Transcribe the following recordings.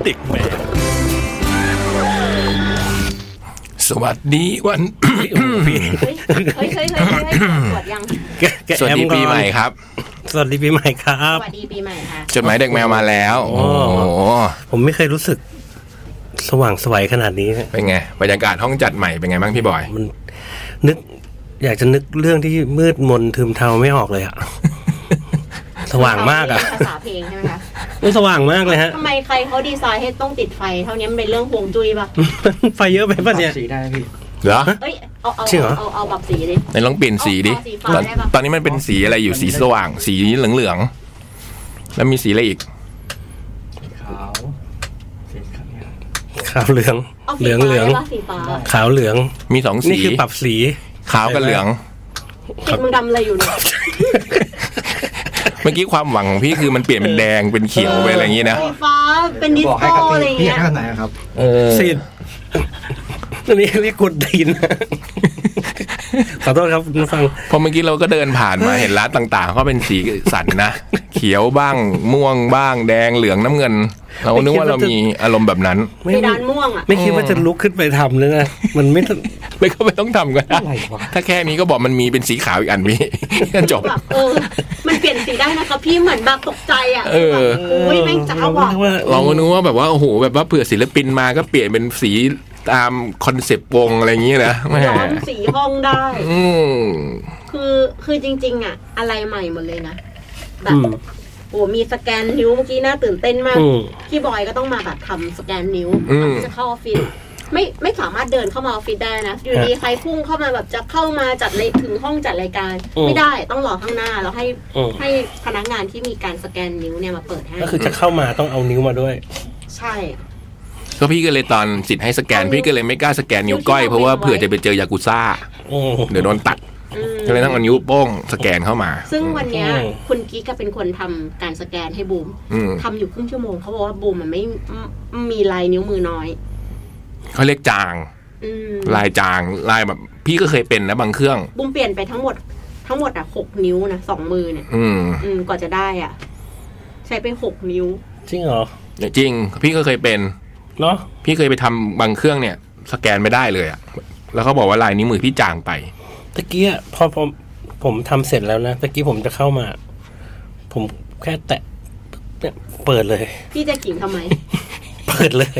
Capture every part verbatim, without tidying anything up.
เด็กแมวสวัสดีวันเฮ้ยเฮ้ยเฮ้ยเฮ้ยตรวจยังสวัสดีปีใหม่ครับสวัสดีปีใหม่ครับสวัสดีปีใหม่ค่ะจดหมายเด็กแมวมาแล้วโอ้โหผมไม่เคยรู้สึกสว่างไสวขนาดนี้เป็นไงบรรยากาศห้องจัดใหม่เป็นไงบ้างพี่บอยมันนึกอยากจะนึกเรื่องที่มืดมนทึมเทาไม่ออกเลยอะสว่างมากอะภาษาเพลงใช่ไหมคะมันสว่างมากเลยฮะทำไมใครเขาดีไซน์ให้ต้องติดไฟเท่านี้มันเป็นเรื่องฮวงจุ้ยป่ะไฟเยอะไปป่ะเนี่ยสีได้พี่เหรอเอ้ยเอาเอาเอาเอาปรับสีดิไหนลองเปลี่ยนสีดิตอนนี้มันเป็นสีอะไรอยู่สีสว่างสีเหลืองๆแล้วมีสีอะไรอีกขาวขาวเหลืองเหลืองเหลืองขาวเหลืองมีสองสีนี่คือปรับสีขาวกับเหลืองติดมึงดำอะไรอยู่เนี่ยเมื่อกี้ความหวังของพี่คือมันเปลี่ยนเป็นแดงเป็นเขียวไปอะไรอย่างนี้นะสีฟ้าเป็นดิสโก้อะไรอย่างเงี้ยพี่ไหนครับเออสีอันนี้เรียกกดดินขอโทษครับคุณฟังพอเมื่อกี้เราก็เดินผ่านมาเห็นร้านต่างๆเขาเป็นสีสันนะเขียวบ้างม่วงบ้างแดงเหลืองน้ำเงินเรานึกว่าเรามีอารมณ์แบบนั้นไม่ดานม่วงอ่ะไม่คิดว่าจะลุกขึ้นไปทำเลยนะมันไม่ไม่ก็ไม่ต้องทำก็ได้ถ้าแค่นี้ก็บอกมันมีเป็นสีขาวอีกอันพี่ก็จบเออมันเปลี่ยนสีได้นะคะพี่เหมือนแบบตกใจอ่ะเออโอ้ยแม่งจ้าว่ะเราก็นึกว่าแบบว่าโอ้โหแบบว่าเผื่อศิลปินมาก็เปลี่ยนเป็นสีตามคอนเซปต์วงอะไรอย่างเงี้ยนะแม่ย้อมสีห้องได้อืมคือคือจริงๆอ่ะอะไรใหม่หมดเลยนะแบบโอ้มีสแกนนิ้วเมื่อกี้น่าตื่นเต้นมากพี่บอยก็ต้องมาแบบทำสแกนนิ้วจะเข้าออฟฟิศไม่ไม่สามารถเดินเข้ามาออฟฟิศได้นะอยู่ดีใครพุ่งเข้ามาแบบจะเข้ามาจัดเลยถึงห้องจัดรายการไม่ได้ต้องรอข้างหน้าแล้วให้ให้พนักงานที่มีการสแกนนิ้วเนี่ยมาเปิดให้ก็คือจะเข้ามาต้องเอานิ้วมาด้วยใช่ก็พี่ก็เลยตอนสิทธิ์ให้สแกนพี่ก็เลยไม่กล้าสแกนนิ้วก้อยเพราะว่าเผื่อจะไปเจอยากุซ่าเดี๋ยวโดนตัดก็เลยต้องเอานิ้วโป้งสแกนเข้ามาซึ่งวันนี้คุณกิ๊กก็เป็นคนทำการสแกนให้บูมทำอยู่ครึ่งชั่วโมงเขาบอกว่าบูมมันไม่มีลายนิ้วมือน้อยเขาเรียกจางลายจางลายแบบพี่ก็เคยเป็นนะบางเครื่องบูมเปลี่ยนไปทั้งหมดทั้งหมดอ่ะหกนิ้วนะสองมือเนี่ยอืมอืมกว่าจะได้อ่ะใช้ไปหกนิ้วจริงเหรอจริงพี่ก็เคยเป็นเนาะพี่เคยไปทำบางเครื่องเนี่ยสแกนไม่ได้เลยอ่ะแล้วเขาบอกว่าลายนิ้วมือพี่จางไปตะกี้พอผมผมทำเสร็จแล้วนะตะกี้ผมจะเข้ามาผมแค่แตะเนี่ยเปิดเลยพี่จะกิ่งทำไมเปิดเลย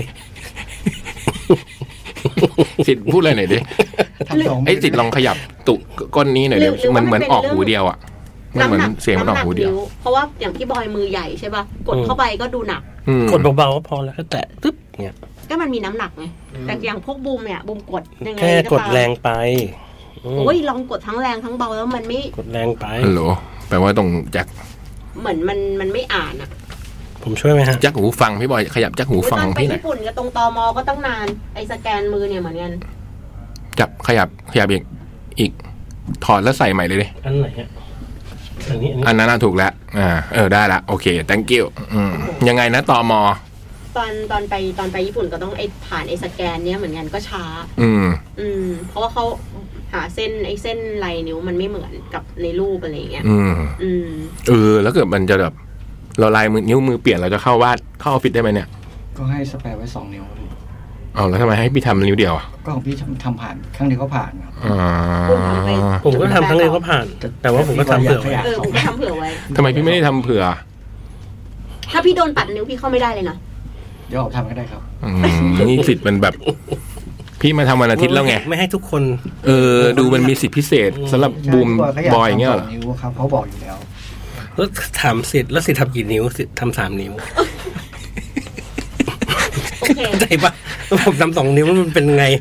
สิทธิ์พูดอะไรหน่อยดิไอ้สิทธิ์ลองขยับตุก้นนี้หน่อยดิมันเหมือนออกหูเดียวอ่ะมันเหมือนเสียงมันออกหูเดียวเพราะว่าอย่างพี่บอยมือใหญ่ใช่ป่ะกดเข้าไปก็ดูหนักกดเบาๆก็พอแล้วก็แตะตึ๊บเนี่ยก็มันมีน้ำหนักไงแต่อย่างพวกบูมเนี่ยบูมกดยังไงแค่กดแรงไปโอ้ยลองกดทั้งแรงทั้งเบาแล้วมันไม่กดแรงไปฮัลโหลแปลว่าตรงแจ็คเหมือนมันมันไม่อ่านอ่ะผมช่วยไหมฮะแจ็คหูฟังพี่บอยขยับแจ็คหูฟังพี่หน่อยไปญี่ปุ่นกับตรงตมก็ตั้งนานไอ้สแกนมือเนี่ยเหมือนกันจับขยับขยับอีกอีกถอดแล้วใส่ใหม่เลยดิอันไหนฮะอันนี้อันนั้นถูกแล้วอ่าเออได้ละโอเค thank you อืมยังไงนะตมตอนตอนไปตอนไปญี่ปุ่นก็ต้องไอ้ผ่านไอ้สแกนเนี้ยเหมือนกันก็ช้าอืมอืมเพราะว่าเขาหาเส้นไอ้เส้นลายนิ้วมันไม่เหมือนกับในรูปอะไรเงี้ยอืมอืมเออแล้วเกิดมันจะแบบเราลายมือนิ้วมือเปลี่ยนเราจะเข้าวาดเข้าออฟฟิศได้ไหมเนี่ยก็ให้สแปร์ไว้สองนิ้วเอาแล้วทำไมให้พี่ทำนิ้วเดียวอ่ะก็ของพี่ทำผ่านครั้งเดียวก็ผ่านครับอ๋อผมก็ทำครั้งเดียวก็ผ่านแต่ว่าผมก็ทำเผื่อไว้เออผมก็ทำเผื่อไว้ทำไมพี่ไม่ได้ทำเผื่อถ้าพี่โดนตัดนิ้วพี่เข้าไม่ได้เลยนะเดี๋ยวผมทำก็ได้ครับนี่สิทธิ์มันแบบพี่มาทำวันอาทิตย์แล้วไงไม่ให้ทุกคนเออดูมันมีสิทธิพิเศษสำหรับบูมบอยอย่างเงี้ยเหรอนิ้วครับเขาบอกอยู่แล้วแล้วถามสิทธิ์แล้วสิทธิ์ทำกี่นิ้วสิทธิ์ทำสามนิ้วโอเคใจปะผมทำสองนิ้วมันเป็นไง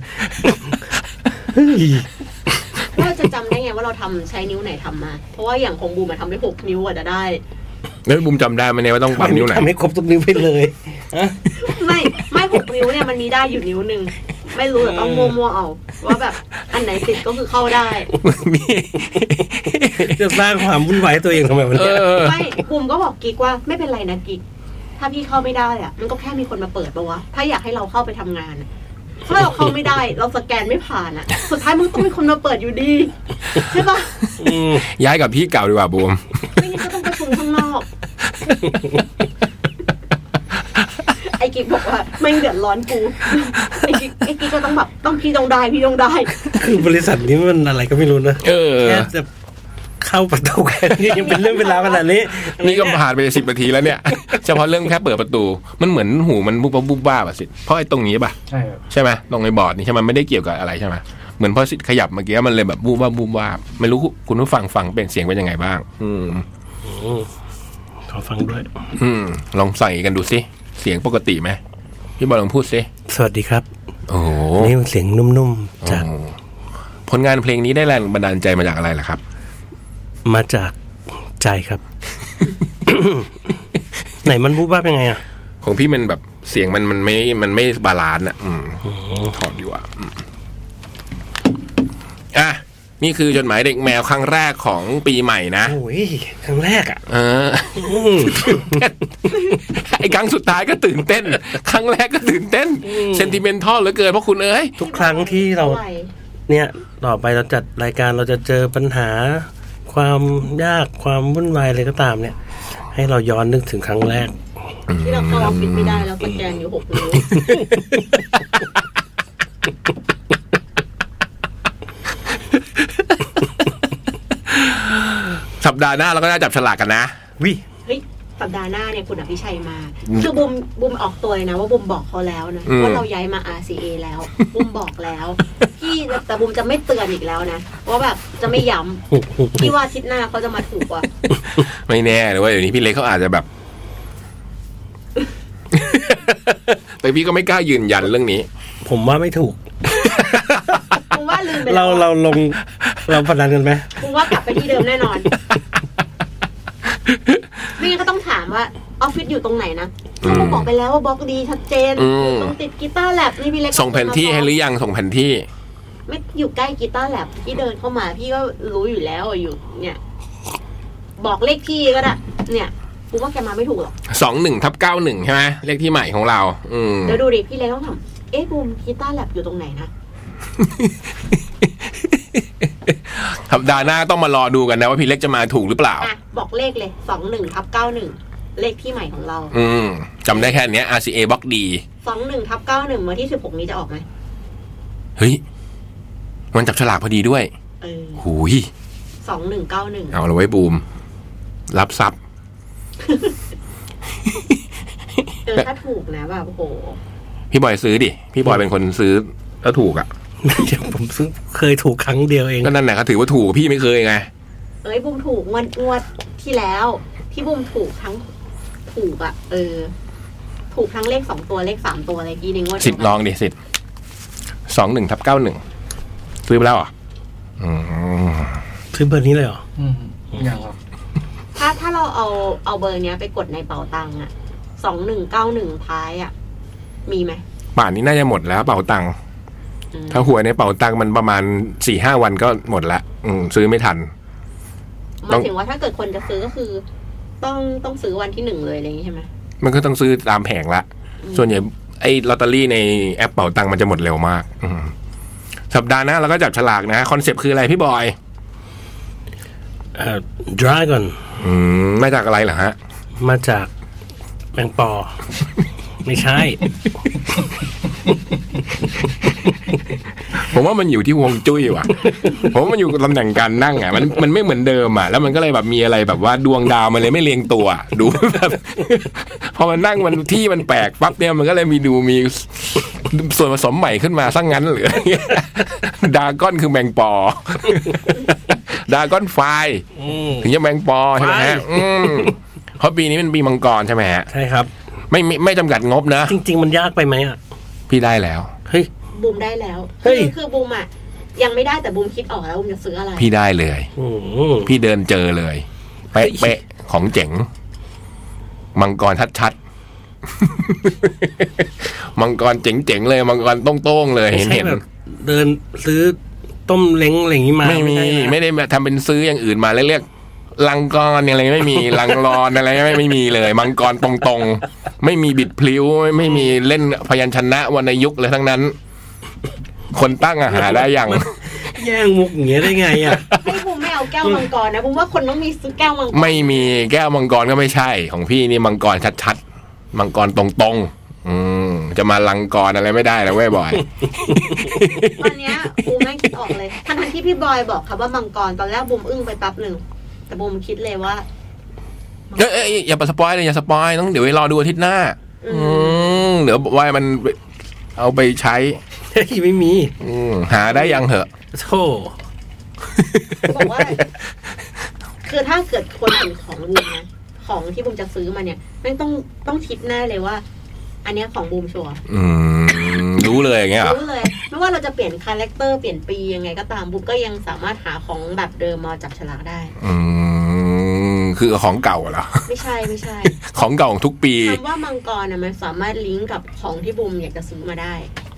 เราจะจำได้ไงว่าเราทำใช้นิ้วไหนทำมาเพราะว่าอย่างของบูมมาทำได้หกนิ้วอ่ะจะได้แล้วบูมจำได้ไหมเนี่ยว่าต้องปั๊มนิ้วไหนทำให้ครบทุกนิ้วไปเลยไม่ไม่หกนิ้วเนี่ยมันมีได้อยู่นิ้วนึงไม่รู้แต่ต้องมั่วๆเอาว่าแบบอันไหนติดก็คือเข้าได้จะสร้างความวุ่นวายตัวเองทำไมวะเนี่ยไม่บูมก็บอกกิ๊กว่าไม่เป็นไรนะกิ๊กถ้าพี่เข้าไม่ได้อ่ะมันก็แค่มีคนมาเปิดปะวะถ้าอยากให้เราเข้าไปทำงานถ้าเราเข้าไม่ได้เราสแกนไม่ผ่านอ่ะสุดท้ายมึงต้องมีคนมาเปิดอยู่ดีใช่ปะย้ายกับพี่เก่าดีกว่าบูมไม่งั้นก็ต้องประชุมข้างนอกไอ้กิ๊กบอกว่าว่าไม่เดือดร้อนกูไอ้ไอ้กิ๊กก็ต้องแบบต้องพี่ต้องได้พี่ต้องได้คือบริษัทนี้มันอะไรก็ไม่รู้นะแค่จะเข้าประตูแค่นี้ยังเป็นเรื่องเป็นราวขนาดนี้นี่ก็ผ่านไปสิบนาทีแล้วเนี่ยเฉพาะเรื่องแค่เปิดประตูมันเหมือนหูมันบุบบุบบ้าป่ะสิเพราะไอ้ตรงนี้ป่ะใช่ใช่ไหมตรงไอ้บอร์ดนี่ใช่มันไม่ได้เกี่ยวกับอะไรใช่ไหมเหมือนพอสิขยับเมื่อกี้มันเลยแบบบุบว่าบุบว่าไม่รู้คุณผู้ฟังฟังเป็นเสียงเป็นยังไงบ้างอืมขอฟังด้วยอืมลองใส่กันดูสิเสียงปกติไหมพี่บอลลองพูดสิสวัสดีครับโอ้นี่เสียงนุ่มๆจากผลงานเพลงนี้ได้แรงบันดาลใจมาจากอะไรล่ะครับมาจากใจครับ ไหนมันบู๊บ้าเป็นไงอ่ะของพี่มันแบบเสียงมันมันไม่มันไม่บาลานซ์อ่ะอืมถอดดีกว่าอ่ะนี่คือจดหมายเด็กแมวครั้งแรกของปีใหม่นะโอ้ยครั้งแรกอ่ะเออไอ้ครั้งสุดท้ายก็ตื่นเต้นครั้งแรกก็ตื่นเต้นเซนติเมนทัลเหลือเกินเพราะคุณเอ้ยทุกครั้งที่เราเนี่ยต่อไปเราจัดรายการเราจะเจอปัญหาความยากความวุ่นวายอะไรก็ตามเนี่ยให้เราย้อนนึกถึงครั้งแรกที่เราเข้าออฟฟิศไม่ได้แล้วสแกนอยู่หกนิ้วสัปดาห์หน้าเราก็จะจับฉลากกันนะวิเฮ้ยสัปดาห์หน้าเนี่ยคุณอภิชัยมาคือบุมบุมออกตัวเลยนะว่าบุมบอกเขาแล้วนะว่าเราย้ายมา อาร์ ซี เอ แล้วบุมบอกแล้วพี่แต่บุมจะไม่เตือนอีกแล้วนะว่าแบบจะไม่ย้ำพี่ว่าอาทิตย์หน้าเขาจะมาถูกกว่าไม่แน่หรือว่าเดี๋ยวนี้พี่เล็กเขาอาจจะแบบแต่พี่ก็ไม่กล้ายืนยันเรื่องนี้ผมว่าไม่ถูกผมว่าลืมไปเราเราลงเราพนันกันไหมผมว่ากลับไปที่เดิมแน่นอนไม่งั้นก็ต้องถามว่าออฟฟิศอยู่ตรงไหนนะเขาบอกไปแล้วว่าบล็อกดีชัดเจนตรงติดกีตาร์แลบนี่พี่เล็กส่งแผนที่ให้หรือยังส่งแผนที่ไม่อยู่ใกล้กีตาร์แลบที่เดินเข้ามาพี่ก็รู้อยู่แล้วอยู่เนี่ยบอกเลขที่ก็ได้เนี่ยกูว่าแกมาไม่ถูกหรอกสองหนึ่งทับเก้าหนึ่งใช่ไหมเลขที่ใหม่ของเราเดี๋ยวดูดิพี่เล็กต้องถามเอ๊ะบูมกีตาร์แลบอยู่ตรงไหนนะสัปดาห์หน้าต้องมารอดูกันนะว่าพี่เล็กจะมาถูกหรือเปล่าอ่ะบอกเลขเลยสองหนึ่งทับเก้าหนึ่งเลขที่ใหม่ของเราอืมจำได้แค่นี้ อาร์ ซี เอ บล็อกดีสองหนึ่งทับเก้าหนึ่งวันที่สิบหกนี้จะออกไหมเฮ้ยมันจับฉลากพอดีด้วยเออหูยสองหนึ่งเก้าหนึ่งเอาเราไว้บูมรับทรัพย์เออถ้าถูกนะแบบโอ้โหพี่บอยซื้อดิพี่บอยเป็นคนซื้อแล้วถูกอ่ะผมซื้อเคยถูกครั้งเดียวเองก็นั่นแหละเขาถือว่าถูกพี่ไม่เคยไงเอ้ยบุ้มถูกงวดงวดที่แล้วที่บุ้มถูกทั้งถูกอ่ะเออถูกทั้งเลขสองตัวเลขสามตัวอะไรกี่ในงวดสิบลองดิสิบสองหนึ่งทับเก้าหนึ่งซื้อไปแล้วอ่ะซื้อเบอร์นี้เลยเหรออืมอย่างครับถ้าถ้าเราเอาเอาเบอร์เนี้ยไปกดในเป๋าตังค์อ่ะสองหนึ่งเก้าหนึ่งท้ายอ่ะมีไหมป่านนี้น่าจะหมดแล้วเป๋าตังค์ถ้าหวยในเป๋าตังค์มันประมาณสี่ห้าวันก็หมดละอืมซื้อไม่ทันหมายถึงว่าถ้าเกิดคนจะซื้อก็คือต้องต้องซื้อวันที่หนึ่งเลยอะไรอย่างนี้ใช่ไหมมันก็ต้องซื้อตามแผงละส่วนใหญ่ไอ้ลอตเตอรี่ในแอปเป๋าตังค์มันจะหมดเร็วมากสัปดาห์หน้าเราก็จับฉลากนะคอนเซปต์คืออะไรพี่บอยเอ่อ Dragon อืมมาจากอะไรเหรอฮะมาจากแมงปอไม่ใช่ผมว่ามันอยู่ที่ฮวงจุ้ยว่ะผมว่ามันอยู่ตำแหน่งการนั่งอ่ะมันมันไม่เหมือนเดิมอ่ะแล้วมันก็เลยแบบมีอะไรแบบว่าดวงดาวมันเลยไม่เรียงตัวดูแบบพอมันนั่งมันที่มันแปลกปั๊บเนี่ยมันก็เลยมีดูมีส่วนผสมใหม่ขึ้นมาซะ งั้นหรือดาก้อนคือแมงปอดาก้อนไฟถึงจะแมงปอใช่ไหมฮะเพราะปีนี้เป็นปีมังกรใช่ไหมฮะใช่ครับไม่ไม่ไม่จำกัดงบนะจริงๆมันยากไปไหมอ่ะพี่ได้แล้วเฮ้ยบูมได้แล้วคือคือบูมอ่ะยังไม่ได้แต่บูมคิดออกแล้วบูมจะซื้ออะไรพี่ได้เลยพี่เดินเจอเลยเป๊ะเป๊ะของเจ๋งมังกรชัดๆมังกรเจ๋งๆเลยมังกรโต้งๆเลยเห็นเห็นเดินซื้อต้มเล้งอะไรอย่างนี้มาไม่มีไม่ได้ทำเป็นซื้ออย่างอื่นมาเรียกลังกรอะไรไม่มีลังรอนอะไรไม่ไม่มีเลยมังกรตรงๆไม่มีบิดพลิ้วไม่มีเล่นพยัญชนะวรรณยุกต์เลยทั้งนั้นคนตั้งอาหารได้อย่างแย่งมุกอย่างเงี้ยได้ไงอ่ะให้ผมไม่เอาแก้วมังกรนะผมว่าคนต้องมีซื้อแก้วมังกรไม่มีแก้วมังกรก็ไม่ใช่ของพี่นี่มังกรชัดๆมังกรตรงๆอืมจะมาลังกรอะไรไม่ได้แล้วเว้ยบอยตอนเนี้ยบูมไม่คิดออกเลยทั้งที่พี่บอยบอกค่ะว่ามังกรตอนแรกบูมอึ้งไปแป๊บหนึ่งแต่บูมคิดเลยว่าเอ้ยอย่าไปสปอยเลยอย่าสปอยต้องเดี๋ยวรอดูอาทิตย์หน้าอืมเดี๋ยวว่ามันเอาไปใช้ไม่มีหาได้ยังเหรอโธ่บอกว่าคือถ้าเกิดคนเห็นของบูมนะของที่บูมจะซื้อมาเนี่ยไม่ต้องต้องคิดแน่เลยว่าอันนี้ของบูมชัวร์รู้เลยอย่างเงี้ยรู้เลยไม่ว่าเราจะเปลี่ยนคาแรคเตอร์เปลี่ยนปียังไงก็ตามบูมก็ยังสามารถหาของแบบเดิมมาจับฉลากได้อืมคือของเก่าเหรอไม่ใช่ไม่ใช่ของเก่าของทุกปีคำว่ามังกรน่ะมันสามารถลิงก์กับของที่บูมอยากจะซื้อมาได้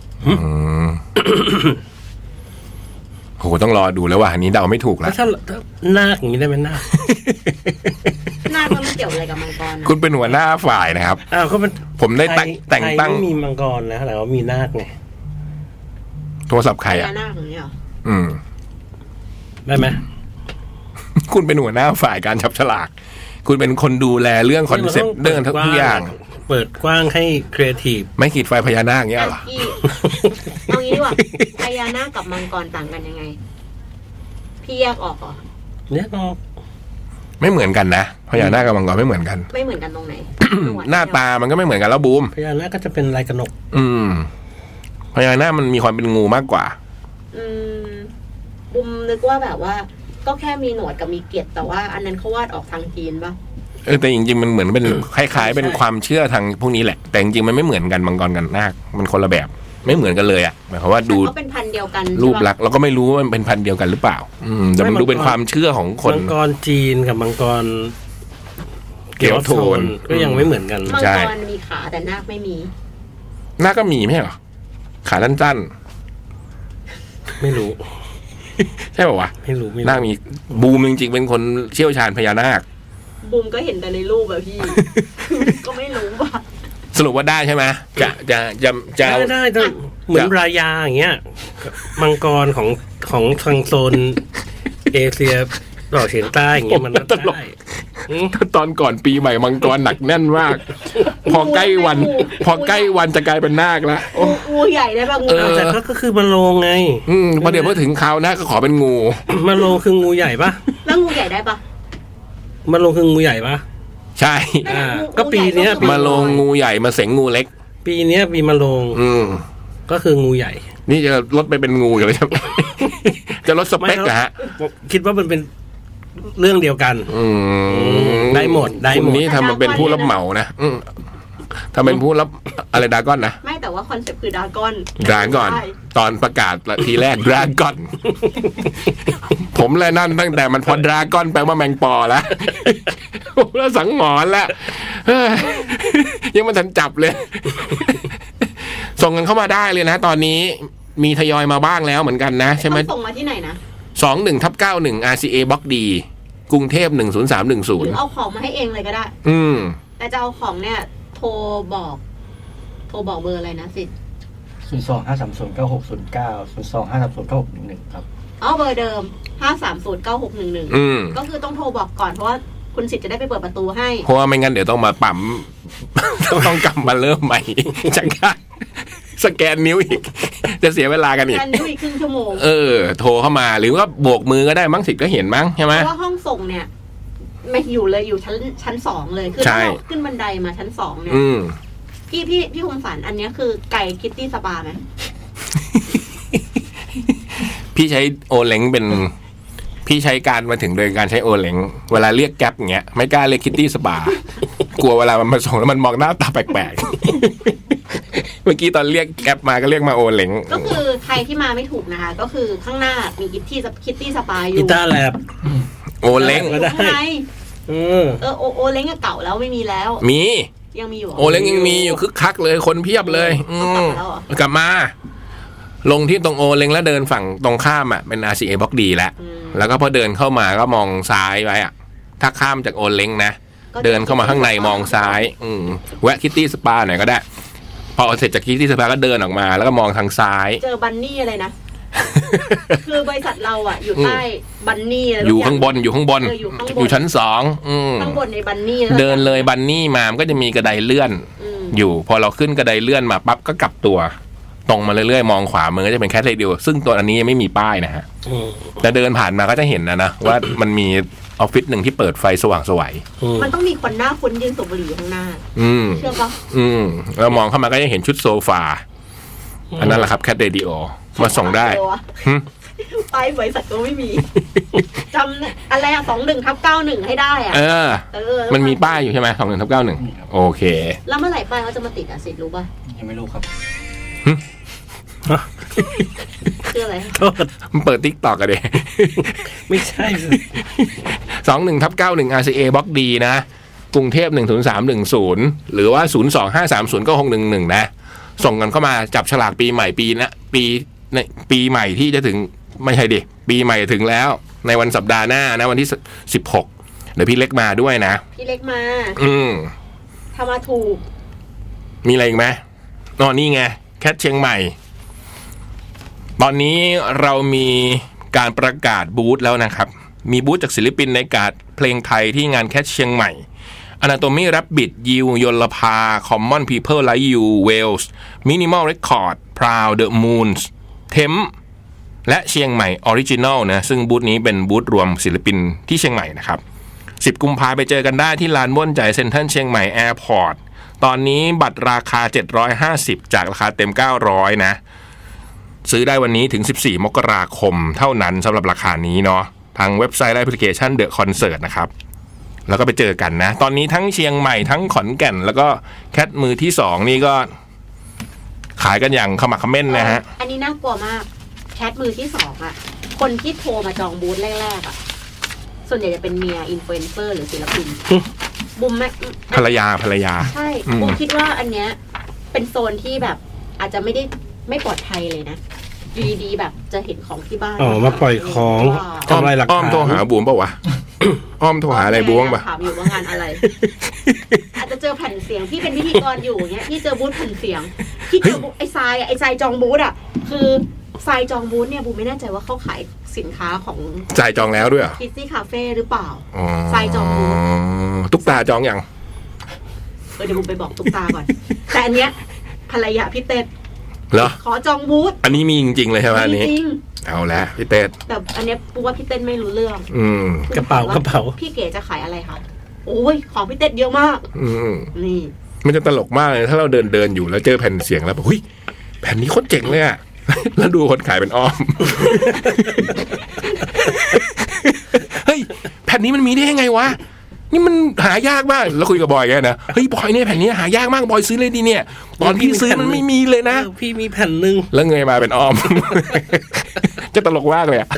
โหต้องรอดูแล้วว่าอันนี้เดาไม่ถูกแล้วถ้านาคอย่างนี้ได้ไหมนาคนาคมันเกี่ยวอะไรกับมังกรคุณเป็นหัวหน้าฝ่ายนะครับอ้าวเขาเป็นผมได้แต่งตั้งมีมังกรนะแต่ว่ามีนาคไงโทรศัพท์ใครอ่ะนาคอย่างนี้เหรออืมได้ไหมคุณเป็นหัวหน้าฝ่ายการจับฉลากคุณเป็นคนดูแลเรื่องคอนเซ็ปต์เรื่องทุกอย่างเปิดกว้างให้ครีเอทีฟไม่ขีดไฟพญานาคเงี้ยหรอเอางี้ดีกว่าพญานาคกับมังกรต่างกันยังไงพี่แยกออกเหรอแยกออกไม่เหมือนกันนะพญานาคกับมังกรไม่เหมือนกันไม่เหมือนกันตรงไหนหน้าตามันก็ไม่เหมือนกันแล้วบูมพญานาคก็จะเป็นลายกระหนกอืมพญานาคมันมีความเป็นงูมากกว่าอืมบูมนึกว่าแบบว่าก็แค่มีหนวดกับมีเกล็ดแต่ว่าอันนั้นเขาวาดออกทางจีนป่ะเออแต่จริงๆมันเหมือนเป็นคล้ายๆเป็นความเชื่อทางพวกนี้แหละแต่จริงๆมันไม่เหมือนกันมังกรกับนาคมันคนละแบบไม่เหมือนกันเลยอ่ะหมายความว่าดูเขาเป็นพันธุ์เดียวกันรูปลักษณ์เราก็ไม่รู้ว่ามันเป็นพันธุ์เดียวกันหรือเปล่าอืมแต่มันดูเป็นความเชื่อของคนมังกรจีนกับมังกรเกียวโทนก็ยังไม่เหมือนกันมังกรมีขาแต่นาคไม่มีนาคก็มีไม่ใช่หรอขาสั้นๆไม่รู้ใช่ป่าววะไม่รู้นาคมีบูมจริงๆเป็นคนเชี่ยวชาญพญานาคบูมก็เห็นแต่ในรูปแบบพี่ก็ไม่รู้ว่าสรุปว่าได้ใช่ไหมจะจะจะจะได้ได้ต้องเหมือนรายาอย่างเงี้ยมังกรของของทางโซนเอเชียตะวันออกเฉียงใต้อย่างเงี้ยมันได้ตอนก่อนปีใหม่มังกรหนักแน่นมากพอใกล้วันพอใกล้วันจะกลายเป็นนาคแล้วงูใหญ่ได้ป่ะงูแต่ก็คือมันโลงไงอืมพอเดี๋ยวพอถึงคราวหน้าก็ขอเป็นงูมันโลงคืองูใหญ่ป่ะแล้วงูใหญ่ได้ป่ะมันโลงคืองูใหญ่ป่ะใช่ก็ปีนี้มาลงงูใหญ่มาเสงงูเล็กปีนี้ปีมาลงอืมก็คืองูใหญ่นี่จะลดไปเป็นงูอยู่เลยครับจะลดสเปคเหรอฮะคิดว่ามันเป็นเรื่องเดียวกันอืมได้หมดได้หมดนี้ทำมันเป็นผู้รับเหมานะอืมถ้าเป็นผู้รับอะไรดราก้อนนะไม่แต่ว่าคอนเซ็ปต์คือดราก้อนดราก้อนตอนประกาศทีแรกดราก้อนผมเลยนั่นตั้งแต่มันพอดราก้อนแปลว่าแมงปอแล้วผมแล้วสังหรณ์แล้วยังไม่ทันจับเลยส่งกันเข้ามาได้เลยนะตอนนี้มีทยอยมาบ้างแล้วเหมือนกันนะใช่ไหมส่งมาที่ไหนนะสองหนึ่งทับเก้าหนึ่ง อาร์ ซี เอ บล็อกดีกรุงเทพหนึ่งศูนย์สามหนึ่งศูนย์หรือเอาของมาให้เองเลยก็ได้อืมแต่จะเอาของเนี่ยโทรบอกโทรบอกเบอร์อะไรนะสิศูนย์สองห้าสามศูนย์เก้าหกศูนย์เก้าศูนย์สองห้าสามศูนย์เก้าหกหนึ่งหนึ่งครับอ๋อเบอร์เดิมห้าสามศูนย์เก้าหกหนึ่งหนึ่งก็คือต้องโทรบอกก่อนเพราะว่าคุณสิทธิ์จะได้ไปเปิดประตูให้เพราะว่าไม่งั้นเดี๋ยวต้องมาปั๊มต้องกลับมาเริ่มใหม่จากการสแกนนิ้วอีกจะเสียเวลากันอีกสแกนนิ้วอีกครึ่งชั่วโมงเออโทรเข้ามาหรือว่าโบกมือก็ได้มั้งสิทธิ์ก็เห็นมั้งใช่ไหมเพราะว่าห้องส่งเนี่ยไม่อยู่เลยอยู่ชั้นชั้นสองเลยคือต้องขึ้นบันไดมาชั้นสองเนี่ยพี่พี่พี่คมสันอันนี้คือไก่คิตตี้สปาไหมพี่ใช้โอเล้งเป็นพี่ใช้การมาถึงโดยการใช้โอเล้งเวลาเรียกแก๊ปอย่างเงี้ยไม่กล้าเรียกคิตตี้สปากลัวเวลามันมาส่งแล้วมันมองหน้าตาแปลกๆเมื่อกี้ตอนเรียกแก๊ปมาก็เรียกมาโอเล้งก็คือใครที่มาไม่ถูกนะคะก็คือข้างหน้ามีคิตตี้คิตตี้สปาอยู่กีตาร์แลบโอเล้งก็ได้เออเออโอเล้งก็เก่าแล้วไม่มีแล้วมียังมีอยู่โอเล้งยังมีอยู่คึกคักเลยคนเพียบเลยกลับมาลงที่ตรงโอเล้งแล้วเดินฝั่งตรงข้ามอ่ะเป็น อาร์ ซี เอ บล็อกดีแล้วแล้วก็พอเดินเข้ามาก็มองซ้ายไว้อ่ะถ้าข้ามจากโอเล้งนะเดินเข้ามาข้างในมองซ้ายอืมแวะคิตตี้สปาหน่อยก็ได้พอเสร็จจากคิตตี้สปาก็เดินออกมาแล้วก็มองทางซ้ายเจอบันนี่อะไรนะคือบริษัทเราอ่ะอยู่ใต้บันนี่อะไรอยู่ข้างบนอยู่ข้างบนอยู่ชั้นสองข้างบนในบันนี่เดินเลยบันนี่มามันก็จะมีกระไดเลื่อนอยู่พอเราขึ้นกระไดเลื่อนมาปั๊บก็กลับตัวตรงมาเรื่อยๆมองขวามือก็จะเป็นแคทเรดิโอซึ่งตัวอันนี้ยังไม่มีป้ายนะฮะแต่เดินผ่านมาก็จะเห็นนะนะว่ามันมีออฟฟิศหนึ่งที่เปิดไฟสว่างสวยมันต้องมีคนหน้าคุ้นยืนสูบบุหรี่อยู่ข้างหน้าอืมเชื่อปะอืมแล้วมองเข้ามาก็จะเห็นชุดโซฟาอันนั้นแหละครับแคทเรดิโอมาส่งได้ไปบริษัทก็ไม่มีจำอะไรอะสองหนึ่งทับเก้าหนึ่งให้ได้อะเออมันมีป้ายอยู่ใช่ไหมสองหนึ่งทับเก้าหนึ่งโอเคแล้วเมื่อไหร่ป้ายเขาจะมาติดอะสิรู้ป่ะยังไม่รู้ครับคืออะไรมันเปิดติ๊กตอกกันดิไม่ใช่สองหนึ่งทับเก้าหนึ่ง อาร์ ซี เอ บล็อกดีนะกรุงเทพหนึ่งศูนย์สามหนึ่งศูนย์หรือว่าศูนย์สองห้าสามศูนย์เก้าหกหนึ่งหนึ่งนะส่งกันเข้ามาจับฉลากปีใหม่ปีนะปีในปีใหม่ที่จะถึงไม่ใช่ดิปีใหม่ถึงแล้วในวันสัปดาห์หน้านะวันที่สิบหกเดี๋ยวพี่เล็กมาด้วยนะพี่เล็กมาอืมทำมาถูกมีอะไรอีกไหมอ๋อนี่ไงแคทเชียงใหม่ตอนนี้เรามีการประกาศบูธแล้วนะครับมีบูธจากศิลปินในการเพลงไทยที่งานแคทเชียงใหม่ Anatomy Rabbit ยิวยลภา Common People Like You Wales Minimal Record Proud The Moons เทมและเชียงใหม่ Original นะซึ่งบูธนี้เป็นบูธรวมศิลปินที่เชียงใหม่นะครับสิบกุมภาพันธ์ไปเจอกันได้ที่ลานม่วนใจเซ็นทรัลเชียงใหม่แอร์พอร์ตตอนนี้บัตรราคาเจ็ดร้อยห้าสิบจากราคาเต็มเก้าร้อยนะซื้อได้วันนี้ถึงสิบสี่มกราคมเท่านั้นสำหรับราคานี้เนาะทางเว็บไซต์และแอปพลิเคชัน The Concert นะครับแล้วก็ไปเจอกันนะตอนนี้ทั้งเชียงใหม่ทั้งขอนแก่นแล้วก็แคทมือที่สองนี่ก็ขายกันอย่างขมักเขม้นนะฮะอันนี้น่ากลัวมากแคทมือที่สองอ่ะคนที่โทรมาจองบูธแรกๆอ่ะส่วนใหญ่จะเป็นเมียอินฟลูเอนเซอร์หรือศิลปินบุมแม่ภรรยาภรรยาใช่บุมคิดว่าอันเนี้ยเป็นโซนที่แบบอาจจะไม่ได้ไม่ปลอดภัยเลยนะอยู่ดีๆแบบจะเห็นของที่บ้านอ๋อมาปล่อยของทำลายหลักฐานอ้อมโทรหาบูมป่าววะอ้อมโทรหาอะไรบูมป่ะถามอยู่ว่างานอะไรอาจจะเจอแผ่นเสียงพี่เป็นพิธีกรอยู่เงี้ยพี่เจอบูธแผ่นเสียงพี่เจอไอ้ทรายไอ้ทรายจองบูธอ่ะคือทรายจองบูธเนี่ยบูมไม่แน่ใจว่าเขาขายสินค้าของทรายจองแล้วด้วยคิสซี่คาเฟ่หรือเปล่าทรายจองบูธตุ๊กตาจองยังเออเดี๋ยวบูมไปบอกตุ๊กตาก่อนแต่อันเนี้ยภรรยาพี่เต้เหรอขอจองบูธอันนี้มีจริงๆเลยใช่ไหมอันนี้เอาละพี่เต้แต่อันเนี้ยปูว่าพี่เต้ไม่รู้เรื่องอืมกระเป๋ากระเป๋าพี่เก๋จะขายอะไรคะโอ้ยของพี่เต้เยอะมากอืมนี่มันจะตลกมากเลยถ้าเราเดินเดินอยู่แล้วเจอแผ่นเสียงแล้วแบบเฮ้ยแผ่นนี้โคตรเจ๋งเลยอะแล้วดูคนขายเป็นอ้อมเฮ้ยแผ่นนี้มันมีได้ยังไงวะนี่มันหายากมากแล้วคุยกับบอยแกนะเฮ้ยบอยเนี่ยแผ่นนี้หายากมากบอยซื้อเลยดีเนี่ยตอนพี่ซื้อมันไม่มีเลยนะพี่มีแผ่นนึงแล้วเงยมาเป็นอ้อมจะตลกมากเลยอ่ะ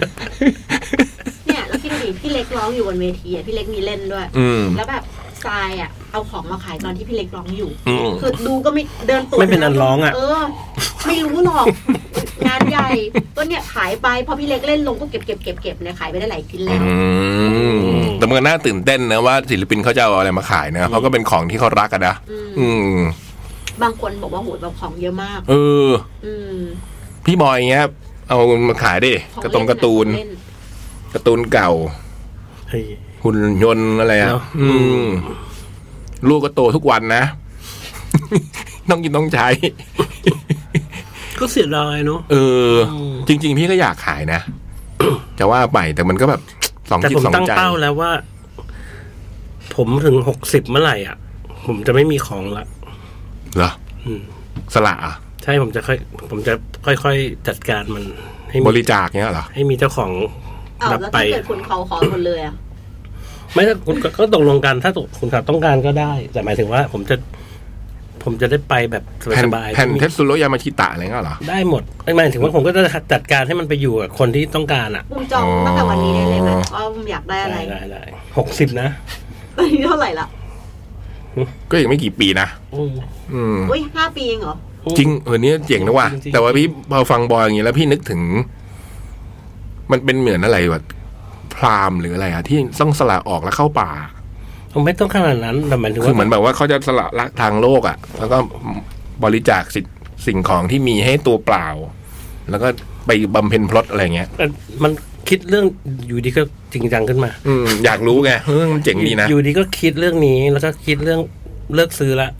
เนี่ยแล้วคิดดูดิพี่เล็กร้องอยู่บนเวทีอ่ะพี่เล็กมีเล่นด้วยแล้วแบบทรายอ่ะเอาของมาขายตอนที่พี่เล็กร้องอยู่คือดูก็ไม่เดินตัวไม่เป็นอันร้องอ่ะเออไม่รู้หรอกงานใหญ่ก็เนี่ยขายไปพอพี่เล็กเล่นลงก็เก็บเก็บเก็บเก็บเนี่ยขายไปได้หลายชิ้นแล้วแต่มันน่าตื่นเต้นนะว่าศิลปินเขาจะเอาอะไรมาขายนะเพราะก็เป็นของที่เขารักกันนะอืมบางคนบอกว่าโหดแบบของเยอะมากเออพี่บอยเงี้ยเอามาขายดิกระตงการ์ตูนการ์ตูนเก่าหุ่นยนต์อะไรอ่ะลูกก็โตทุกวันนะต้องกินต้องใช้ก็เสียดายเนาะเออจริงๆพี่ก็อยากขายนะจะว่าไปแต่มันก็แบบสองจิตสองใจแต่ผมตั้งเป้าแล้วว่าผมถึงหกสิบเมื่อไหร่อ่ะผมจะไม่มีของละเหรอสละอ่ะใช่ผมจะค่อยผมจะค่อยๆจัดการมันให้บริจาคเนี้ยเหรอให้มีเจ้าของรับไปแล้วถ้าเกิดคุณเขาขอหมดเลยอ่ะไม่ถ้าคุณก็ตกลงกันถ้าคุณขาดต้องการก็ได้แต่หมายถึงว่าผมจะผมจะได้ไปแบบสบายๆแผ่นเทสซุโรยามาชิตะอะไรเงี้ยเหรอได้หมดหมายถึงว่าผมก็จะจัดการให้มันไปอยู่กับคนที่ต้องการอ่ะผมจองตั้งแต่วันนี้ได้เลยไหมว่าผมอยากได้อะไรได้ได้หกสิบนะตอนนี้เท่าไหร่ละก็ยังไม่กี่ปีนะอืมอุ้ยห้าปีเองเหรอจริงเออเนี้ยเจ๋งนะว่ะแต่ว่าพี่พอฟังบอยอย่างงี้แล้วพี่นึกถึงมันเป็นเหมือนอะไรวะพรามหรืออะไรอะที่ต้องสละออกแล้วเข้าป่าผมไม่ต้องขนาดนั้นแต่หมายถึงว่าคือเหมือนแบบว่าเขาจะสละละทางโลกอะแล้วก็บริจาคสิสิ่งของที่มีให้ตัวเปล่าแล้วก็ไปบำเพ็ญพลดอะไรเงี้ยมันคิดเรื่องอยู่ดีก็จริงจังขึ้นมาอืมอยากรู้ไงเออมันเจ๋งดีนะอยู่ดีก็คิดเรื่องนี้แล้วก็คิดเรื่องเลิกซื้อละ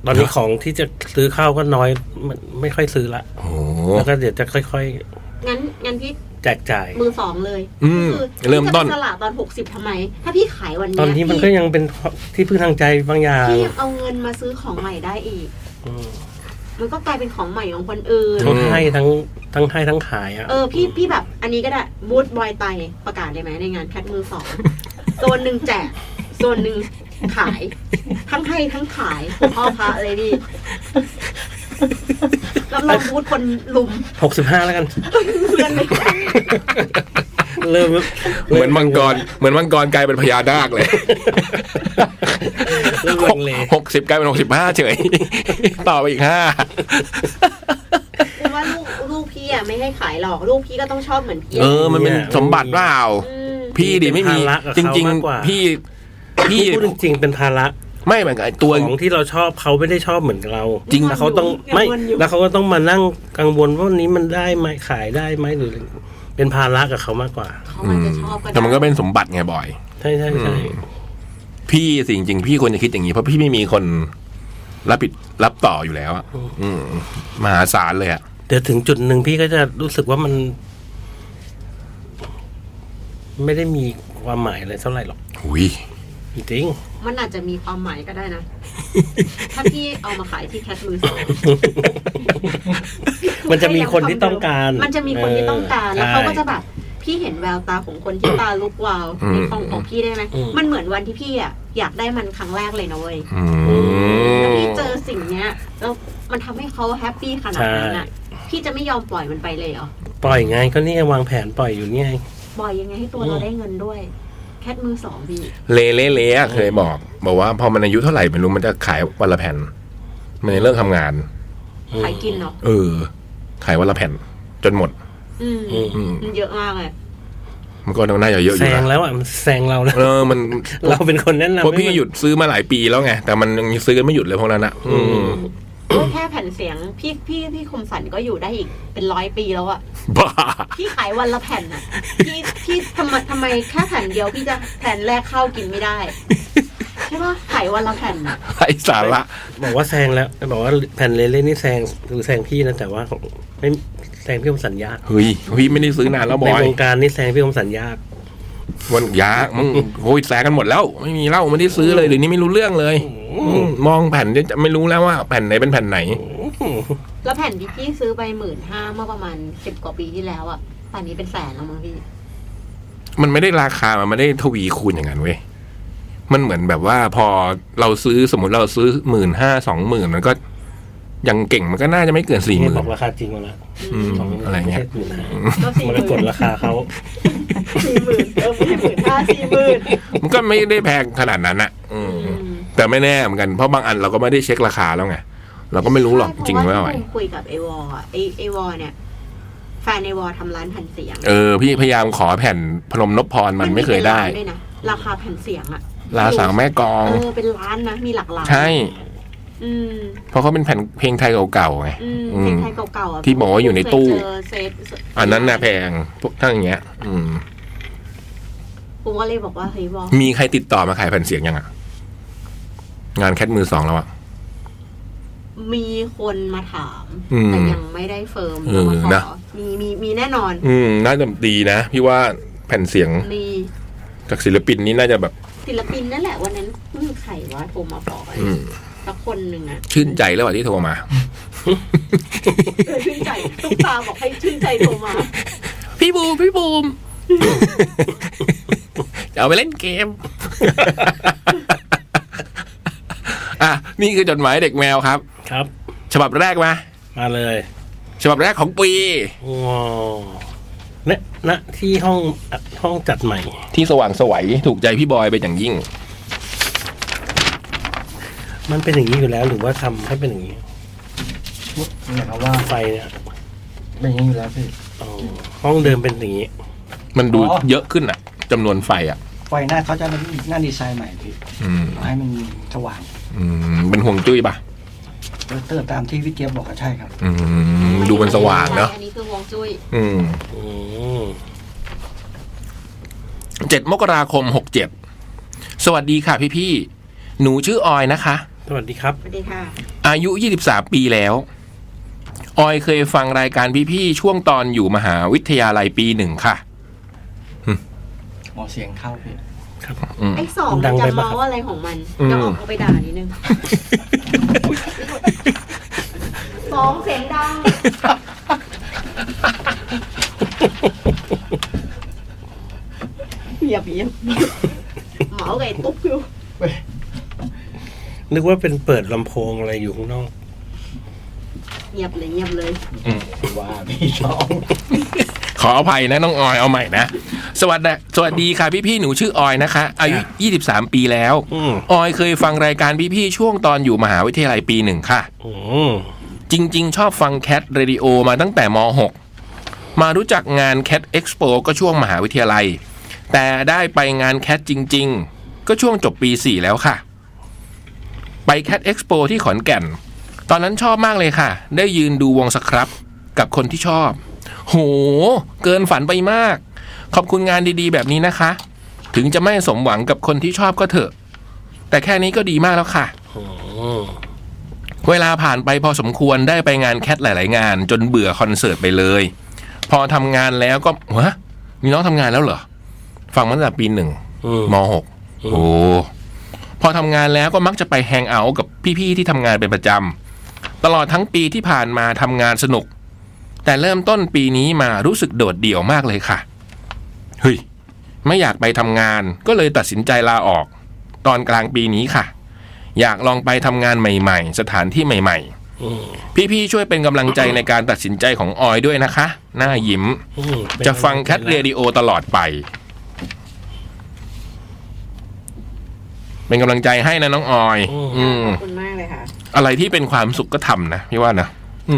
ตอนนี้ของที่จะซื้อเข้าก็น้อยไม่ค่อยซื้อละแล้วก็เดี๋ยวจะค่อยๆงั้นงั้นพี่แจกจ่ายมือสองเลยคือเริ่มต้นสละตอนหกสิบทำไมถ้าพี่ขายวันนี้ตอนนี้มันก็ยังเป็นที่พึ่งทางใจบางอย่างพี่เอาเงินมาซื้อของใหม่ได้อีกมันก็กลายเป็นของใหม่ของคนอื่นทั้งให้ทั้งทั้งให้ทั้งขายอ่ะเออพี่พี่แบบอันนี้ก็ได้บูธบอยไตประกาศได้ไหมในงานแคทมือสองโซนหนึ่งแจกโซนหนึ่งขายทั้งให้ทั้งขายพ่อพระเลยพี่รับรองบูธคนลุมหกสิบห้าแล้วกันเพื่อนเลยเริ่มเหมือนมังกรเหมือนมังกรกลายเป็นพญานาคเลยหกสิบกลายเป็นหกสิบห้าเฉยต่อไปอีกห้าคือว่าลูกลูกพี่อ่ะไม่ให้ขายหรอกลูกพี่ก็ต้องชอบเหมือนพี่เออมันเป็นสมบัติเปล่าพี่ดิไม่มีจริงๆพี่พี่พูดจริงๆเป็นภาระไม่เหมือนกับตัวของที่เราชอบเขาไม่ได้ชอบเหมือนเราจริงแล้วเขาต้องไม่แล้วเขาก็ต้องมานั่งกังวลว่าวันนี้มันได้ไหมขายได้ไหมหรือเป็นภาระกับเขามากกว่าเขาอาจจะชอบก็ได้แต่มันก็เป็นสมบัติไงบ่อยใช่ใช่ใช่พี่สิ่งจริงพี่ควรจะคิดอย่างนี้เพราะพี่ไม่มีคนรับผิดรับต่ออยู่แล้วอ่ะมหาศาลเลยอ่ะเดี๋ยวถึงจุดหนึ่งพี่ก็จะรู้สึกว่ามันไม่ได้มีความหมายอะไรเท่าไหร่หรอกอุ้ยจริงมันอาจจะมีความหมายก็ได้นะถ้าพี่เอามาขายที่แคทมือสองมันจะมีคนที่ต้องการมันจะมีคนที่ต้องการแล้วเขาก็จะแบบพี่เห็นแววตาของคนที่ตาลุกวาวในของของพี่ได้ไหมมันเหมือนวันที่พี่อ่ะอยากได้มันครั้งแรกเลยนะเว้ยแล้วพี่เจอสิ่งเนี้ยแล้วมันทำให้เขาแฮปปี้ขนาดนั้นอ่ะพี่จะไม่ยอมปล่อยมันไปเลยเหรอปล่อยไงก็นี่วางแผนปล่อยอยู่นี่ไงปล่อยยังไงให้ตัวเราได้เงินด้วยแคทมือสองพี่เล่เล่เล่เคยบอกบอกว่าพอมันอายุเท่าไหร่ไม่รู้มันจะขายวันละแผ่นมันเลิกทำงานขายกินเนาะเออขายวันละแผ่นจนหมดอืมมันเยอะมากเลยมันก็น่าจะเยอะอยู่นะแซงแล้วอ่ะมันแซงเราแล้วเออมันเราเป็นคนแนะนำเพราะพี่หยุดซื้อมาหลายปีแล้วไงแต่มันยังซื้อกันไม่หยุดเลยพวกนั้นอ่ะก็แค่แผ่นเสียงพี่พี่พี่คมสันก็อยู่ได้อีกเป็นร้อยปีแล้วอ่ะบ้าพี่ขายวันละแผ่นอ่ะพี่พี่ทำไมทำไมแค่แผ่นเดียวพี่จะแผ่นแรกเข้ากินไม่ได้ใช่ป่ะขายวันละแผ่นอ่ะไร้สาระบอกว่าแซงแล้วบอกว่าแผ่นเล่นๆนี่แซงหรือแซงพี่นะแต่ว่าไม่แซงพี่คมสันยากเฮ้ยพี่ไม่ได้ซื้อนานแล้วบอยในวงการนี่แซงพี่คมสันยากวันยากมึงโอ้ยแซงกันหมดแล้วไม่มีเล่าไม่ได้ซื้อเลยหรือนี่ไม่รู้เรื่องเลยมองแผ่นจะไม่รู้แล้วว่าแผ่นไหนเป็นแผ่นไหนแล้วแผ่นที่พี่ซื้อไปหมื่นห้าเมื่อประมาณสิบกว่าปีที่แล้วอ่ะป่านนี้เป็นแสนแล้วมั้งพี่มันไม่ได้ราคามันไม่ได้ทวีคูณอย่างนั้นเว้ยมันเหมือนแบบว่าพอเราซื้อสมมติเราซื้อหมื่นห้าสองหมื่นมันก็ยังเก่งมันก็น่าจะไม่เกินสี่หมื่นบอกราคาจริงมาแล้วอะไรเงี้ยมันก็กดราคาเขาสี่หมื่นเออไม่ใช่หมื่นห้าสี่หมื่นมันก็ไม่ได้แพงขนาดนั้นอ่ะแต่ไม่แน่เหมือนกันเพราะบางอันเราก็ไม่ได้เช็คราคาแล้วไงเราก็ไม่รู้หรอกจริงไหมว่าคุยกับไอวอลไอไอวอลเนี่ยแฟนไอวอลทำร้านแผ่นเสียงเออพี่พยายามขอแผ่นพนมนพพรมันไม่เคยได้ราคาแผ่นเสียงอะลาสางแม่กองเออเป็นร้านนะมีหลักล้านใช่เพราะเขาเป็นแผ่นเพลงไทยเก่าๆไงเพลงไทยเก่าๆที่บอกว่าอยู่ในตู้อันนั้นน่ะแพงพวกทั้งอย่างเงี้ยอืมผมก็เลยบอกว่าเฮ้ยบอกมีใครติดต่อมาขายแผ่นเสียงยังอ่ะงานแคทมือสองแล้วอ่ะมีคนมาถามแต่ยังไม่ได้เฟิร์มมาขอมีมีมีแน่นอนอืมน่าจะดีนะพี่ว่าแผ่นเสียงมีจากศิลปินนี้น่าจะแบบศิลปินนั่นแหละวันนั้นมีใครวะโทรมาขอสักคนหนึ่งอะชื่นใจแล้วที่โทรมาชื่นใจตุ๊กตาบอกให้ชื่นใจโทรมาพี่บูมพี่บูมจะเอาไปเล่นเกมอ่ะนี่คือจดหมายเด็กแมวครับครับฉบับแรกมามาเลยฉบับแรกของปีว้าวเนี่ยณที่ห้องห้องจัดใหม่ที่สว่างไสวถูกใจพี่บอยเป็นอย่างยิ่งมันเป็นอย่างนี้อยู่แล้วหรือว่าทำให้เป็นอย่างนี้หมายความว่าไฟเนี่ยเป็นอย่างนี้อยู่แล้วพี่ห้องเดิมเป็นอย่างนี้มันดูเยอะขึ้นอ่ะจำนวนไฟอ่ะไฟหน้าเขาจะเป็นหน้าดีไซน์ใหม่พี่ให้มันสว่างอืมเป็นห่วงจุ้ยป่ะเติร์ตามที่พี่เจี๊ยบบอกก็ใช่ครับอืมดูมันสว่างเนาะอันนี้คือห่วงจุ้ยอืมเจ็ดมกราคมหกเจ็ดสวัสดีค่ะพี่ๆหนูชื่อออยนะคะสวัสดีครับสวัสดีค่ะอายุยี่สิบสามปีแล้วออยเคยฟังรายการพี่ๆช่วงตอนอยู่มหาวิทยาลัยปีหนึ่งค่ะอ๋อเสียงเข้าพี่ครับไอ้สองมันจะเมาอะไรของมันจะออกเอาไปด่านิดนึงสองเสียงดังเงียบเงียบเมาไก่ตุ๊กอยู่นึกว่าเป็นเปิดลำโพงอะไรอยู่ข้างนอกเงียบเลยเงียบเลยว่าพี่ชอบขออภัยนะน้องออยเอาใหม่นะสวัสดีสวัสดีค่ะพี่ๆหนูชื่อออยนะคะอายุยี่สิบสามปีแล้วออยเคยฟังรายการพี่ๆช่วงตอนอยู่มหาวิทยาลัยปีหนึ่งค่ะจริงๆชอบฟังแคทเรดิโอมาตั้งแต่ม.หก มารู้จักงานแคทเอ็กซ์โปก็ช่วงมหาวิทยาลัยแต่ได้ไปงานแคทจริงๆก็ช่วงจบปีสี่แล้วค่ะไปแคทเอ็กซ์โปที่ขอนแก่นตอนนั้นชอบมากเลยค่ะได้ยืนดูวงสครับกับคนที่ชอบโหเกินฝันไปมากขอบคุณงานดีๆแบบนี้นะคะถึงจะไม่สมหวังกับคนที่ชอบก็เถอะแต่แค่นี้ก็ดีมากแล้วค่ะเวลาผ่านไปพอสมควรได้ไปงานแคทหลายๆงานจนเบื่อคอนเสิร์ตไปเลยพอทำงานแล้วก็ฮะมีน้องทำงานแล้วเหรอฟังมาตั้งแต่ปีหนึ่งม.หก โอ้พอทำงานแล้วก็มักจะไปแฮงเอาท์กับพี่ๆที่ทำงานเป็นประจำตลอดทั้งปีที่ผ่านมาทำงานสนุกแต่เริ่มต้นปีนี้มารู้สึกโดดเดี่ยวมากเลยค่ะเฮ้ยไม่อยากไปทำงานก็เลยตัดสินใจลาออกตอนกลางปีนี้ค่ะอยากลองไปทำงานใหม่ๆสถานที่ใหม่ๆพี่ๆช่วยเป็นกำลังใจในการตัดสินใจของออยด้วยนะคะหน้ายิ้มจะฟังแคทเรดิโอตลอดไปเป็นกำลังใจให้นะน้องออยขอบคุณมากเลยค่ะอะไรที่เป็นความสุขก็ทำนะพี่ว่านะ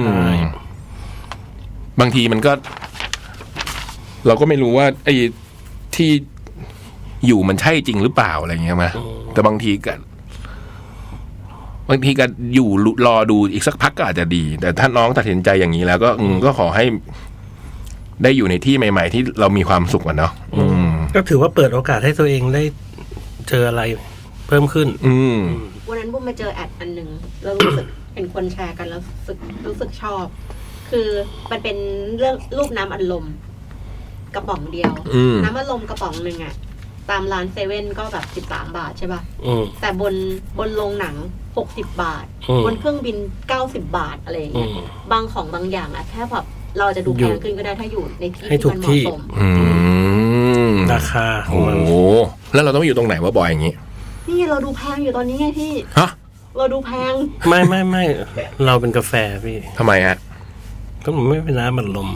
บางทีมันก็เราก็ไม่รู้ว่าไอ้ที่อยู่มันใช่จริงหรือเปล่าอะไรเงี้ยมั้ยแต่บางทีก็บางทีก็อยู่รอดูอีกสักพักก็อาจจะดีแต่ถ้าน้องตัดสินใจอย่างนี้แล้วก็ก็ขอให้ได้อยู่ในที่ใหม่ๆที่เรามีความสุขกันเนาะก็ถือว่าเปิดโอกาสให้ตัวเองได้เจออะไรเพิ่มขึ้นวันนั้นบุ้มมาเจอแอดอันหนึ่งแล้วรู้สึกเห็นคนแชร์กันแล้วรู้สึกรู้สึกชอบคือมันเป็นเรื่องรูปน้ำอัดลมกระป๋องเดียวน้ำอัดลมกระป๋องหนึ่งอะตามร้านเซเว่นก็แบบสิบสามบาทใช่ป่ะแต่บนบนโรงหนังหกสิบบาทบนเครื่องบินเก้าสิบบาทอะไรอย่างเงี้ยบางของบางอย่างอะแค่แบบเราจะดูแพงขึ้นก็ได้ถ้าอยู่ในที่ที่มันเหมาะสมราคาโอ้โหแล้วเราต้องอยู่ตรงไหนวะบอยอย่างงี้นี่เราดูแพงอยู่ตอนนี้ไงพี่ฮะเราดูแพงไม่ไม่ไม่เราเป็นกาแฟพี่ทำไมฮะก็มันไม่เป็นน้ำมันลม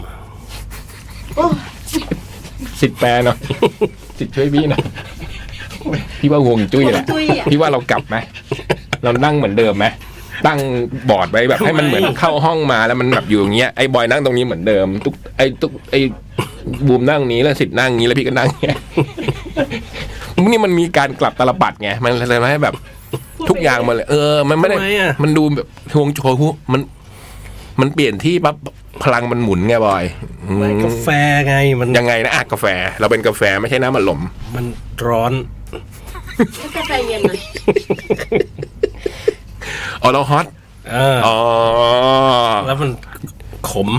สิทธิ์แปลเนาะสิทธิ์ช่วยพี่นะพี่ว่าห่วงจุ้ยแหละพี่ว่าเรากลับไหมเรานั่งเหมือนเดิมไหมตั้งบอร์ดไว้แบบให้มันเหมือนเข้าห้องมาแล้วมันแบบอยู่อย่างเงี้ยไอ้บอยนั่งตรงนี้เหมือนเดิมตุ๊กไอ้ตุ๊กไอ้บูมนั่งนี้แล้วสิทธิ์นั่งนี้แล้วพี่ก็นั่งเงี้ยนี่มันมีการกลับตลปัดไงมันเลยทำให้แบบทุกอย่างมันเลยเออมันไม่ได้มันดูแบบห่วงโชว์มันมันเปลี่ยนที่ปั๊บพลังมันหมุนไงบอยกาแฟไงมันยังไงนะอ่ะกาแฟเราเป็นกาแฟไม่ใช่น้ำมันลมมันร้อนกาแฟเย็นนะอ๋อเราฮอตอ๋อแล้วมันขม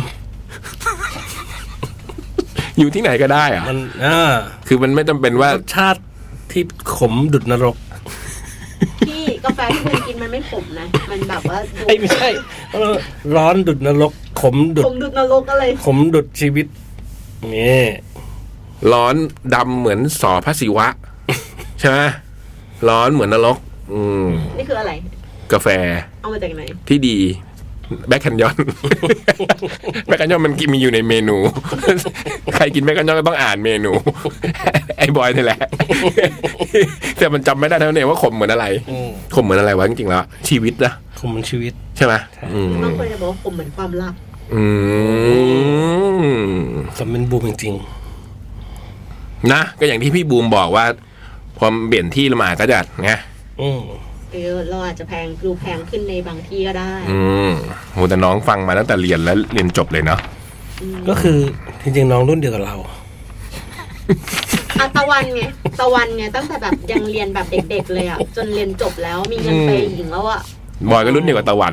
อยู่ที่ไหนก็ได้อ่ะมันอ่าคือมันไม่จำเป็นว่ารสชาติที่ขมดุจนรกที่กาแฟที่คุณกินมันไม่ขมนะมันแบบว่าไม่ใช่ร้อนดุจนรกขมดุจขมดุจนรกอะไรขมดุจชีวิตนี่ร้อนดำเหมือนสอพระศิวะใช่ไหมร้อนเหมือนนรกอืมนี่คืออะไรกาแฟเอามาจากไหนที่ดีแบคแคนยอนแบคแคนยอนมันมีอยู่ในเมนูใครกินแบคแคนยอนก็ต้องอ่านเมนูไอ้บอยนี่แหละแต่มันจำไม่ได้เท่านั้นเองว่าขมเหมือนอะไรขมเหมือนอะไรวะจริงๆแล้วชีวิตนะขมเหมือนชีวิตใช่ไหมบางคนจะบอกว่าขมเหมือนความรักอืมสำเป็นบูมจริงๆนะก็อย่างที่พี่บูมบอกว่าพอเปลี่ยนที่ละมาก็จะไงอืมเออเราอาจจะแพงดูแพงขึ้นในบางที่ก็ได้อืมโหแต่น้องฟังมาตั้งแต่เรียนแล้วเรียนจบเลยเนาะก็คือจริงๆน้องรุ่นเดียวกับเราอะตะวันไงตะวันไงตั้งแต่แบบยังเรียนแบบเด็กๆเลยอ่ะจนเรียนจบแล้วมีเงินไปหญิงแล้วอ่ะบอยก็รุ่นเดียวกับตะวัน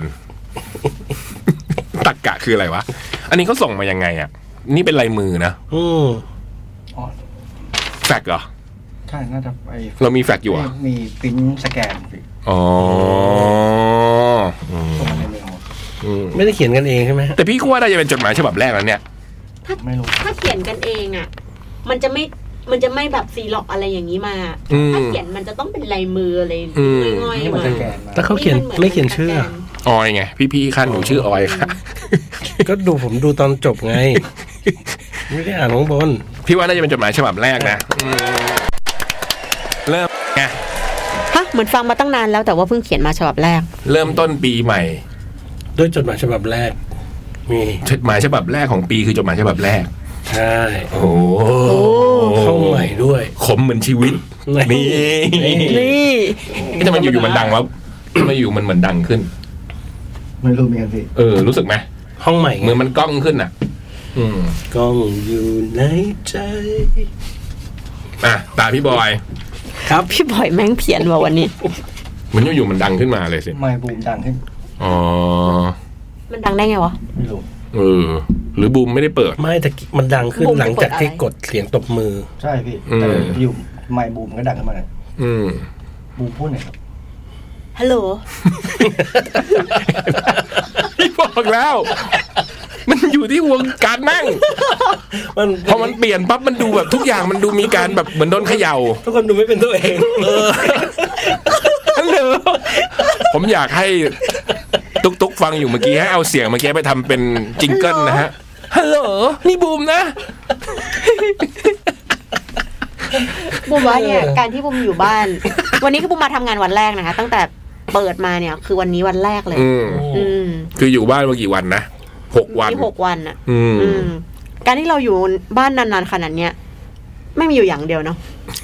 ตักกะคืออะไรวะอันนี้เขาส่งมายังไงอ่ะนี่เป็นลายมือนะอือแฟกเหรอใช่น่าจะไอเรามีแฟกอยู่อ่ะมีปริ้นสแกนอ๋อไม่ได้เขียนกันเองใช่ไหมแต่พี่ก็ว่าน่าจะเป็นจดหมายฉบับแรกแล้วเนี่ยถ้าไม่รู้ถ้าเขียนกันเองอ่ะมันจะไม่มันจะไม่แบบซีล็อกอะไรอย่างนี้มาถ้าเขียนมันจะต้องเป็นลายมืออะไรง่อยๆมาแต่เขาเขียนไม่เขียนชื่อออยไงพี่ๆขั้นหนูชื่อออยค่ะก็ดูผมดูตอนจบไงไม่ได้อ่านข้างบนพี่ว่าน่าจะเป็นจดหมายฉบับแรกนะเริ่มไงฮะเหมือนฟังมาตั้งนานแล้วแต่ว่าเพิ่งเขียนมาฉบับแรกเริ่มต้นปีใหม่ด้วยจดหมายฉบับแรกมีจดหมายฉบับแรกของปีคือจดหมายฉบับแรกใช่โอ้เข้าใหม่ด้วยขมเหมือนชีวิตนี่นี่นี่แต่มันอยู่ๆมันดังแล้วมาอยู่มันเหมือนดังขึ้นไม่รู้เหมือนกันสิเออรู้สึกไหมห้องใหม่เหมือนมันก้องขึ้นอ่ะอืมก้องอยู่ในใจอ่ะตาพี่บอยครับพี่บอยแม่งเพี้ยนว่ะวันนี้มันอยู่ๆมันดังขึ้นมาเลยสิไม่บูมดังขึ้นอ๋อมันดังได้ไงวะไม่รู้เออหรือบูมไม่ได้เปิดไม่แต่มันดังขึ้นหลังจากที่กดเสียงตบมือใช่พี่แต่อยู่ไม่บูมก็ดังขึ้นมาเลยอืมบูมพูดหน่อยครับฮัลโหลพี่บอกแล้วมันอยู่ที่วงการนั่งพอมันเปลี่ยนปั๊บมันดูแบบทุกอย่างมันดูมีการแบบเหมือนโดนเขย่าทุกคนดูไม่เป็นตัวเองเออฮัลโหลผมอยากให้ตุ๊กตุ๊กฟังอยู่เมื่อกี้ให้เอาเสียงเมื่อกี้ไปทำเป็นจิงเกิลนะฮะฮัลโหลนี่บูมนะบูมว่าเนี่ยการที่บูมอยู่บ้านวันนี้คือบูมมาทำงานวันแรกนะคะตั้งแต่เปิดมาเนี่ยคือวันนี้วันแรกเลยอืมคืออยู่บ้านมากี่วันนะหกวันหกวันอ่ะอืมการที่เราอยู่บ้านนานๆขนาดเนี้ยไม่มีอยู่อย่างเดียวเนาะ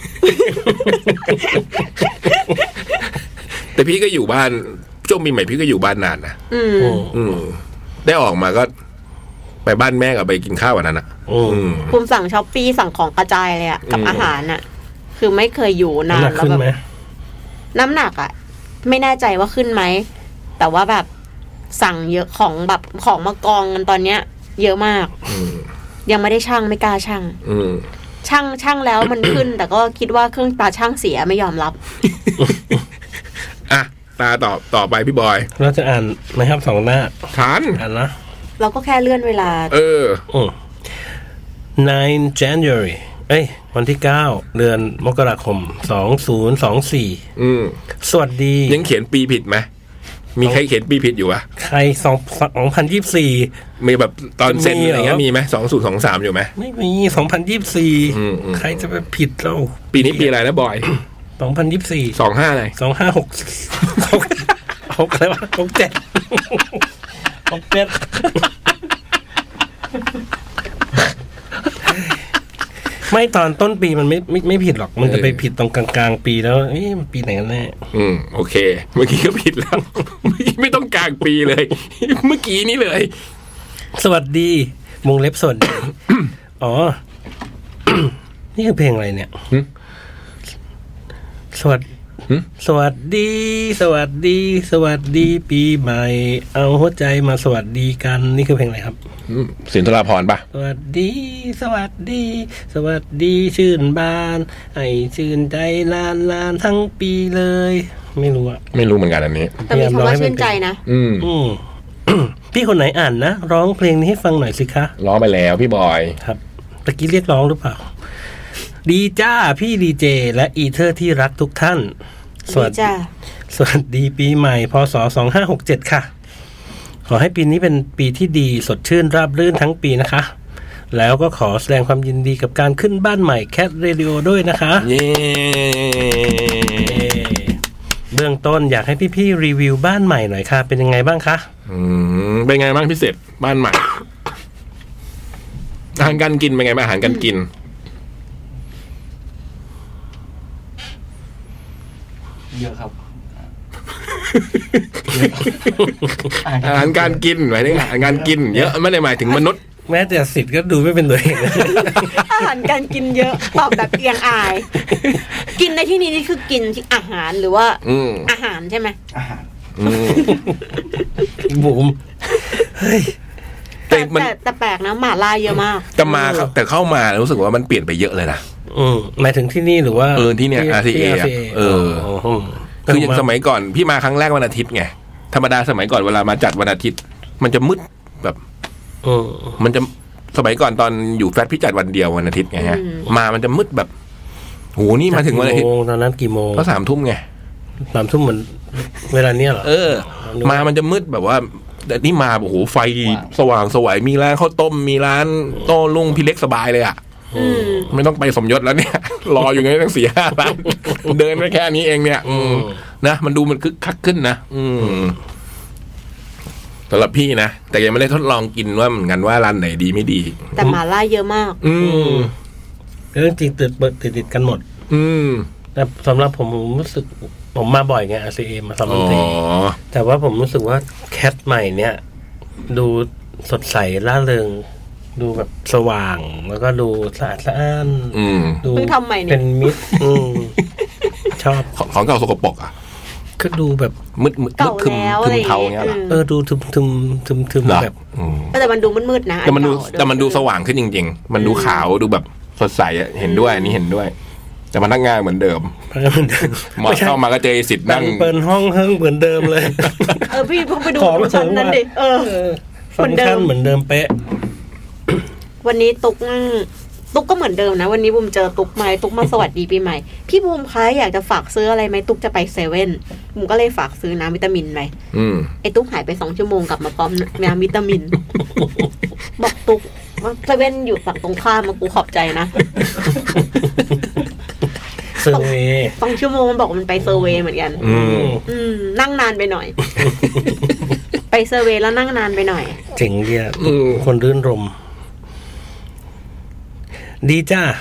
แต่พี่ก็อยู่บ้านช่วงปีใหม่พี่ก็อยู่บ้านนานนะอืมอืมได้ออกมาก็ไปบ้านแม่กับไปกินข้าววันนั้นอ่ะภูมิสั่งช้อปปี้สั่งของกระจายเลยอ่ะกับอาหารอ่ะคือไม่เคยอยู่นานแล้วแบบน้ำหนักอ่ะไม่แน่ใจว่าขึ้นไหมแต่ว่าแบบสั่งเยอะของแบบของมากองกันตอนเนี้ยเยอะมากยังไม่ได้ชั่งไม่กล้าชั่งชั่งชั่งแล้วมันขึ้นแต่ก็คิดว่าเครื่องตาชั่งเสียไม่ยอมรับอ่ะตาต่อต่อไปพี่บอยเราจะอ่านไหมครับสองหน้าทันอ่านนะเราก็แค่เลื่อนเวลาเออ nine January เอ้ยวันที่เก้าเดือนมกราคมสองพันยี่สิบสี่อืมสวัสดียังเขียนปีผิดไหมมีใครเขียนปีผิดอยู่วะใครสองสองพันยี่สิบสี่มีแบบตอนเซ็นอะไรเงี้ยมีไหมสองศูนย์สองสามอยู่ไหมไม่มีสองพันยี่สิบสี่ใครจะไปผิดเราปีนี้ปีอะไรนะบอยสองพันยี่สิบสี่สองห้าอะไรสองห้าหกหกอะไรวะหกเจ็ดหกเจ็ดไม่ตอนต้นปีมันไม่ไม่ไม่ผิดหรอกมันจะไปผิดตรงกลางๆปีแล้วเอ๊ะมันปีไหนกันแน่อืมโอเคเมื่อกี้ก็ผิดแล้วไม่ต้องกลางปีเลยเมื่อกี้นี้เลยสวัสดีวงเล็บสวัสดีอ๋อ นี่คือเพลงอะไรเนี่ยสวัสดีสวัสดีสวัสดีสวัสดีปีใหม่เอาหัวใจมาสวัสดีกันนี่คือเพลงอะไรครับสินธุราภรณ์ป่ะสวัสดีสวัสดีสวัสดีชื่นบานให้ชื่นใจนานนานทั้งปีเลยไม่รู้อะไม่รู้เหมือนกันอันนี้แต่มีคำว่าชื่นใจนะอืมอืมพี่คนไหนอ่านนะร้องเพลงนี้ให้ฟังหน่อยสิคะร้องไปแล้วพี่บอยครับตะกี้เรียกร้องหรือเปล่าดีจ้าพี่ดีเจและอีเทอร์ที่รักทุกท่านสวัสดีสวัสดีปีใหม่พศสองห้าหกเจ็ดค่ะขอให้ปีนี้เป็นปีที่ดีสดชื่นราบรื่นทั้งปีนะคะแล้วก็ขอแสดงความยินดีกับการขึ้นบ้านใหม่แคทเรดิโอด้วยนะคะเย้เบื้องต้นอยากให้พี่ๆรีวิวบ้านใหม่หน่อยค่ะเป็นยังไงบ้างคะอืมเป็นไงบ้างพิเศษบ้านใหม่อาหารการกินเป็นไงบ้างอาหารการกินเยอะครับอาหารการกินหมายถึงอาหารการกินเยอะไม่ได้หมายถึงมนุษย์แม้แต่สิทธิ์ก็ดูไม่เป็นตัวเองอาหารการกินเยอะตอบแบบเอียงอาย กินในที่นี้นี่คือกินที่อาหารหรือว่าอาหารใช่ไหมอาหารบุ๋มเฮ้ยแต่แต่แต่แปลกนะหม่าล่าเยอะมากแต่มาแต่เข้ามารู้สึกว่ามันเปลี่ยนไปเยอะเลยนะอืมหมายถึงที่นี่หรือว่าเออที่เนี่ย อาร์ ที เอ เออคืออย่างสมัยก่อนพี่มาครั้งแรกวันอาทิตย์ไงธรรมดาสมัยก่อนเวลามาจัดวันอาทิตย์มันจะมืดแบบเออมันจะสมัยก่อนตอนอยู่แฟลตพี่จัดวันเดียววันอาทิตย์ไงฮะมามันจะมืดแบบโหนี่มาถึงวันอาทิตย์ตอนนั้นกี่โมงก็สามทุ่มไงสามทุ่มเหมือนเวลาเนี้ยเหรอเออมามันจะมืดแบบว่าแต่นี่มาโอ้โหไฟสว่างสวยมีร้านข้าวต้มมีร้านโต้รุ่งพี่เล็กสบายเลยอ่ะไม่ต้องไปสมยศแล้วเนี่ยรออยู่ไงตั้งสี่ห้าร้านเดินไปแค่นี้เองเนี่ยนะมันดูมันคึกคักขึ้นนะสำหรับพี่นะแต่ยังไม่ได้ทดลองกินว่าเหมือนกันว่าร้านไหนดีไม่ดีแต่หม่าล่าเยอะมากอืมเรื่องจริงติดติดติดกันหมดอืมแต่สำหรับผมผมรู้สึกผมมาบ่อยไง อาร์ ซี เอ มาสองสามทีแต่ว่าผมรู้สึกว่าแคทใหม่เนี่ยดูสดใสร่าเริงดูแบบสว่างแล้วก็ดูสะอาดสะอ้านดูทำใหม่เนี่ยเป็นมิตรชอบของเก่าสกปรกอ่ะก็ดูแบบมืดมืดคึมคึมเทาเงี้ยเออดูทึมทึมทึมทึมแบบแต่มันดูมืดๆนะแต่มันดูแต่มันดูสว่างขึ้นจริงๆมันดูขาวดูแบบสดใสเห็นด้วยอันนี้เห็นด้วยแต่พนักงานเหมือนเดิมมาเข้ามาก็เจอสิทธิ์นั่งเปิดห้องเฮิ่งเหมือนเดิมเลยเออพี่พอไปดูชั้นนั้นดิเออเหมือนเดิมเหมือนเดิมเป๊ะวันนี้ตุ๊กตุ๊กก็เหมือนเดิมนะวันนี้บุมเจอตุ๊กมาตุ๊กมาสวัสดีปีใหม่พี่บุมคะอยากจะฝากซื้ออะไรไหมตุ๊กจะไปเซเว่นบุมก็เลยฝากซื้อน้ำวิตามินไปไอ้ตุ๊กหายไปสองชั่วโมงกลับมาพร้อมน้ำวิตามินบอกตุ๊กว่าเซเว่นอยู่ฝั่งตรงข้ามมากูขอบใจนะเซอร์เวย์สองชั่วโมงมันบอกมันไปเซอร์เวย์เหมือนกันอืมนั่งนานไปหน่อยไปเซอร์เวย์แล้วนั่งนานไปหน่อยเจ๋งดีอ่ะคนรื่นรมดีจ้า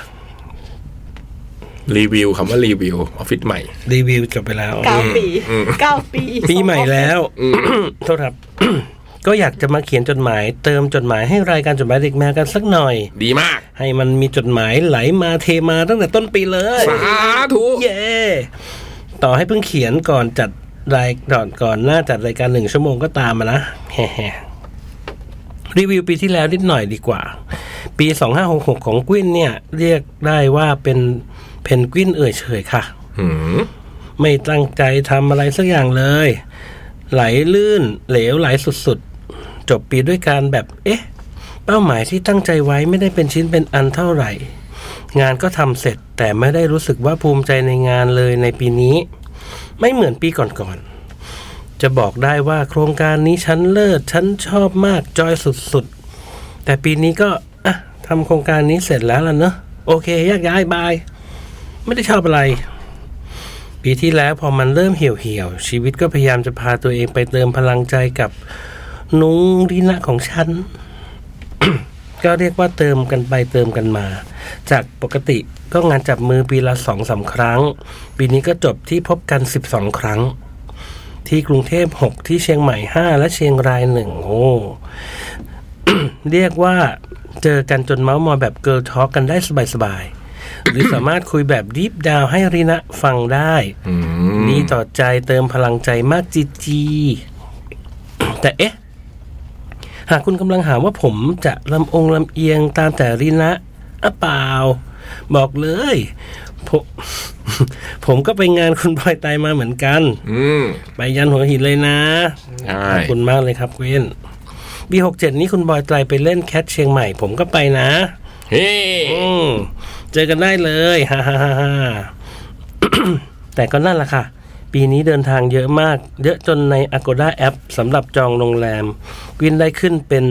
รีวิวคำว่ารีวิวออฟฟิศใหม่รีวิวจบไปแล้วเก้าปีเก้าปีปีใหม่แล้วโทษครับก็อยากจะมาเขียนจดหมายเติมจดหมายให้รายการจดหมายเด็กแมวกันสักหน่อยดีมากให้มันมีจดหมายไหลมาเทมาตั้งแต่ต้นปีเลยสาธุเย่ต่อให้เพิ่งเขียนก่อนจัดรายก่อนก่อนหน้าจัดรายการหนึ่งชั่วโมงก็ตามมานะแฮ่ๆรีวิวปีที่แล้วนิดหน่อยดีกว่าปีสองห้าหกหกของกวินเนี่ยเรียกได้ว่าเป็นเพนกวินเอ่ยเฉยค่ะไม่ตั้งใจทำอะไรสักอย่างเลยไหลลื่นเหลวไหลสุดๆจบปีด้วยการแบบเอ๊ะเป้าหมายที่ตั้งใจไว้ไม่ได้เป็นชิ้นเป็นอันเท่าไหร่งานก็ทำเสร็จแต่ไม่ได้รู้สึกว่าภูมิใจในงานเลยในปีนี้ไม่เหมือนปีก่อนๆจะบอกได้ว่าโครงการนี้ฉันเลิศฉันชอบมากจอยสุดๆแต่ปีนี้ก็อ่ะทำโครงการนี้เสร็จแล้วล่ะเนอะโอเคแยกย้ายบายไม่ได้ชอบอะไรปีที่แล้วพอมันเริ่มเหี่ยวเหี่ยวชีวิตก็พยายามจะพาตัวเองไปเติมพลังใจกับนุ้งดีนะของฉัน ก็เรียกว่าเติมกันไปเติมกันมาจากปกติก็งานจับมือปีละ สองถึงสาม ครั้งปีนี้ก็จบที่พบกันสิบสองครั้งที่กรุงเทพหกที่เชียงใหม่ห้าและเชียงรายหนึ่งโอ้ เรียกว่าเจอกันจนเมาส์มอยแบบเกิร์ลทอล์กกันได้สบายๆหรือสามารถคุยแบบดีฟดาวให้รีนะฟังได้ดีต่อใจเติมพลังใจมากจีจีแต่เอ๊ะหากคุณกำลังหาว่าผมจะลำองลำเอียงตามแต่รีนะอ่ะเปล่าบอกเลยผมผมก็ไปงานคุณบอยไตมาเหมือนกันไปยันหัวหินเลยนะขอบคุณมากเลยครับเว้นปีหกเจ็ดนี้คุณบอยไตไปเล่นแคทเชียงใหม่ผมก็ไปนะเฮ้เจอกันได้เลยฮ่าฮ่าฮ่าแต่ก็นั่นแหละค่ะปีนี้เดินทางเยอะมากเยอะจนใน Agoda แอปสำหรับจองโรงแรมวินได้ขึ้นเป็น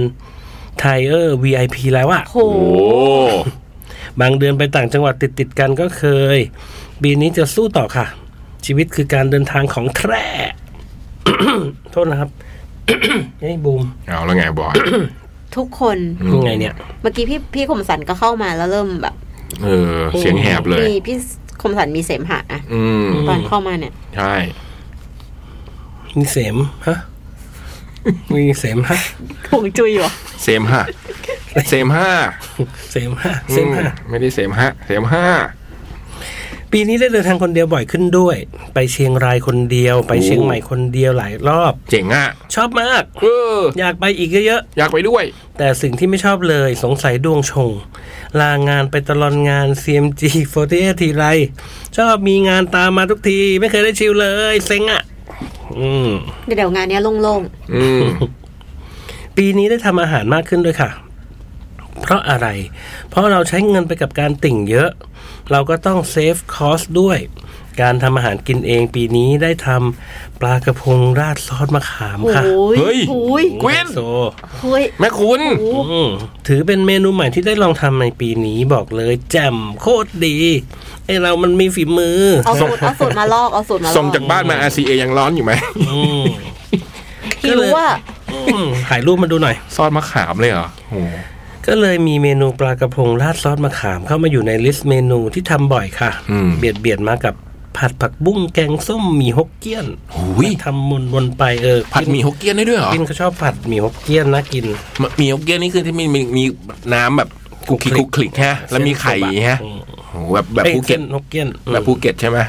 Tier วี ไอ พี แล้วอะโอ้บางเดือนไปต่างจังหวัดติดๆกันก็เคยปีนี้จะสู้ต่อค่ะชีวิตคือการเดินทางของแท้ โทษนะครับ ไอ้บูมเอาแล้วไงบอยทุกคนยังไงเนี่ยเมื่อกี้พี่พี่คมสันก็เข้ามาแล้วเริ่มแบบเออเสียงแหบเลยมีพี่คมสันมีเสมหะอ่ะตอนเข้ามาเนี่ยใช่มีเสมฮะมีเสมฮะคงจุยเหรอเสมหะเสมห้าเสมห้าเสมห้าไม่ได้เสมห้าเสมห้าปีนี้ได้เดินทางคนเดียวบ่อยขึ้นด้วยไปเชียงรายคนเดียวไปเชียงใหม่คนเดียวหลายรอบเจ๋งอ่ะชอบมากเอออยากไปอีกเยอะๆอยากไปด้วยแต่สิ่งที่ไม่ชอบเลยสงสัยดวงชงลางานไปตลอดงาน ซี เอ็ม จี สี่สิบเอ็ด ทีไรชอบมีงานตามมาทุกทีไม่เคยได้ชิลเลยเซ็งอ่ะอืมเดี๋ยวงานเนี้ยโล่งๆอืมปีนี้ได้ทำอาหารมากขึ้นด้วยค่ะเพราะอะไรเพราะเราใช้เงินไปกับการติ่งเยอะเราก็ต้องเซฟคอสด้วยการทำอาหารกินเองปีนี้ได้ทำปลากระพงราดซอสมะขามค่ะเฮ้ยควินโซแม่คุณถือเป็นเมนูใหม่ที่ได้ลองทำในปีนี้บอกเลยแจ่มโคตรดีไอเรามันมีฝีมือเอาสูตรเอาสูตรมาลอกเอาสูตรมาลอกส่งจากบ้านมา อาร์ ซี เอ ยังร้อนอยู่ไหมหิวว่าถ่ายรูปมาดูหน่อยซอสมะขามเลยเหรอโอ้ก็เลยมีเมนูปลากระพงราดซอสมะขามเข้ามาอยู่ในลิสต์เมนูที่ทำบ่อยค่ะเบียดเบียดมากับผัดผักบุ้งแกงส้มหมี่ฮกเกี้ยนทำวนวนไปเออผัดหมี่ฮกเกี้ยนได้ด้วยเหรอกินเขาชอบผัดหมี่ฮกเกี้ยนนะกินหมี่ฮกเกี้ยนนี่คือที่มีมีน้ำแบบกุกคลิกกุกคลิกฮะแล้วมีไข่ฮะโอ้แบบแบบภูเก็ตฮกเกี้ยนแบบภูเก็ตใช่ไหม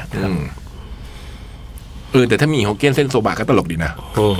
เออแต่ถ้ามีฮกเกี้ยนเส้นโซบะก็ตลกดีนะ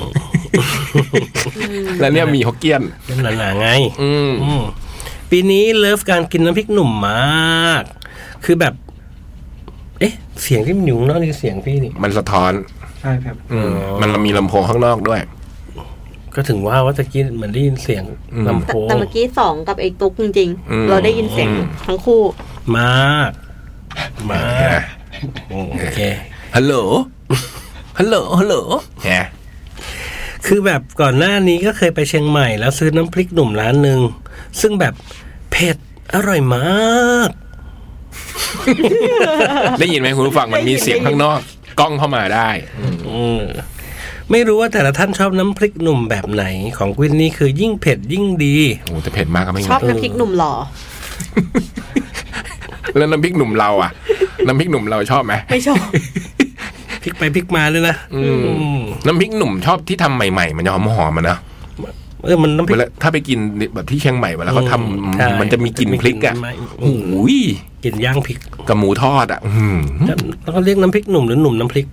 แล้วเนี่ยมีฮกเกี้ยนเป็นหนาๆไงปีนี้เลิฟการกินน้ำพริกหนุ่มมากคือแบบเอ๊ะเสียงที่มันอยู่ข้างนอกนี่เสียงพี่นี่มันสะท้อนใช่ครับอืมมันมีลำโพงข้างนอกด้วยก็ถึงว่าว่าตะกี้เหมือนได้ยินเสียงลำโพงแต่เมื่อกี้สองกับไอ้ตุ๊กจริงๆเราได้ยินเสียงทั้งคู่มากมากโอเคฮัลโหลฮัลโหลฮัลโหลแหมคือแบบก่อนหน้านี้ก็เคยไปเชียงใหม่แล้วซื้อน้ำพริกหนุ่มร้านนึงซึ่งแบบเผ็ดอร่อยมากได้ยินไหมคุณผู้ฟังมันมีเสียงข้างนอกกล้องเข้ามาได้ไม่รู้ว่าแต่ละท่านชอบน้ำพริกหนุ่มแบบไหนของกวินนี่คือยิ่งเผ็ดยิ่งดีโอ้แต่เผ็ดมากก็ไม่ชอบน้ำพริกหนุ่มหล่อแล้วน้ำพริกหนุ่มเราอ่ะน้ำพริกหนุ่มเราชอบไหมไม่ชอบพริกไปพริกมาเลยนะน้ำพริกหนุ่มชอบที่ทำใหม่ๆมันจะหอมหอมมันนะเออมันน้ำพริกถ้าไปกินแบบที่เชียงใหม่เวลาเขาทำมันจะมีกลิ่นพริกอ่ะโอ้ยกลิ่นย่างพริกกับหมูทอดอ่ะแล้วเขาเรียกน้ำพริกหนุ่มหรือหนุ่มน้ำพริก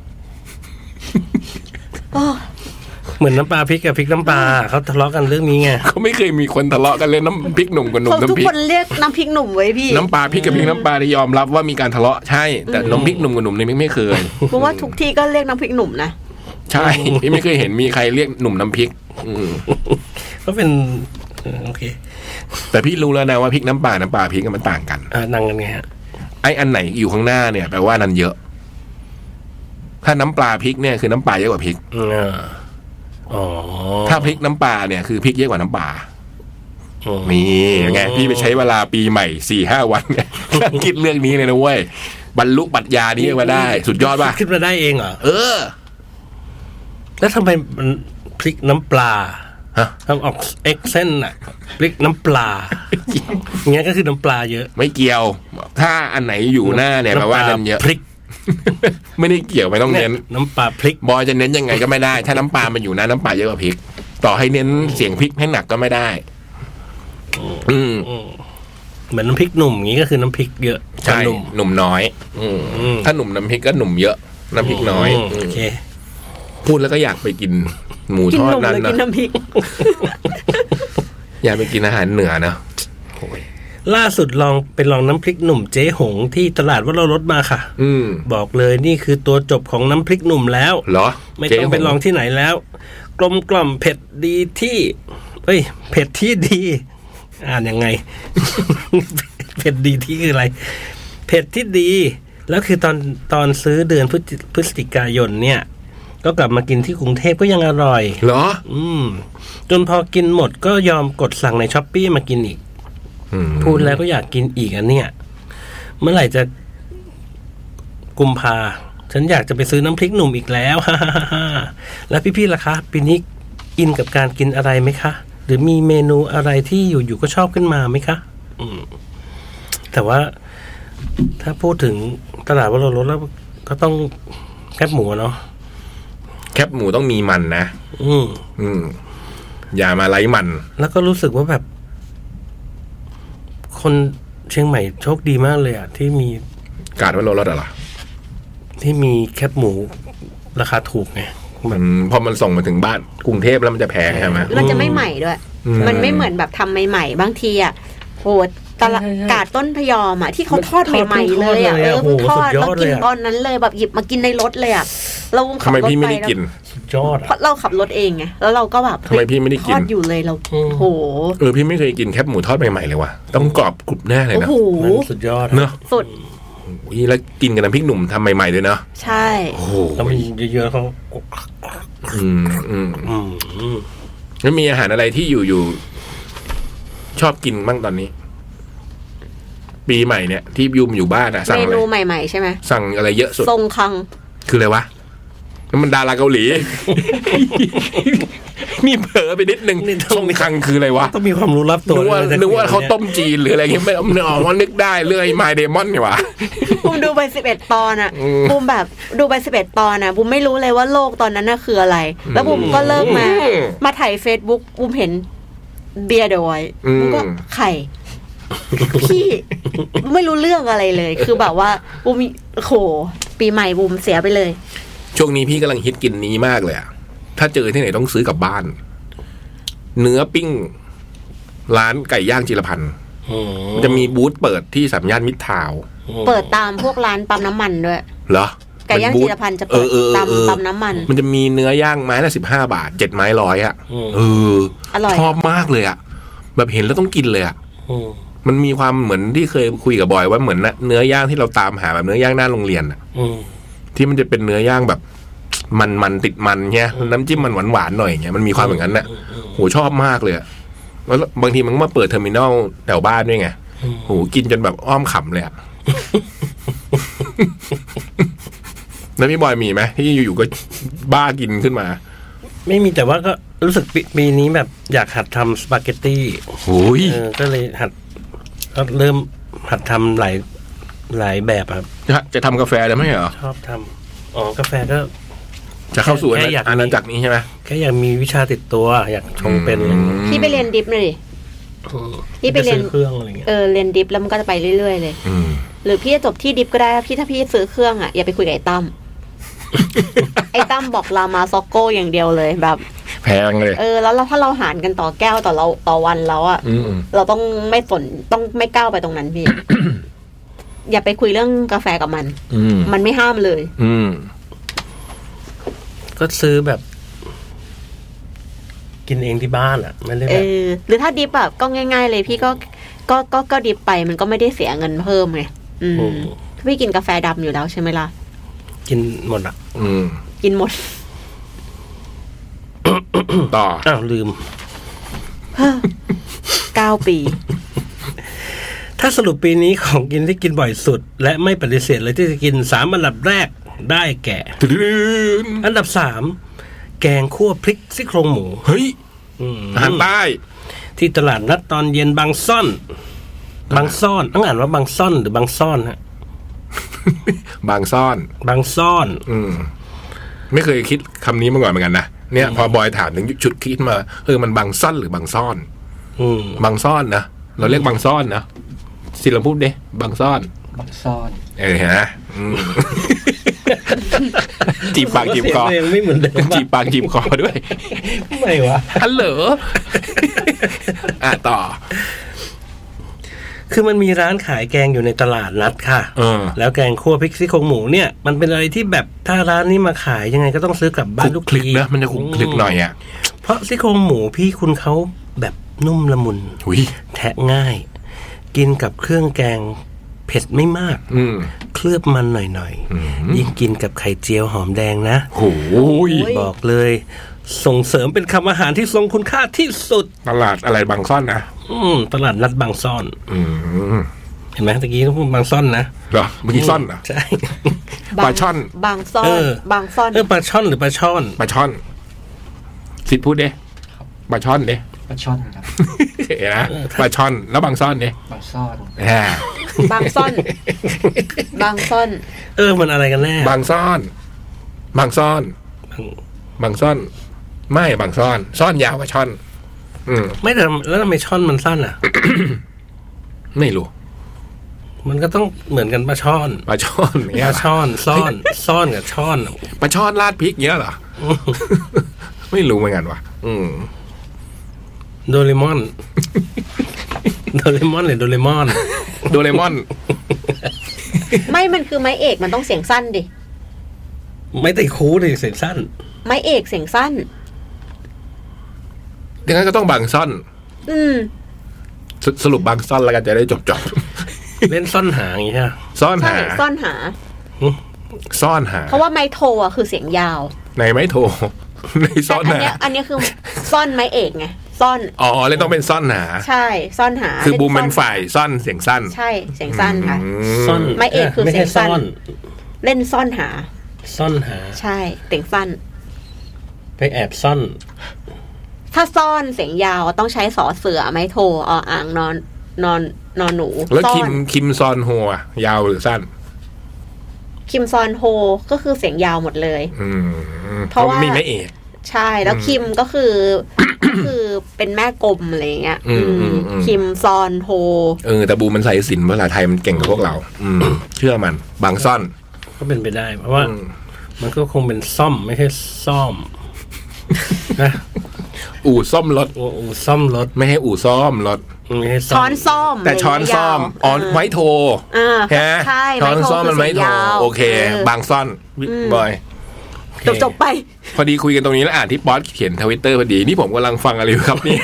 เหมือนน้ำปลาพริกกับพริกน้ำปลาเขาทะเลาะกันเรื่องนี้ไงเขาไม่เคยมีคนทะเลาะกันเลยน้ำพริกหนุ่มกับหนุ่มน้ำพริกทุกคนเรียกน้ำพริกหนุ่มไว้พี่น้ำปลาพริกกับพริกน้ำปลาได้ยอมรับว่ามีการทะเลาะใช่แต่น้ำพริกหนุ่มกับหนุ่มนี่ไม่เคยเพราะว่าทุกที่ก็เรียกน้ำพริกหนุ่มนะใช่พี่ไม่เคยเห็นมีใครเรียกหนุ่มน้ำพริกก็เป็นโอเคแต่พี่รู้แล้วนะว่าพริกน้ำปลาน้ำปลาพริกมันต่างกันอ่าต่างกันไงฮะไอ้อันไหนอยู่ข้างหน้าเนี่ยแปลว่านั้นเยอะถ้าน้ำปลาพริกเนี่ยคือน้ำปลาเยอะกว่าพริกอ๋อถ้าพริกน้ำปลาเนี่ยคือพริกเยอะกว่าน้ำปลานี่ไงพี่ไปใช้เวลาปีใหม่สี่ห้าวันเนี่ยคิดเรื่องนี้เลยนะเว้ยบรรลุปรัชญานี้มาได้สุดยอดป่ะคิดมาได้เองเหรอเออแล้วทำไมมันพริกน้ำปลาทำออกเอ็กเซนต์อะพริกน้ำปลาอย่างเงี้ยก็คือน้ำปลาเยอะไม่เกี่ยวถ้าอันไหนอยู่หน้าเนี่ยแปลว่าเน้นเยอะพริกไม่ได้เกี่ยวไม่ต้องเน้นน้ำปลาพริกบอยจะเน้นยังไงก็ไม่ได้ถ้าน้ำปลามันอยู่หน้าน้ำปลาเยอะกว่าพริกต่อให้เน้นเสียงพริกให้หนักก็ไม่ได้อืมเหมือนน้ำพริกหนุ่มอย่างนี้ก็คือน้ำพริกเยอะใช่หนุ่มน้อยถ้าหนุ่มน้ำพริกก็หนุ่มเยอะน้ำพริกน้อยโอเคพูดแล้วก็อยากไปกินหมูทอดนั้นนะกินน้ำพริกอยากไปกินอาหารเหนือนะล่าสุดลองไปลองน้ำพริกหนุ่มเจ๊หงที่ตลาดวัดเรารถมาค่ะอืมบอกเลยนี่คือตัวจบของน้ำพริกหนุ่มแล้วเหรอไม่ต้องไปลองที่ไหนแล้วกลมกล่อมเผ็ดดีที่เฮ้ยเผ็ดที่ดีอ่านยังไง เผ็ดดีที่คืออะไรเผ็ดที่ดีแล้วคือตอนตอนซื้อเดือนพฤศจิกายนเนี่ยก็กลับมากินที่กรุงเทพก็ยังอร่อยเหรออืมจนพอกินหมดก็ยอมกดสั่งในช้อปปี้มากินอีกพูดแล้วก็อยากกินอีกอันเนี้ยเมื่อไหร่จะกุมภาฉันอยากจะไปซื้อน้ำพริกหนุ่มอีกแล้วฮ่าฮ่าฮ่าแล้วพี่ๆล่ะคะปีนี้อินกับการกินอะไรไหมคะหรือมีเมนูอะไรที่อยู่ๆก็ชอบขึ้นมาไหมคะอืมแต่ว่าถ้าพูดถึงตลาดวัดเรารถแล้วก็ต้องแคบหมูเนาะแคบหมูต้องมีมันนะอืมอืมอย่ามาไล่มันแล้วก็รู้สึกว่าแบบคนเชียงใหม่โชคดีมากเลยอ่ะที่มีกาดว่าโลรถอะไรที่มีแคบหมูราคาถูกไงมันพอมันส่งมาถึงบ้านกรุงเทพแล้วมันจะแพงใช่ไหมมันจะไม่ใหม่ด้วยมันไม่เหมือนแบบทำใหม่ๆบางทีอ่ะโหตลาดกาดต้นพยอมอ่ะที่เขาทอดใหม่ๆเลยอ่ะเออเพิ่งทอดเรากินตอนนั้นเลยแบบหยิบมากินในรถเลยอ่ะเราขับรถไปทำไมพี่ไม่ได้กินสุดยอดเพราะเราขับรถเองไงแล้วเราก็แบบทำไมพี่ไม่ได้กินทอดอยู่เลยเราโหเออพี่ไม่เคยกินแคบหมูทอดใหม่ๆเลยว่ะต้องกรอบกรุบแน่เลยโอ้นะโหมันสุดยอดเนอะสุดอุ๊ยแล้วกินกับน้ำพริกหนุ่มทำใหม่ๆเลยเนาะใช่โอ้โหแล้วมันเยอะๆเขาอืมอืมอืมแล้วมีอาหารอะไรที่อยู่อยู่ชอบกินบ้างตอนนี้ ปีใหม่เนี่ยที่ยุมอยู่บ้านอะสั่งเมอะไรนูใหม่ๆใช่ไหมสั่งอะไรเยอะสุดทรงคังคืออะไรวะนั่นมันดาราเกาหลี นี่เผลอไปนิดนึงทรงคังคืออะไรวะต้องมีความรู้ลับตัวนึกว่านึกว่าเขาต้มจีนหรืออะไรเงี้ยไม่ไม่ออกว่านึกได้เรื่องไอ้ไมเดมอนนี่วะบูมดูไปสิบเอ็ดตอนอ่ะอืมบูมแบบดูไปสิบเอ็ดตอนอ่ะบูมไม่รู้เลยว่าโลกตอนนั้นน่ะคืออะไร แล้วบูมก็เลิกมาอืมมาถ่ายเฟซบุ๊กบูมเห็นเบียร์เดอะไวท์อืมบูมก็ไข่พี่บูมไม่รู้เรื่องอะไรเลย คือแบบว่าบูมโหปีใหม่บูมเสียไปเลยช่วงนี้พี่กำลังฮิตกินนี้มากเลยอะถ้าเจอที่ไหนต้องซื้อกลับบ้าน เนื้อปิ้ง ร้านไก่ย่างจิรพันธ์อืมมันจะมีบูธเปิดที่สามย่านมิตรทาวน์เปิดตามพววกร้านปั๊มน้ำมันด้วยเหรอไก่ย่างเป็จิบูธรพันธ์จะเอเปิดอเออตามเออปั๊มน้ำมันมันจะมีเนื้อย่างไม้ละสิบห้าบาทเจ็ดไม้ร้อยอะอืมเอออร่อยชอบมากเลยอะแบบเห็นแล้วต้องกินเลยอะอืมมันมีความเหมือนที่เคยคุยกับบอยว่าเหมือนเนื้อย่างที่เราตามหาแบบเนื้อย่างหน้าโรงเรียนอะอืมที่มันจะเป็นเนื้อย่างแบบ มันมันติดมันเงี้ยน้ำจิ้มมันหวานหวานๆหน่อยเงี้ยมันมีความอย่างนั้นน่ะโหชอบมากเลยอะแล้วบางทีมันก็มาเปิดเทอร์มินอลแถวบ้านด้วยไงโหกินจนแบบอ้อมขำเลยอะ แล้วพี่บอยมีไหมที่อยู่ๆก็บ้ากินขึ้นมาไม่มีแต่ว่าก็รู้สึกปีปีนี้แบบอยากหัดทำสปาเกตตี้โอ้ยเออก็เลยหัดก็เริ่มหัดทำหลายหลายแบบครับจะจะทำกาแฟได้ไหมเหรอชอบทำอ๋อกาแฟก็จะเข้าสู่แค่อยากมีอาณาจักรนี้ใช่ไหมแค่อยากมีวิชาติดตัว อยากชงเป็นอะไรอย่างเงี้ยพี่ไปเรียนดิฟหน่อยดิอืมพี่ไปเรียนจะซื้อเครื่องอะไรอย่างเงี้ยเออเรียนดิฟแล้วมันก็จะไปเรื่อยๆเลยอืมหรือพี่จะจบที่ดิฟก็ได้พี่ถ้าพี่ซื้อเครื่องอ่ะอย่าไปคุยกับไอ้ตั้ม ไอ้ตั้มบอกลามาซ็อกโกอย่างเดียวเลยแบบแพงเลยเออแล้วเราถ้าเราหารกันต่อแก้วต่อเราต่อวันแล้วอ่ะอืมเราต้องไม่สนต้องไม่ก้าวไปตรงนั้นพี่ อย่าไปคุยเรื่องกาแฟกับมันอืมมันไม่ห้ามเลยอืมก็ซื้อแบบ กินเองที่บ้านอ่ะ ไม่ได้เอแบบอ หรือถ้าดิฟแบบก็ง่ายๆเลย พี่ก็ก็ก็ก็ดิฟไปมันก็ไม่ได้เสียเงินเพิ่มไงอืมอืมพี่กินกาแฟดำอยู่แล้วใช่ไหมล่ะกินหมดอ่ะอืมกินหมดต่ออ้าวลืมเก้าปีถ้าสรุปปีนี้ของกินที่กินบ่อยสุด และไม่ปฏิเสธเลยที่จะกินสามอันดับแรกได้แก่ อันดับสามแกงคั่วพริกซี่โครงหมูเฮ้ยอืมอาหารใต้ที่ตลาดนัดตอนเย็นบางซ่อน บางซ่อนต้องอ่านว่าบางซ่อนหรือบางซ่อนฮะบางซ่อนบางซ่อนอืม ไม่เคยคิดคำนี้มาก่อนเหมือนกันนะเนี่ย พอบอยถามถึงชุดคิดมาเออมันบางซ่อนหรือบางซ่อนอืมบางซ่อนนะเราเรียกบางซ่อนนะสิเราพูดเด้บางซ่อนบักซ่อนเออฮะอืม จีบปากจีบคอเสียงไม่เหมือนเดิมจีบปากจีบคอด้วยไม่วะฮัลโหลอ่ะต่อคือมันมีร้านขายแกงอยู่ในตลาดนัดค่ะเออแล้วแกงคั่วพริกซี่โครงหมูเนี่ย มันเป็นอะไรที่แบบถ้าร้านนี้มาขายยังไงก็ต้องซื้อกลับบ้านคลุทุกกคลิกทีนะมันจะคลุกคลิกหน่อยอ่ะเพราะซี่โครงหมูพี่คุณเขาแบบนุ่มละมุนหุยแทะง่าย กินกับเครื่องแกงเผ็ดไม่มากอืมเคลือบมันหน่อยอืมๆยิ่งกินกับไข่เจียวหอมแดงนะโอ้ยโอ้ยบอกเลย ส่งเสริมเป็นคำอาหารที่ทรงคุณค่าที่สุดตลาดอะไรบางซ่อนนะอืมตลาดนัดบางซ่อนอืมเห็นไหมตะกี้เขาพูดบางซ่อนนะเหรอเมื่อกี้ซ่อนเหรอใช่ปลาช่อนบางซ่อเอน อบางซ่อนเออปลาช่อนหรือปลาช่อนปลาช่อนสิทธิ์พูดเด้ปลาช่อนเด้บักช่อนครับเห็นนะปลาช่อนแล้วบางซ่อนเด้บักซ่อนอ่าบางซ่อน บางซ่อนเออมันอะไรกันแน่บางซ่อน บางซ่อนบางบางซ่อน ไม่บางซ่อน ซ่อนยาวกว่าช่อน อืมไม่แต่แล้วทำไมช่อนมันสั้นอ่ะมไม่รู้มันก็ต้องเหมือนกันปลาช่อนปลาช่อนปลาช่อนซ่อนซ่อนกับช่อนปลาช่อนราดพริกเงี้ยเหรอ ไม่รู้เหมือนกันว่ะอืมโดเรมอนโดเรมอนหรือโดเรมอนโดเรมอนไม่มันคือไม้เอกมันต้องเสียงสั้นดิไม่ติคูดิเสียงสั้นไม้เอกเสียงสั้นดังนั้นก็ต้องบางซ่อนอืมส, สรุปบางซ่อนแล้วกันจะได้จบจบเล่นซ่อนหาอย่างเงี้ยซ่อนหาซ่อนหาซ่อนหาเพราะว่าไม้โทอ่ะคือเสียงยาวในไม้โทในซ่อนหาอันนี้อันนี้คือซ่อนไม้เอกไงซ่อนอ๋อเลยต้องเป็นซ่อนหาใช่ซ่อนหาคือบูมเป็นฝ่ายซ่อนเสียงสั้นใช่เสียงสั้นค่ะซ่อนไม้เอกคือเสียงสั้นเล่นซ่อนหาซ่อนหาใช่เสียงสั้นไปแอบซ่อนถ้าซ่อนเสียงยาวต้องใช้สอเสือไม้โทออ่างนอนนอนนอนหนูแล้วคิมคิมซอนโฮอ่ะยาวหรือสั้นคิมซอนโฮก็คือเสียงยาวหมดเลยอืมเพราะว่ามีไม้เอกใช่แล้วคิมก็คือก็คือเป็นแม่กลมอะไรเงี้ยคิมซอนโฮเออแต่บูมันใส่ศิลป์ภาษาไทยมันเก่งกว่าพวกเราอืมเชื่อมันบางซ่อนก็เป็นไปได้เพราะว่ามันก็คงเป็นซ่อมไม่ใช่ซ่อมนะอู่ซ่อมรถอู่ซ่อมรถไม่ให้อู่ซ่อมรถช้อนซ่อมแต่ช้อนซ่อมอ๋อไม้โทฮะช้อนซ่อมมันไม้โทโอเคบางซ่อนบอยจบจบไปพอดีคุยกันตรงนี้แล้วอ่านที่ป๊อตเขียนทวิตเตอร์พอดีนี่ผมกำลังฟังอะไรอยู่ครับนี่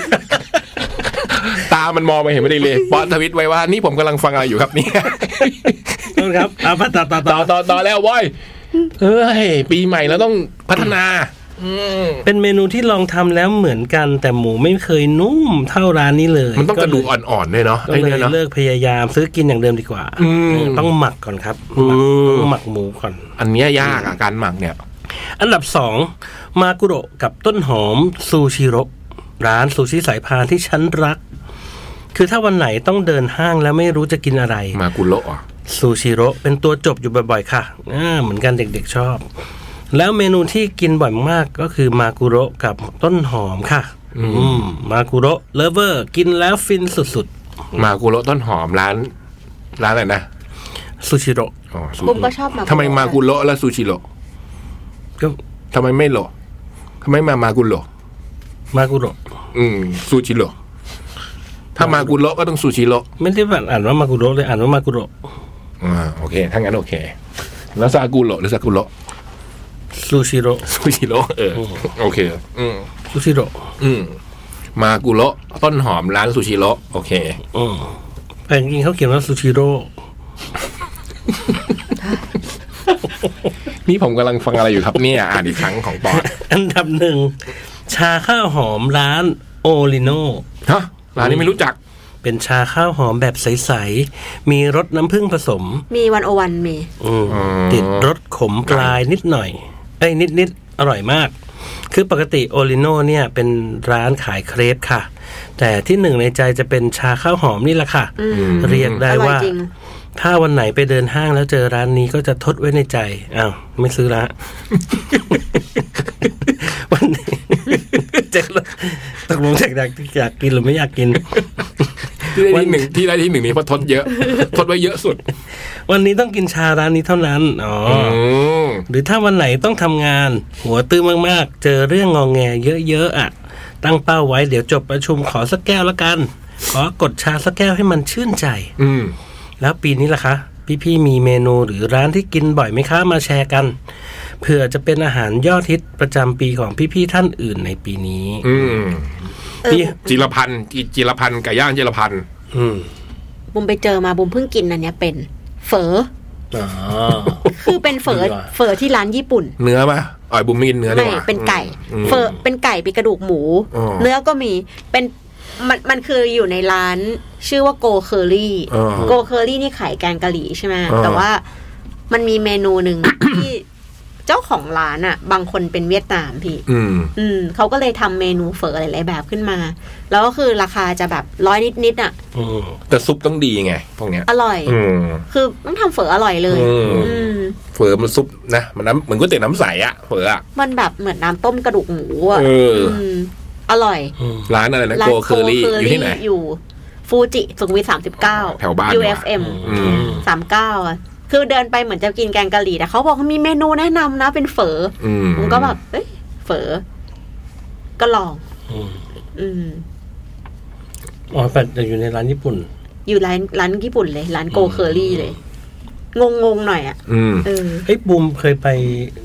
ตามันมองไปเห็นไม่ได้เลยป๊อตทวิตไว้ว่านี่ผมกำลังฟังอะไรอยู่ครับนี่ต้นครับเอาต่อต่อต่อต่อต่อแล้วบอยเอ้ยปีใหม่แล้วต้องพัฒนาเป็นเมนูที่ลองทำแล้วเหมือนกันแต่หมูไม่เคยนุ่มเท่าร้านนี้เลยมันต้องกระดูกอ่อนๆด้วยเนาะก็เลยเลิกพยายามซื้อกินอย่างเดิมดีกว่าต้องหมักก่อนครับต้องหมักหมูก่อนอันนี้ยากอ่ะการหมักเนี่ยอันดับสองมากุโระกับต้นหอมซูชิโร่ร้านซูชิสายพานที่ฉันรักคือถ้าวันไหนต้องเดินห้างแล้วไม่รู้จะกินอะไรมากุโระอ่ะซูชิโร่เป็นตัวจบอยู่บ่อยๆค่ะอ่าเหมือนกันเด็กๆชอบแล้วเมนูที่กินบ่อยมากก็คือมากุโระกับต้นหอมค่ะอืมมากุโระเลฟเวอร์กินแล้วฟินสุดๆมากุโระต้นหอมร้านร้านอะไรนะซูชิโร่อ๋อผมก็ชอบมาทำไมมากุโระแล้วซูชิโร่ก็ทำไมไม่โร่ทำไมมามากุโระมากุโระอืมซูชิโร่ถ้ามากุโระก็ต้องซูชิโร่ไม่ได้อ่านว่ามากุโระเลยอ่านว่ามากุโระอ่าโอเคถ้างั้นโอเคแล้วซากุโระหรือซากุโระซูชิโร่ซูชิโร่เออโอเคอืมซูชิโร่อืมมากุโระต้นหอมร้านซูชิโร่โอเคอืมแต่จริงๆเขาเขียนว่าซูชิโร่นี่ผมกำลังฟังอะไรอยู่ครับเนี่ยอ่านอีกครั้งของปอดอันดับหนึ่งชาข้าวหอมร้านโอริโนฮะร้านนี้ไม่รู้จักเป็นชาข้าวหอมแบบใสๆมีรสน้ำผึ้งผสมมีวันโอวันมีติดรสขมปลายนิดหน่อยเอ้ยนิดๆอร่อยมากคือปกติโอริโนเนี่ยเป็นร้านขายเครปค่ะแต่ที่หนึ่งในใจจะเป็นชาข้าวหอมนี่แหละค่ะเรียกได้ว่าถ้าวันไหนไปเดินห้างแล้วเจอร้านนี้ก็จะทดไว้ในใจอ้าวไม่ซื้อละวันนี้จะตกลงจากอยากอยากกินหรือไม่อยากกินที่ได้ที่หนึ่งที่ได้ที่หนึ่งนี้เพราะทดเยอะทดไว้เยอะสุดวันนี้ต้องกินชาร้านนี้เท่านั้นอ๋อหรือถ้าวันไหนต้องทำงานหัวตื้อมากๆเจอเรื่องงอแงเยอะๆอ่ะตั้งเป้าไว้เดี๋ยวจบประชุมขอสักแก้วละกันขอกดชาสักแก้วให้มันชื่นใจอืมแล้วปีนี้ล่ะคะพี่ๆมีเมนูหรือร้านที่กินบ่อยไหมคะมาแชร์กันเผื่อจะเป็นอาหารยอดฮิตประจำปีของพี่ๆท่านอื่นในปีนี้อืมพี่จิรพันธ์จิรพันธ์ไก่ย่างจิรพันธ์อืมบุมไปเจอมาบุมเพิ่งกินอันเนี้ยเป็นเฝออ๋อคือเป็นเฝอเฝอที่ร้านญี่ปุ่นเนื้อป่ะอ๋อบุมไม่กินเนื้อดีกว่าเป็นไก่เฝอเป็นไก่เป็นกระดูกหมูเนื้อก็มีเป็นมันมันคืออยู่ในร้านชื่อว่าโกเคอรี่โกเคอรี่นี่ขายแกงกะหรี่ใช่ไหมแต่ว่ามันมีเมนูหนึ่ง ที่เจ้าของร้านอ่ะบางคนเป็นเวียดนามพี่อืมอืมเขาก็เลยทำเมนูเฝอหลายๆแบบขึ้นมาแล้วก็คือราคาจะแบบร้อยนิดๆอ่ะแต่ซุปต้องดีไงพวกเนี้ยอร่อยคือต้องทำเฝออร่อยเลยเฝอมันซุปนะมันน้ำเหมือนก๋วยเตี๋ยวน้ำใสอ่ะเฝออ่ะมันแบบเหมือนน้ำต้มกระดูกหมูอ่ะอร่อยร้านอะไรนะโกเคอรี่อยู่ที่ไหนอยู่ฟูจิสุขุมวิทสามสิบเก้าแถวบ้านยู เอฟ เอ็มอืมสามสิบเก้าอ่ะคือเดินไปเหมือนจะกินแกงกะหรี่แต่เขาบอกว่ามีเมนูแนะนำนะเป็นเฝออืมผมก็แบบเอ้ยเฝอก็ลองอืมอืมอ๋อแต่อยู่ในร้านญี่ปุ่นอยู่ร้านร้านญี่ปุ่นเลยร้านโกเคอรี่เลย งงงๆหน่อยอ่ะอืมเออเฮ้ยบูมเคยไป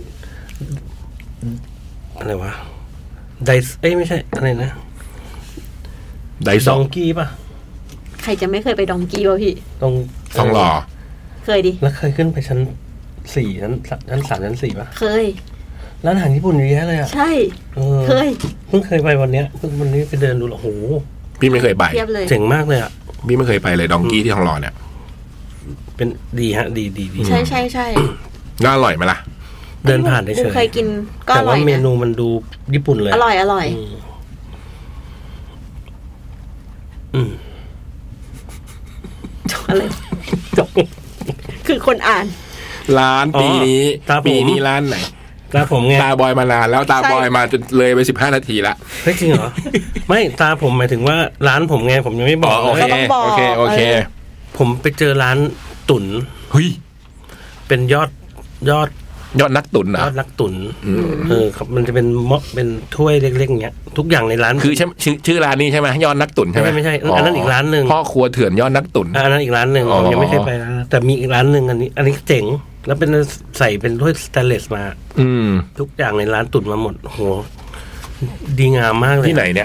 อะไรวะไดส์เอ้ยไม่ใช่อะไรนะไดดซออง งกี้ป่ะใครจะไม่เคยไปดองกี้วะพี่ตรงทองหล่อเคยดิแล้วเคยขึ้นไปชั้นสี่ชั้นชั้นสามชั้นสี่ป่ะเคยร้านอาหารญี่ปุ่นเยอะแยะเลยอ่ะใช่เออเคยเพิ่งเคยไปวันเนี้ยเพิ่งวันนี้ไปเดินดูแล้วโอ้โหพี่ไม่เคยไปเทียบเลยเจ๋งมากเลยอ่ะพี่ไม่เคยไปเลยดองกี้ที่ทองหล่อเนี่ยเป็นดีฮะ ดีดีดีใช่ใช่ใช่น่าอร่อยไหมล่ะเดินผ่านได้เฉบูมยเคยกินก็อแต่ร่อว่าย เมนะนูมันดูญี่ปุ่นเลยอร่อยอร่อยอืมอืมอะไรคือคนอ่านร้านปีนี้ตาผมปีนี้ร้านไหนตาผมไงตาบอยมานานแล้วตาใช่บอยมาจนเลยไปสิบห้านาทีละเฮ้ยจริงเหรอ ไม่ตาผมหมายถึงว่าร้านผมไงผมยังไม่บอกโอเลเคยต้องบอกโอเคโอเคเออผมไปเจอร้านตุ๋นเฮ้ยเป็นยอดยอดยอดนักตุนเหรยออดนักตุ๋นอืมเออครับมันจะเป็นหม้อเป็นถ้วยเล็กๆเงี้ยทุกอย่างในร้านคือใช่ชื่อชื่อร้านนี้ใช่ไหมยอดนักตุนใช่ไหมไม่ใช่ไม่ใช่อันนั้นอีกร้านหนึ่งพ่อครัวเถื่อนยอดนักตุนอ่ะอันนั้นอีกร้านหนึ่งอ๋อผมยังไม่เคยไปร้านนั้นแต่มีอีกร้านหนึ่งอันนี้ อันนี้เจ๋ง แล้วเป็นใส่เป็นถ้วยสแตนเลสมาอืมทุกอย่างในร้านตุ๋นมาหมดโหดีงามมากเลยที่ไหนเนี่ย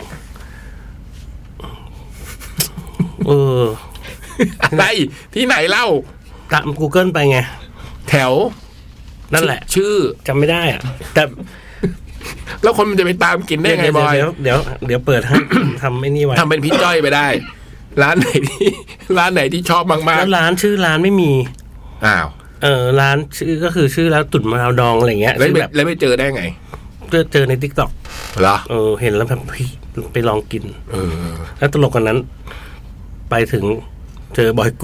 เอออะไรที่ไหนเล่าตาม Google ไปไงแถวนั่นแหละชื่อจำไม่ได้อ่ะ แต่แล้วคนมันจะไปตามกินได้ไงเดี๋ยวบอยเดี๋ยวเดี๋ยวเดี๋ยวเปิดให้ ทำไอ้นี่ไว้ทำเป็นพี่จ้อยไปได้ ร้านไหนที่ร้านไหนที่ชอบมากแล้วร้านชื่อร้านไม่มีๆอ้าวเออร้านชื่อก็คือชื่อร้านตุ๋นมะนาวดองอะไรเงี้ยแล้วชื่อไปแบบแล้วไปเจอได้ไงเจอเจอในทิกตอกเหรอเออเห็นแล้วแบบเฮ้ยไปลองกินเออแล้วตลกกว่านั้น ไปถึงเจอบอยโก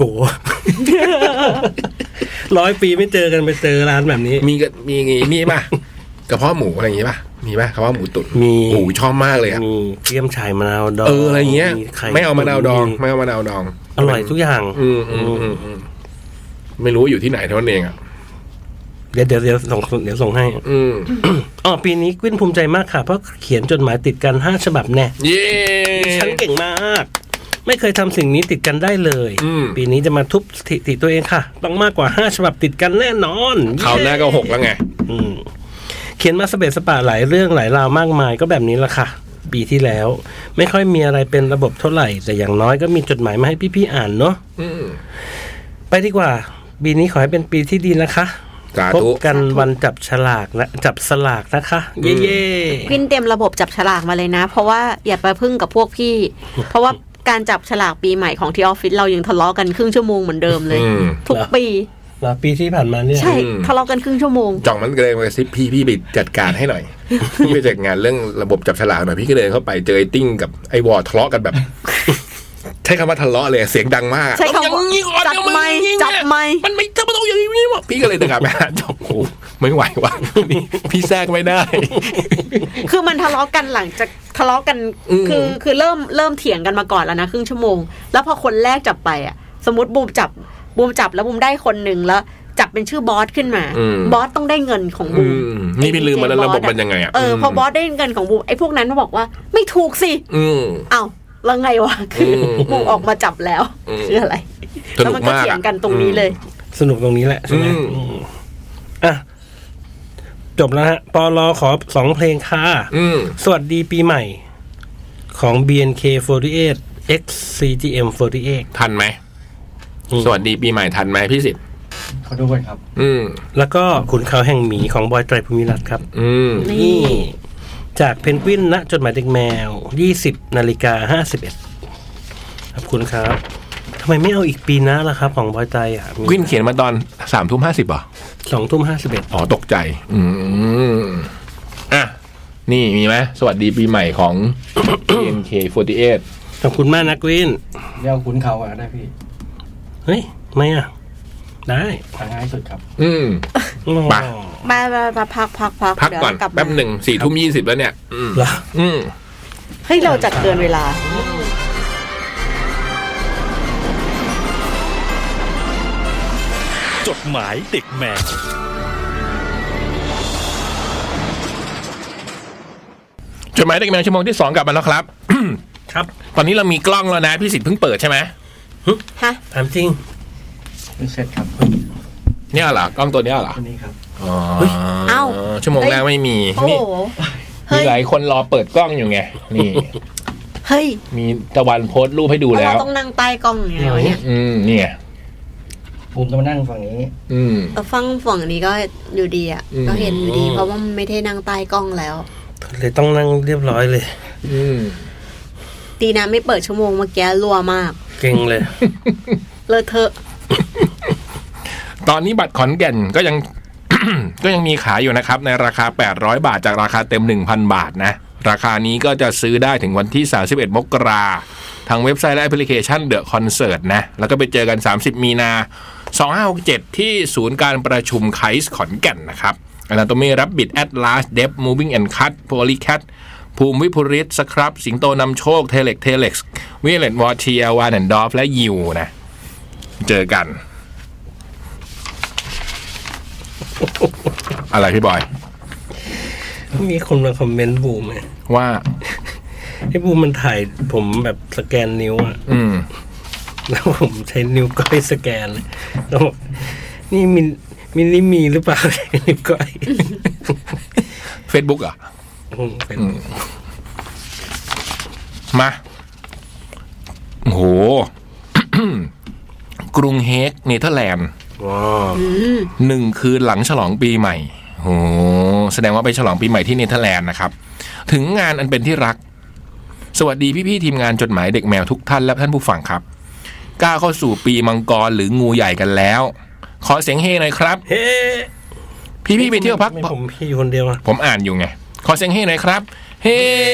ร้อยปีไม่เจอกันไปเจอร้านแบบนี้มีกระมีนี่ป่ะกระเพาะหมูอะไรอย่างงี้ป่ะมีป่ะกระเพาะหมูตุ๋นมีโอ้ยชอบมากเลยอ่ะมีเกี๊ยมฉ่ายมะนาวดองเอออะไรเงี้ยไข่ไม่เอามะนาวดองตุ๋ไม่เอามะนาวดองอร่อยทุกอย่างอืมอืมอืมอืมไม่รู้อยู่ที่ไหนเท่านั้นเองอ่ะเดี๋ยวเดี๋ยวเดี๋ยวส่งเดี๋ยวส่งให้อืมอ๋อปีนี้กวินภูมิใจมากค่ะ เพราะเขียนจดหมายติดกันห้าฉบับแน่เย้ฉันเก่งมาก ไม่เคยทำสิ่งนี้ติดกันได้เลยอืมปีนี้จะมาทุบสถิติตัวเองค่ะ ต้องมากกว่าห้าฉบับติดกันแน่นอนคราวหน้าก็หกแล้วไงอืมเขียนมาสเปซสปะหลายเรื่องหลายราวมากมายก็แบบนี้ละค่ะ ปีที่แล้ว ไม่ค่อยมีอะไรเป็นระบบเท่าไหร่ แต่อย่างน้อยก็มีจดหมายมาให้พี่ๆอ่านเนาะอืมไปดีกว่า ปีนี้ขอให้เป็นปีที่ดีนะคะสาพบธุกันวันจับฉลากนะจับสลากนะคะ เย่พินเตรียมระบบจับฉลากมาเลยนะ เพราะว่าอย่าไปพึ่งกับพวกพี่ เพราะว่าการจับฉลากปีใหม่ของที่ออฟฟิศเรายังทะเลาะกันครึ่งชั่วโมงเหมือนเดิมเลยอืมทุกปีๆแล้วปีที่ผ่านมาเนี่ยใช่อืมทะเลาะกันครึ่งชั่วโมงจ่องมันก็เลยมาซิปพี่พี่ไปจัดการให้หน่อย พี่ไปจัดงานเรื่องระบบจับฉลากหน่อยพี่ก็เดินเข้าไปเจอไอ้ติ้งกับไอ้วอร์ทะเลาะกันแบบ ใช้คำว่าทะเลาะเลยเสียงดังมากใช้คำว่าต้องอย่างนี้ก่อนจับไมค์เดี๋ยวจับไมค์มันไม่ถ้ามันต้องอย่างนี้วะพี่ก็เลยเดินกลับไปหาจ่องโอ้ไม่ไหวว่ะนี่พี่แทรกไม่ได้คือมันทะเลาะกันหลังจากทะเลาะกันอืมคือคือเริ่มเริ่มเถียงกันมาก่อนแล้วนะครึ่งชั่วโมง แล้วพอคนแรกจับไปอ่ะ สมมติบูมจับบูมจับแล้วบูมได้คนหนึ่งแล้ว จับเป็นชื่อบอสขึ้นมาอืมบอสต้องได้เงินของอืบูมมนี่พี่ลืมมาแล้วระบบมันยังไงอ่ะเออพอบอสได้เงินของบูมไอ้พวกนั้นก็บอกว่า ไม่ถูกสิอืมเอ้าแล้วไงวะคืออมบูมออกมาจับแล้วอืมคืออะไรสแล้วนุมักก็มากเถียงอะกันตรงนี้เลยสนุกตรงนี้แหละใช่ไหมอืมอืมอ่ะจบแล้วฮะปอลอขอสองเพลงค่ะอืมสวัสดีปีใหม่ของ บี เอ็น เค สี่สิบแปด X ซี จี เอ็ม สี่สิบแปดทันไหมอืมสวัสดีปีใหม่ทันไหมพี่สิทธิ์เขาดูกันครับอืมแล้วก็ขุนเขาแห่งหมีของบอยไตรภูมิรัตน์ครับอืมนี่นี่ จากเพนกวินณจดหมายเด็กแมว ยี่สิบนาฬิกาห้าสิบเอ็ดขอบคุณครับทำไมไม่เอาอีกปีหน้าล่ะครับ ของบอยไตรอ่ะกวินเขียนมาตอนสามทุ่มห้าสิบเหรอสองทุ่มห้าสิบเอ็ดอ๋อตกใจ อืมอ่ะ นี่มีไหมสวัสดีปีใหม่ของ บี เอ็น เค สี่สิบแปดขอบคุณมากนะกวินเรียกคุ้นเขาอ่ะได้พี่เฮ้ย ไม่อ่ะ ได้ทางง่ายสุดครับอืม ไปมามามาพักพักพักพักก่อนเดี๋ยวลัมาแป๊บหนึ่งสี่ทุ่มยี่สิบแล้วเนี่ย อืมเหรออืมเฮ้ยเราจัดเกินเวลาจดหมายเด็กแมวจดหมายเด็กแมวชั่วโมงที่สองกลับมาแล้วครับครับตอนนี้เรามีกล้องแล้วนะพี่สิทธิ์เพิ่งเปิดใช่ไหมฮะถามจริงเป็นเสร็จครับเนี่ยเหรอกล้องตัวนี้เหรอตัวนี้ครับอ๋อเอ้าชั่วโมงแรกไม่มีนี่มีหลายคนรอเปิดกล้องอยู่ไงนี่เฮ้ยมีตะวันโพสต์รูปให้ดูแล้วเราต้องนั่งใต้กล้องไงวะเนี่ยอืมเนี่ยภูมิต้องมานั่งฝั่งนี้อืมเออฟังฝั่งนี้ก็อยู่ดีอ่ะก็เห็นอยู่ดีเพราะว่ามันไม่ได้นั่งใต้กล้องแล้วเลยต้องนั่งเรียบร้อยเลยอืมตีนะไม่เปิดชั่วโมงเมื่อกี้รัวมากเก่งเลยเลอะเทอะตอนนี้บัตรขอนแก่นก็ยัง ก็ยังมีขายอยู่นะครับในราคาแปดร้อยบาทจากราคาเต็ม หนึ่งพัน บาทนะราคานี้ก็จะซื้อได้ถึงวันที่สามสิบเอ็ดมกราทางเว็บไซต์และแอปพลิเคชัน The Concert นะแล้วก็ไปเจอกันสามสิบมีนาสองพันห้าร้อยหกสิบเจ็ดที่ศูนย์การประชุมไคส์ขอนแก่นนะครับ Anatomy Rabbit Atlas Depth Moving and Cut Polycat ภูมิวิภริตสครับสิงโตนำโชคเทเล็กเทเล็กวิเลตวอร์เทียวานแอนดอฟและยิวนะเจอกันอะไรพี่บอยมีคนมาคอมเมนต์บูมไงว่าไอ้บูมมันถ่ายผมแบบสแกนนิ้วอ่ะอืมแล้วผมใช้นิ้วก้อยสแกนเลยแล้วบอกนี่มินมินนี่มีหรือเปล่านิ้วก้อย Facebook อ่ะมาโอ้โห กรุงเฮกเนเธอร์แลนด์หนึ่งคืนหลังฉลองปีใหม่โอ้แสดงว่าไปฉลองปีใหม่ที่เนเธอร์แลนด์นะครับถึงงานอันเป็นที่รักสวัสดีพี่ๆทีมงานจดหมายเด็กแมวทุกท่านและท่านผู้ฟังครับก้าวเข้าสู่ปีมังกรหรืองูใหญ่กันแล้วขอเสียงเฮหน่อยครับเฮพี่ๆไปเที่ยวพักผมพี่คนเดียวผมอ่านอยู่ไงขอเสียงเฮหน่อยครับเฮ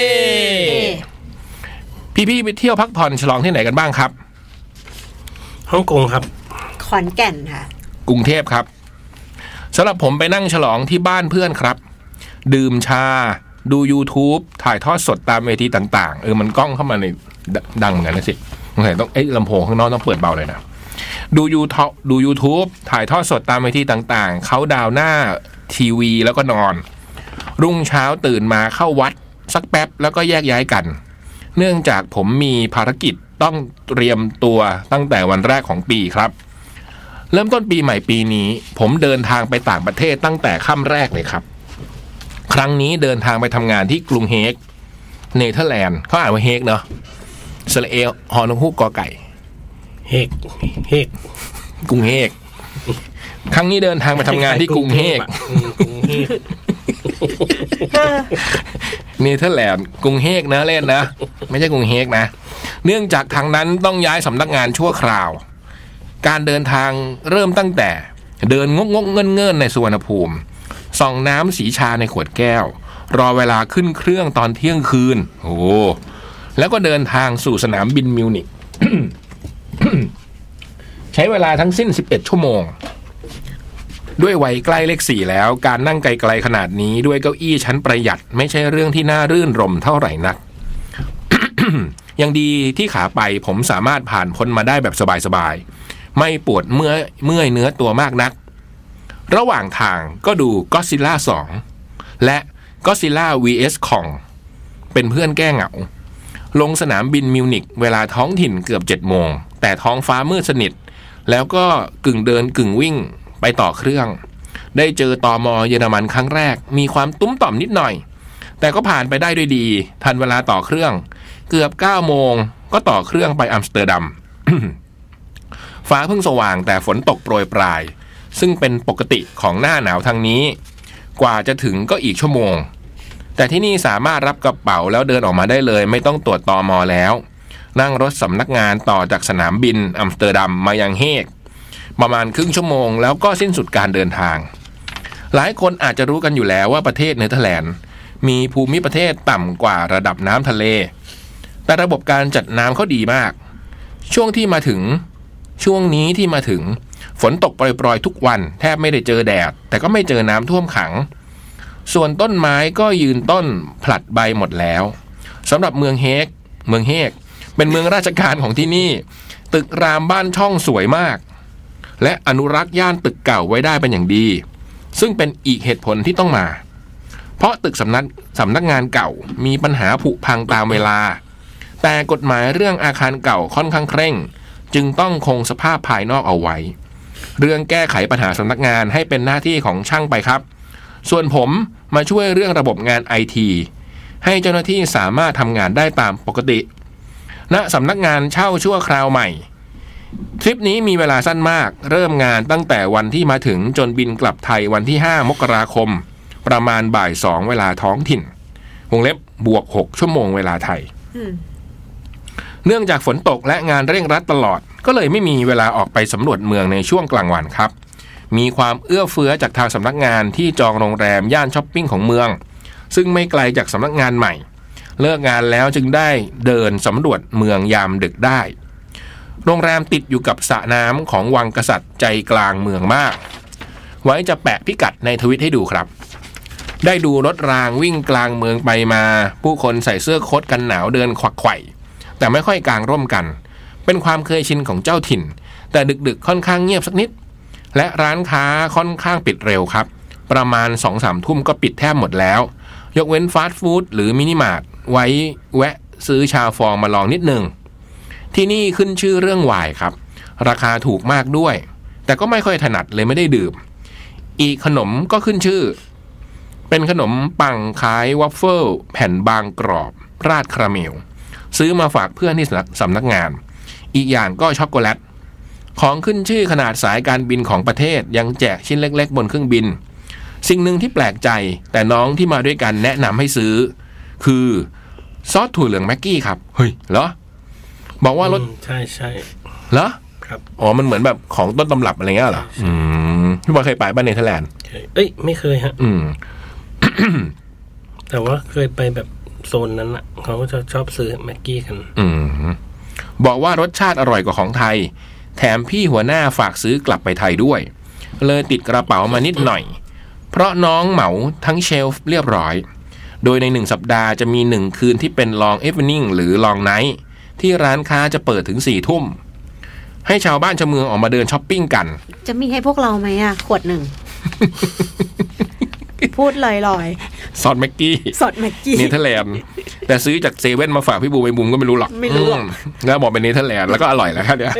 พี่ๆไปเที่ยวพักผ่อนฉลองที่ไหนกันบ้างครับฮ่องกงครับขอนแก่นค่ะกรุงเทพครับสำหรับผมไปนั่งฉลองที่บ้านเพื่อนครับดื่มชาดู YouTube ถ่ายทอดสดตามเวทีต่างๆเออมันกล้องเข้ามาในดังเหมือนกันนะสิต้องไอ้ลำโพงข้างนอกต้องเปิดเบาเลยนะดูยูทูบดู YouTube ถ่ายทอดสดตามเวทีต่างๆเขาดาวหน้าทีวีแล้วก็นอนรุ่งเช้าตื่นมาเข้าวัดสักแป๊บแล้วก็แยกย้ายกันเนื่องจากผมมีภารกิจต้องเตรียมตัวตั้งแต่วันแรกของปีครับเริ่มต้นปีใหม่ปีนี้ผมเดินทางไปต่างประเทศตั้งแต่ค่ำแรกเลยครับครั้งนี้เดินทางไปทำงานที่กรุงเฮกเนเธอร์แลนด์เขาอ่านว่าเฮกเนาะสระเอฮอนฮูกกอไก่เฮกเฮกกรุงเฮกครั้งนี้เดินทางไปทำงานที่กรุงเฮกเนเธอร์แลนด์กรุงเฮกนะเล่นนะไม่ใช่กรุงเฮกนะเนื่องจากทางนั้นต้องย้ายสำนักงานชั่วคราวการเดินทางเริ่มตั้งแต่เดินงกงกเงินเงินในสุวรรณภูมิส่องน้ำสีชาในขวดแก้วรอเวลาขึ้นเครื่องตอนเที่ยงคืนโอ้แล้วก็เดินทางสู่สนามบินมิวนิก ใช้เวลาทั้งสิ้นสิบเอ็ดชั่วโมงด้วยวัยใกล้เลขสี่แล้วการนั่งไกลๆขนาดนี้ด้วยเก้าอี้ชั้นประหยัดไม่ใช่เรื่องที่น่ารื่นรมเท่าไหร่นัก ยังดีที่ขาไปผมสามารถผ่านพ้นมาได้แบบสบายๆไม่ปวดเมื่อยเมื่อยเนื้อตัวมากนักระหว่างทางก็ดู Godzilla สองและ Godzilla วี เอส Kong เป็นเพื่อนแก้เหงาลงสนามบินมิวนิกเวลาท้องถิ่นเกือบเจ็ดโมงแต่ท้องฟ้ามืดสนิทแล้วก็กึ่งเดินกึ่งวิ่งไปต่อเครื่องได้เจอตม.เยอรมันครั้งแรกมีความตุ้มต่อมนิดหน่อยแต่ก็ผ่านไปได้ด้วยดีทันเวลาต่อเครื่องเกือบเก้าโมงก็ต่อเครื่องไปอัมสเตอร์ดัม ฟ้าเพิ่งสว่างแต่ฝนตกโปรยปลายซึ่งเป็นปกติของหน้าหนาวทางนี้กว่าจะถึงก็อีกชั่วโมงแต่ที่นี่สามารถรับกระเป๋าแล้วเดินออกมาได้เลยไม่ต้องตรวจตม.แล้วนั่งรถสำนักงานต่อจากสนามบินอัมสเตอร์ดัมมายังเฮกประมาณครึ่งชั่วโมงแล้วก็สิ้นสุดการเดินทางหลายคนอาจจะรู้กันอยู่แล้วว่าประเทศเนเธอร์แลนด์มีภูมิประเทศต่ำกว่าระดับน้ำทะเลแต่ระบบการจัดน้ำเขาดีมากช่วงที่มาถึงช่วงนี้ที่มาถึงฝนตกปล่อยๆทุกวันแทบไม่ได้เจอแดดแต่ก็ไม่เจอน้ำท่วมขังส่วนต้นไม้ก็ยืนต้นผลัดใบหมดแล้วสำหรับเมืองเฮกเมืองเฮกเป็นเมืองราชการของที่นี่ตึกรามบ้านช่องสวยมากและอนุรักษ์ย่านตึกเก่าไว้ได้เป็นอย่างดีซึ่งเป็นอีกเหตุผลที่ต้องมาเพราะตึกสำนักสำนักงานเก่ามีปัญหาผุพังตามเวลาแต่กฎหมายเรื่องอาคารเก่าค่อนข้างเคร่งจึงต้องคงสภาพภายนอกเอาไว้เรื่องแก้ไขปัญหาสำนักงานให้เป็นหน้าที่ของช่างไปครับส่วนผมมาช่วยเรื่องระบบงาน ไอ ที ให้เจ้าหน้าที่สามารถทำงานได้ตามปกติณสำนักงานเช่าชั่วคราวใหม่ทริปนี้มีเวลาสั้นมากเริ่มงานตั้งแต่วันที่มาถึงจนบินกลับไทยวันที่ห้ามกราคมประมาณบ่ายสองเวลาท้องถิ่นวงเล็บบวกหกชั่วโมงเวลาไทยเนื่องจากฝนตกและงานเร่งรัดตลอดก็เลยไม่มีเวลาออกไปสำรวจเมืองในช่วงกลางวันครับมีความเอื้อเฟื้อจากทางสำนักงานที่จองโรงแรมย่านช้อปปิ้งของเมืองซึ่งไม่ไกลจากสำนักงานใหม่เลิกงานแล้วจึงได้เดินสำรวจเมืองยามดึกได้โรงแรมติดอยู่กับสระน้ำของวังกษัตริย์ใจกลางเมืองมากไว้จะแปะพิกัดในทวิตให้ดูครับได้ดูรถรางวิ่งกลางเมืองไปมาผู้คนใส่เสื้อโค้ทกันหนาวเดินขวักไขว่แต่ไม่ค่อยกางร่มกันเป็นความเคยชินของเจ้าถิ่นแต่ดึกๆค่อนข้างเงียบสักนิดและร้านค้าค่อนข้างปิดเร็วครับประมาณ สองถึงสาม ทุ่มก็ปิดแทบหมดแล้วยกเว้นฟาสต์ฟู้ดหรือมินิมาร์ทไว้แวะซื้อชาฟองมาลองนิดนึงที่นี่ขึ้นชื่อเรื่องไวน์ครับราคาถูกมากด้วยแต่ก็ไม่ค่อยถนัดเลยไม่ได้ดื่มอีกขนมก็ขึ้นชื่อเป็นขนมปังคล้ายวัฟเฟิลแผ่นบางกรอบราดคาราเมลซื้อมาฝากเพื่อนที่สำนักงานอีกอย่างก็ช็อกโกแลตของขึ้นชื่อขนาดสายการบินของประเทศยังแจกชิ้นเล็กๆบนเครื่องบินสิ่งหนึ่งที่แปลกใจแต่น้องที่มาด้วยกันแนะนำให้ซื้อคือซอสถั่วเหลืองแม็กกี้ครับเฮ้ยเหรอบอกว่ารสใช่ใช่เหรอครับอ๋อมันเหมือนแบบของต้นตำรับอะไรเงี้ยเหรออืมพี่บอยเคยไปบ้านเนเธอร์แลนด์เอ้ยไม่เคยฮะอืมแต่ว่าเคยไปแบบโซนนั้นอ่ะเขาก็จะชอบซื้อแม็กกี้กันอืมบอกว่ารสชาติอร่อยกว่าของไทยแถมพี่หัวหน้าฝากซื้อกลับไปไทยด้วยเลยติดกระเป๋ามานิดหน่อยเพราะน้องเหมาทั้งเชลฟ์เรียบร้อยโดยในหนึ่งสัปดาห์จะมีหนึ่งคืนที่เป็นลองเอฟเวนิ่งหรือลองไนท์ที่ร้านค้าจะเปิดถึงสี่ทุ่มให้ชาวบ้านชาวเมืองออกมาเดินช้อปปิ้งกันจะมีให้พวกเราไหมอ่ะขวดหนึ่ง พูดลอยๆซอสแม็กกี้ซอสแม็กกี้เนเธอร์แลนด์แต่ซื้อจากเซเว่นมาฝากพี่บูไปบุมก็ไม่รู้หรอกไม่รู้หรอกแล้วบอกเป็นเนเธอร์แลนด์แล้วก็อร่อยแล้วครับเนี่ย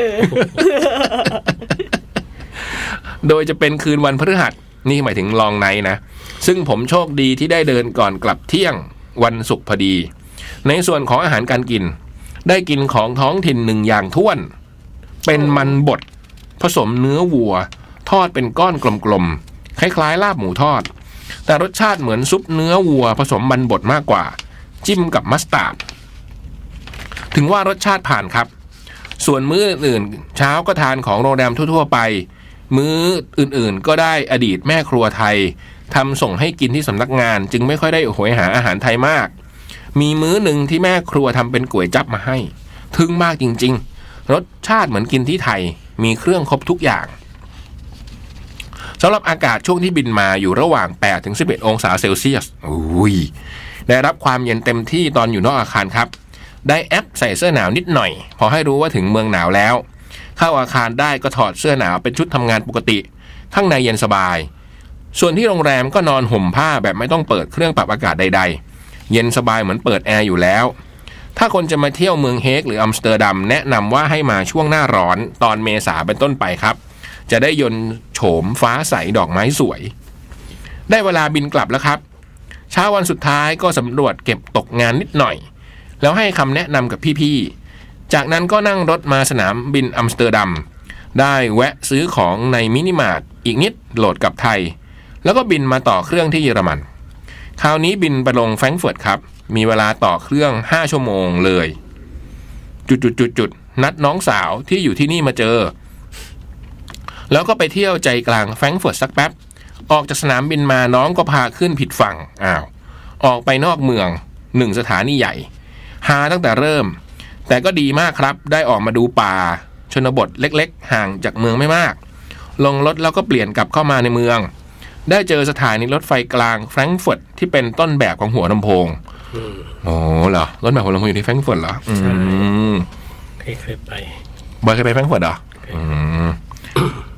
โดยจะเป็นคืนวันพฤหัสนี่หมายถึงลองไนท์นะซึ่งผมโชคดีที่ได้เดินก่อนกลับเที่ยงวันศุกร์พอดีในส่วนของอาหารการกินได้กินของท้องถิ่นหนึ่งอย่างท้วนเป็นมันบดผสมเนื้อวัวทอดเป็นก้อนกลมๆคล้ายๆลาบหมูทอดแต่รสชาติเหมือนซุปเนื้อวัวผสมมันบดมากกว่าจิ้มกับมัสตาร์ดถึงว่ารสชาติผ่านครับส่วนมื้ออื่นๆเช้าก็ทานของโรงแรมทั่วๆไปมื้ออื่นๆก็ได้อดีตแม่ครัวไทยทำส่งให้กินที่สำนักงานจึงไม่ค่อยได้โหยหาอาหารไทยมากมีมื้อหนึ่งที่แม่ครัวทำเป็นก๋วยจั๊บมาให้ทึ่งมากจริงๆรสชาติเหมือนกินที่ไทยมีเครื่องครบทุกอย่างสำหรับอากาศช่วงที่บินมาอยู่ระหว่างแปดถึงสิบเอ็ดองศาเซลเซียสอุ้ยได้รับความเย็นเต็มที่ตอนอยู่นอกอาคารครับได้แอปใส่เสื้อหนาวนิดหน่อยพอให้รู้ว่าถึงเมืองหนาวแล้วเข้าอาคารได้ก็ถอดเสื้อหนาวเป็นชุดทำงานปกติข้างในเย็นสบายส่วนที่โรงแรมก็นอนห่มผ้าแบบไม่ต้องเปิดเครื่องปรับอากาศใดๆเย็นสบายเหมือนเปิดแอร์อยู่แล้วถ้าคนจะมาเที่ยวเมืองเฮกหรืออัมสเตอร์ดัมแนะนำว่าให้มาช่วงหน้าร้อนตอนเมษาเป็นต้นไปครับจะได้ยนต์โฉมฟ้าใสดอกไม้สวยได้เวลาบินกลับแล้วครับเช้าวันสุดท้ายก็สำรวจเก็บตกงานนิดหน่อยแล้วให้คำแนะนำกับพี่ๆจากนั้นก็นั่งรถมาสนามบินอัมสเตอร์ดัมได้แวะซื้อของในมินิมาร์ทอีกนิดโหลดกลับไทยแล้วก็บินมาต่อเครื่องที่เยอรมันคราวนี้บินไปลงแฟรงก์เฟิร์ตครับมีเวลาต่อเครื่องห้าชั่วโมงเลยจุดๆๆนัดน้องสาวที่อยู่ที่นี่มาเจอแล้วก็ไปเที่ยวใจกลางแฟรงก์เฟิร์ตสักแป๊บออกจากสนามบินมาน้องก็พาขึ้นผิดฝั่งอ้าวออกไปนอกเมืองหนึ่งสถานีใหญ่หาตั้งแต่เริ่มแต่ก็ดีมากครับได้ออกมาดูป่าชนบทเล็กๆห่างจากเมืองไม่มากลงรถแล้วก็เปลี่ยนกลับเข้ามาในเมืองได้เจอสถานีรถไฟกลางแฟรงก์เฟิร์ตที่เป็นต้นแบบของหัวลำโพงโอ้เหรอรถแบบหัวลำโพงอยู่ที่แฟรงก์เฟิร์ตเหรอใช่เคยไปบอยเคยไปแฟรงก์เฟิร์ตเหรอ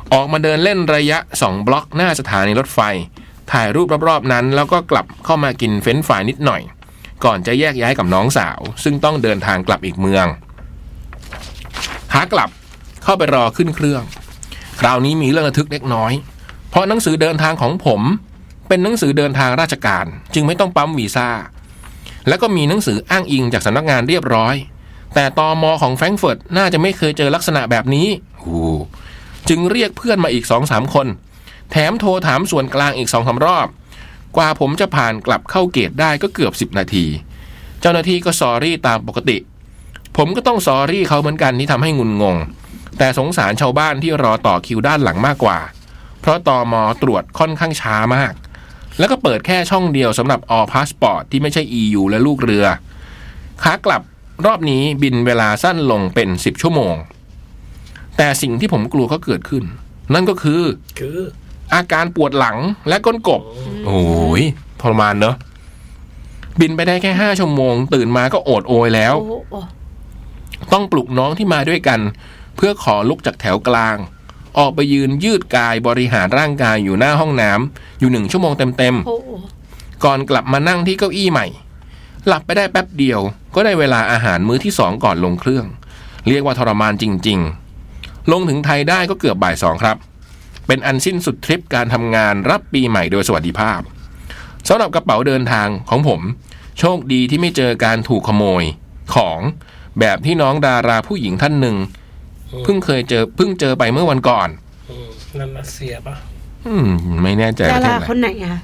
ออกมาเดินเล่นระยะสองบล็อกหน้าสถานีรถไฟถ่ายรูปรอบๆนั้นแล้วก็กลับเข้ามากินเฟรนช์ฟรายนิดหน่อยก่อนจะแยกย้ายกับน้องสาวซึ่งต้องเดินทางกลับอีกเมืองขากลับเข้าไปรอขึ้นเครื่องคราวนี้มีเรื่องระทึกเล็กน้อยเพราะหนังสือเดินทางของผมเป็นหนังสือเดินทางราชการจึงไม่ต้องปั๊มวีซ่าแล้วก็มีหนังสืออ้างอิงจากสำนักงานเรียบร้อยแต่ตม.ของแฟรงก์เฟิร์ตน่าจะไม่เคยเจอลักษณะแบบนี้จึงเรียกเพื่อนมาอีก สองสาม คนแถมโทรถามส่วนกลางอีก สองสาม รอบกว่าผมจะผ่านกลับเข้าเกตได้ก็เกือบสิบนาทีเจ้าหน้าที่ก็สอรี่ตามปกติผมก็ต้องสอรี่เขาเหมือนกันที่ทำให้งุนงงแต่สงสารชาวบ้านที่รอต่อคิวด้านหลังมากกว่าเพราะตม.ตรวจค่อนข้างช้ามากแล้วก็เปิดแค่ช่องเดียวสำหรับ All Passport ที่ไม่ใช่ อี ยู และลูกเรือขากลับรอบนี้บินเวลาสั้นลงเป็นสิบชั่วโมงแต่สิ่งที่ผมกลัวก็เกิดขึ้นนั่นก็คือคืออาการปวดหลังและก้นกบโอ้ยทรมานเนอะบินไปได้แค่ห้าชั่วโมงตื่นมาก็โอดโอยแล้วต้องปลุกน้องที่มาด้วยกันเพื่อขอลุกจากแถวกลางออกไปยืนยืดกายบริหารร่างกายอยู่หน้าห้องน้ำอยู่หนึ่งชั่วโมงเต็มๆก่อนกลับมานั่งที่เก้าอี้ใหม่หลับไปได้แป๊บเดียวก็ได้เวลาอาหารมื้อที่สองก่อนลงเครื่องเรียกว่าทรมานจริงๆลงถึงไทยได้ก็เกือบบ่ายสองครับเป็นอันสิ้นสุดทริปการทำงานรับปีใหม่โดยสวัสดิภาพสำหรับกระเป๋าเดินทางของผมโชคดีที่ไม่เจอการถูกขโมยของแบบที่น้องดาราผู้หญิงท่านหนึ่งเพิ่งเคยเจอเพิ่งเจอไปเมื่อวันก่อนนั่นรัสเซียปะอืมไม่แน่ใจดาราคนไหนอะ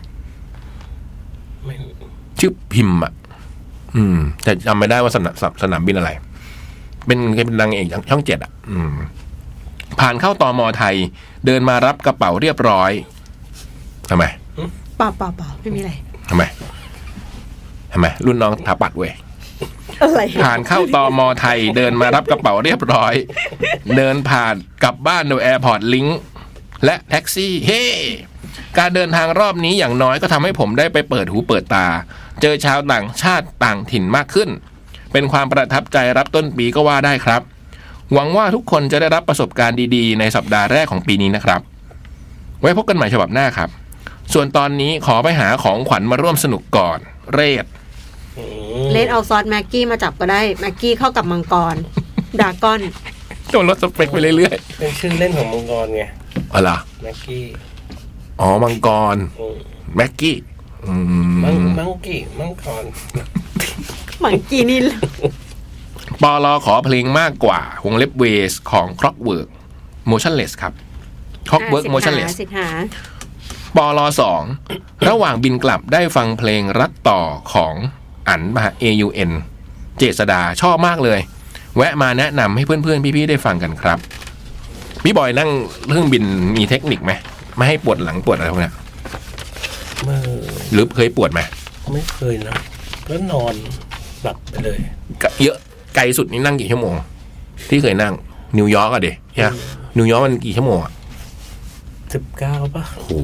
ชื่อพิมพ์อ่ะอืมแต่จำไม่ได้ว่าสนามสนามบินอะไรเป็นเป็นนางเอกช่องเจ็ดอ่ะอืมผ่านเข้าตม.ไทยเดินมารับกระเป๋าเรียบร้อยทำไมเปล่าเปล่าเปล่าไม่มีอะไรทำไมทำไมรุ่นน้องถาปัดเว้ยอะไรผ่านเข้าตม.ไทยเดินมารับกระเป๋าเรียบร้อยเดินผ่านกลับบ้านโดยแอร์พอร์ตลิงก์และแท็กซี่เฮ้การเดินทางรอบนี้อย่างน้อยก็ทำให้ผมได้ไปเปิดหูเปิดตาเจอชาวต่างชาติต่างถิ่นมากขึ้นเป็นความประทับใจรับต้นปีก็ว่าได้ครับหวังว่าทุกคนจะได้รับประสบการณ์ดีๆในสัปดาห์แรกของปีนี้นะครับไว้พบกันใหม่ฉบับหน้าครับส่วนตอนนี้ขอไปหาของขวัญมาร่วมสนุกก่อนเรดเรดเอาซอสแม็กกี้มาจับก็ได้แม็กกี้เข้ากับมังกรดากอนโดนลดสเปคไปเรื่อยๆเป็นชื่อเล่นของมังกรไงอ๋อเหรอแม็กกี้อ๋อมังกรแม็กกี้มังมังกี้มังกรมังกี้นี่ปอลอขอเพลงมากกว่าวงเล็บเวสของ Clockwork Motionless ครับ Clockwork Motionless ปอลอสองระหว่างบินกลับได้ฟังเพลงรักต่อของอั๋น เอ ยู เอ็น เจษดาชอบมากเลยแวะมาแนะนำให้เพื่อนๆพี่ๆได้ฟังกันครับพี่บอยนั่งเครื่องบินมีเทคนิคไหมไม่ให้ปวดหลังปวดอะไรพวกนี้หรือเคยปวดไหมไม่เคยนะก็นอนหลับไปเลยเยอะไกลสุดนี่นั่งกี่ชั่วโมงที่เคยนั่งนิวยอร์กอะเด็กใช่นิวยอร์กมันกี่ชั่วโมงอะสิบเก้าป่ะโอ้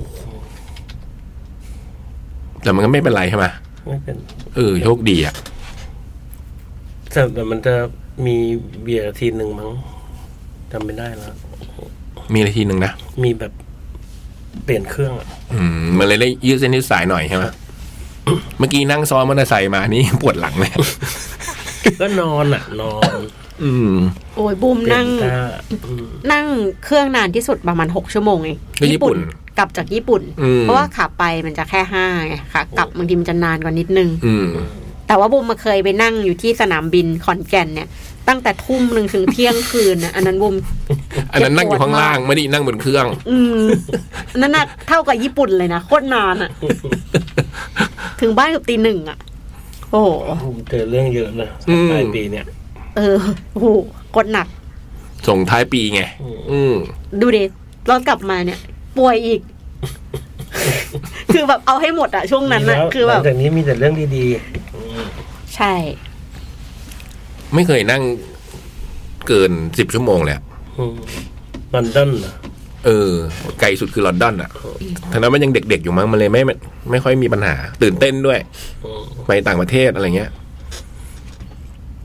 แต่มันก็ไม่เป็นไรใช่ไหมไม่เป็นเออโชคดีอะแต่แต่มันจะมีเบียร์ทีหนึ่งมั้งจำไม่ได้แล้วมีอะไรทีหนึ่งนะมีแบบเปลี่ยนเครื่องอ่ะอืมมันเลยได้ยืดเส้นยืดสายหน่อยใช่ไหมเมื่อกี้นั่งซ้อนมอเตอร์ไซค์มานี่ปวดหลังเลยก็นอนอ่ะนอนอืมโอ้ยบูมนั่งนั่งเครื่องนานที่สุดประมาณหกชั่วโมงเองญี่ปุ่นกลับจากญี่ปุ่นเพราะว่าขาไปมันจะแค่ห้าไงค่ะกลับบางทีมันจะนานกว่านิดนึงแต่ว่าบูมมาเคยไปนั่งอยู่ที่สนามบินขอนแก่นเนี่ยตั้งแต่ทุ่มหนึ่งถึงเที่ยงคืนนะอันนั้นบูมอันนั้นนั่งอยู่ข้างล่างไม่ได้นั่งบนเครื่องอืมนั่นน่ะเท่ากับญี่ปุ่นเลยนะโคตรนานอ่ะถึงบ้านกับตีหนึ่งอ่ะโอ้โหเจอเรื่องเยอะเลยปลายปีเนี่ยเออโอ้โหกดหนักส่งท้ายปีไงอืมดูดิเรากลับมาเนี่ยป่วยอีกคือแบบเอาให้หมดอะช่วงนั้นอะคือแบบจากนี้มีแต่เรื่องดีๆใช่ไม่เคยนั่งเกินสิบชั่วโมงเลยลอนดอนเหรอเออไกลสุดคือลอนดอนอะทางนั้นมันยังเด็กๆอยู่มั้งมันเลยไม่ไม่ค่อยมีปัญหาตื่นเต้นด้วยไปต่างประเทศอะไรเงี้ยต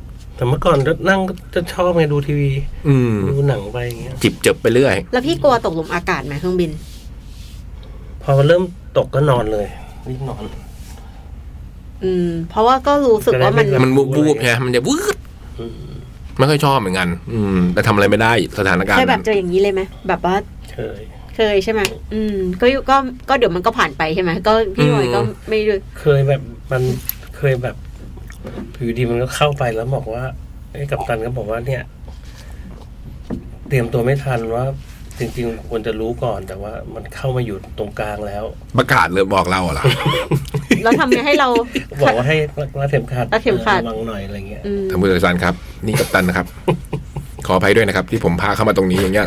แต่เมื่อก่อนนั่งจะชอบไงดูทีวีอืมดูหนังไปอย่างเงี้ยจิบเจ็บไปเรื่อยแล้วพี่กลัวตกหลุมอากาศไหมเครื่องบินพอเริ่มตกก็นอนเลยรีบนอนอืมเพราะว่าก็รู้สึกว่ามันมันวูบๆใช่ไหมมันจะวืดไม่ค่อยชอบเหมือนกันอืมแต่ทำอะไรไม่ได้สถานการณ์เคยแบบเจออย่างนี้เลยไหมแบบว่าเคยเคยใช่ไหมอืมก็ก็ก็เดี๋ยวมันก็ผ่านไปใช่ไหมก็พี่หน่อยก็ไม่รู้เคยแบบมันเคยแบบอยู่ดีมันก็เข้าไปแล้วบอกว่าไอ้กัปตันก็บอกว่าเนี่ยเตรียมตัวไม่ทันว่าจริงๆควรจะรู้ก่อนแต่ว่ามันเข้ามาอยู่ตรงกลางแล้วประกาศเลยบอกเราเหรอแล้วทำไงให้เราบอกว่าให้รัดเข็มขัดรัดเข็มขัดระวังหน่อยอะไรเงี้ยท่านผู้โดยสารครับนี่กัปตันนะครับขออภัยด้วยนะครับที่ผมพาเข้ามาตรงนี้อย่างเงี้ย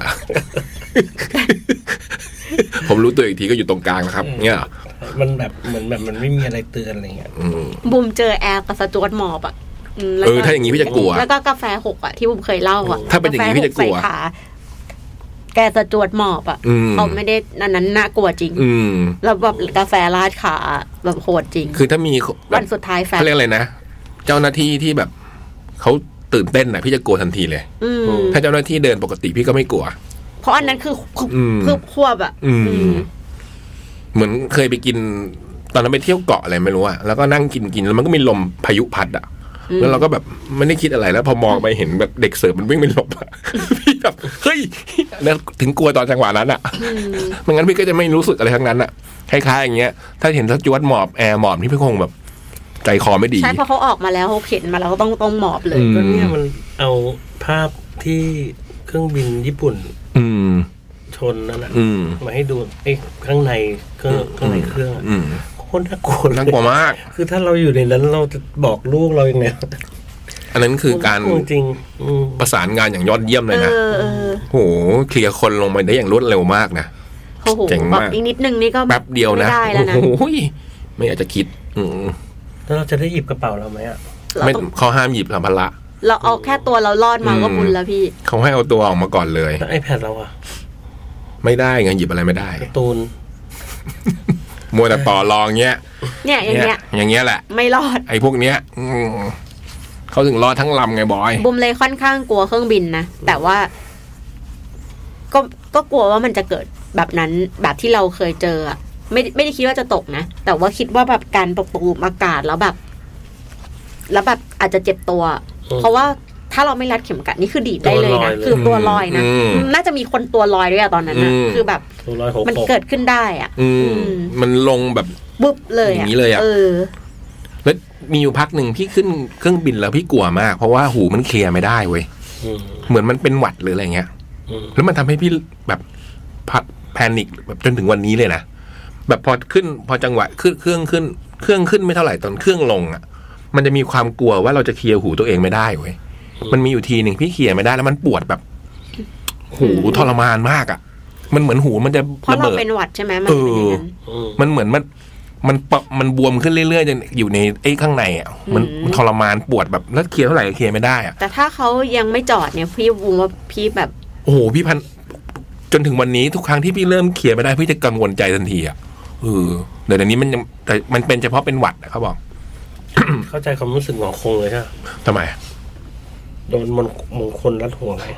ผมรู้ตัวอีกทีก็อยู่ตรงกลางนะครับเนี่ยมันแบบเหมือนแบบมันไม่มีอะไรเตือนอะไรเงี้ยบุมเจอแอร์กับสจวตหมอบอ่ะเออถ้าอย่างงี้พี่จะกลัวแล้วก็กาแฟหกอ่ะที่บุมเคยเล่าอ่ะถ้าเป็นอย่างงี้พี่จะกลัวแกสจวตหมอบอ่ะเขาไม่ได้นั้นนั้นน่ากลัวจริงแล้วแบบกาแฟราดขาแบบโหดจริงคือถ้ามีวันสุดท้ายแฟนเขาเรียกอะไรนะเจ้าหน้าที่ที่แบบเขาตื่นเต้นอ่ะพี่จะกลัวทันทีเลยถ้าเจ้าหน้าที่เดินปกติพี่ก็ไม่กลัวเพราะอันนั้นคือคือควบอ่ะเหมือนเคยไปกินตอนนั้นไปเที่ยวเกาะอะไรไม่รู้อ่ะแล้วก็นั่งกินกินแล้วมันก็มีลมพายุพัดอ่ะแล้วเราก็แบบไม่ได้คิดอะไรแล้วพอมองไปเห็นแบบเด็กเสิร์ฟมันวิ่งไปหลบอ่ะพี่แบบเฮ้ยแล้วถึงกลัวตอนจังหวะนั้นอ่ะไม่งั้นพี่ก็จะไม่รู้สึกอะไรทั้งนั้นอ่ะคล้ายๆอย่างเงี้ยถ้าเห็นสจวตหมอบแอร์หมอบนี่พี่คงแบบใจคอไม่ดีใช่เพราะเขาออกมาแล้วเขาเข็นมาแล้วก็ต้องต้องหมอบเลยก็เนี่ยมันเอาภาพที่เครื่องบินญี่ปุ่นชนนั่นแหละมาให้ดูไอ้ข้างในเครื่องข้างในเครื่องโคตรน่ากลัวน่ากลัวมากคือถ้าเราอยู่ในนั้นเราจะบอกลูกเราอย่างไงอันนั้นคือการจริงประสานงานอย่างยอดเยี่ยมเลยนะโหเคลียร์คนลงมาได้อย่างรวดเร็วมากนะเจ๋งมากอีกนิดนึงนี่ก็แป๊บเดียวนะโอ้โหไม่อยากจะคิดแล้วเราจะได้หยิบกระเป๋าเราไหมอ่ะไม่เขาห้ามหยิบสัมภาระเราเอาแค่ตัวเรารอดมาก็บุญแล้วพี่เขาให้เอาตัวออกมาก่อนเลยไอแพดเราอ่ะไม่ได้ไงหยิบอะไรไม่ได้ตูนมัวแต่ต่อรองเงี้ยเนี่ยอย่างเงี้ยอย่างเงี้ยแหละไม่รอดไอ้พวกเนี้ยเขาถึงรอดทั้งลำไงบอยบุมเลยค่อนข้างกลัวเครื่องบินนะแต่ว่าก็ก็กลัวว่ามันจะเกิดแบบนั้นแบบที่เราเคยเจออะไม่ไม่ได้คิดว่าจะตกนะแต่ว่าคิดว่าแบบการตกตกหลุมอากาศแล้วแบบแล้วแบบอาจจะเจ็บตัวเพราะว่าถ้าเราไม่รัดเข็มขัดนี่คือดีดได้เลยนะคือตัวลอยนะน่าจะมีคนตัวลอยด้วยอะตอนนั้นนะคือแบบมันเกิดขึ้นได้อ่ะมันลงแบบบุ๊บเลยอย่างนี้เลยอ่ะแล้วมีอยู่พักหนึ่งพี่ขึ้นเครื่องบินแล้วพี่กลัวมากเพราะว่าหูมันเคลียร์ไม่ได้เว้ยเหมือนมันเป็นหวัดหรืออะไรเงี้ยแล้วมันทำให้พี่แบบพัดแพนิคแบบจนถึงวันนี้เลยนะแบบพอขึ้นพอจังหวะขึ้นเครื่องขึ้นเครื่องขึ้นไม่เท่าไหร่ตอนเครื่องลงอ่ะมันจะมีความกลัวว่าเราจะเคลียร์หูตัวเองไม่ได้เว้ยมันมีอยู่ทีหนึ่งพี่เคลียร์ไม่ได้แล้วมันปวดแบบหูทรมานมากอ่ะมันเหมือนหูมันจะเพราะเราเป็นหวัดใช่ไหมมันเป็นอย่างนั้นมันเหมือนมันมันมันบวมขึ้นเรื่อยๆจนอยู่ในไอ้ข้างในอ่ะมันทรมานปวดแบบแล้วเคลียร์เท่าไหร่ก็เคลียร์ไม่ได้อ่ะแต่ถ้าเขายังไม่จอดเนี่ยพี่วูว่าพี่แบบโอ้โหพี่พันจนถึงวันนี้ทุกครั้งที่พี่เริ่มเคลียร์ไม่ได้พี่จะกังวลใจทันทีอ่ะเออเดี๋ยวนี้มันแต่มันเป็นเฉพาะเป็นหวัดเขาบอกเข้าใจความรู้สึกของคงเลยใช่ไหมทำไมโดนมนมงคลรัดหัวไหม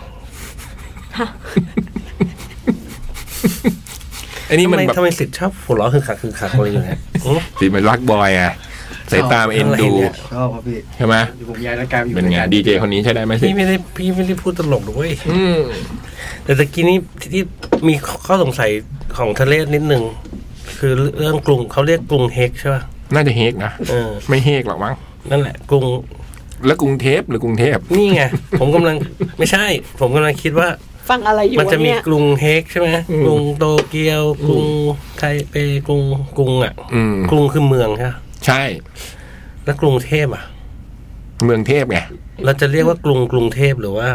ไอ้นี่มันแบบทำไมสิทธิ์ชอบหัวเราะคือขาคือขาอะไรอย่างเงี้ยสิมันรักบอยอ่ะสายตามเอ็นดูชอบครับพี่ใช่ไหมผมย้ายนักการอยู่เป็นไงดีเจคนนี้ใช่ได้ไหมพี่ไม่ได้พี่ไม่ได้พูดตลกด้วยแต่ตะกี้นี้ที่มีข้อสงสัยของทะเลนิดนึงคือเรื่องกรุงเขาเรียกกรุงเฮกใช่ป่ะน่าจะเฮกนะไม่เฮกหรอกมั้งนั่นแหละกรุงแล้วกรุงเทพหรือกรุงเทพนี่ไงผมกำลังไม่ใช่ผมกำลังคิดว่าฟังอะไรอยู่มันจะมีกรุงเฮกใช่ไหมกรุงโตเกียวกรุงไทเปกรุงกรุงอ่ะกรุงคือเมืองใช่ใช่แล้วกรุงเทพอ่ะเมืองเทพไงเราจะเรียกว่ากรุงกรุงเทพหรือว่า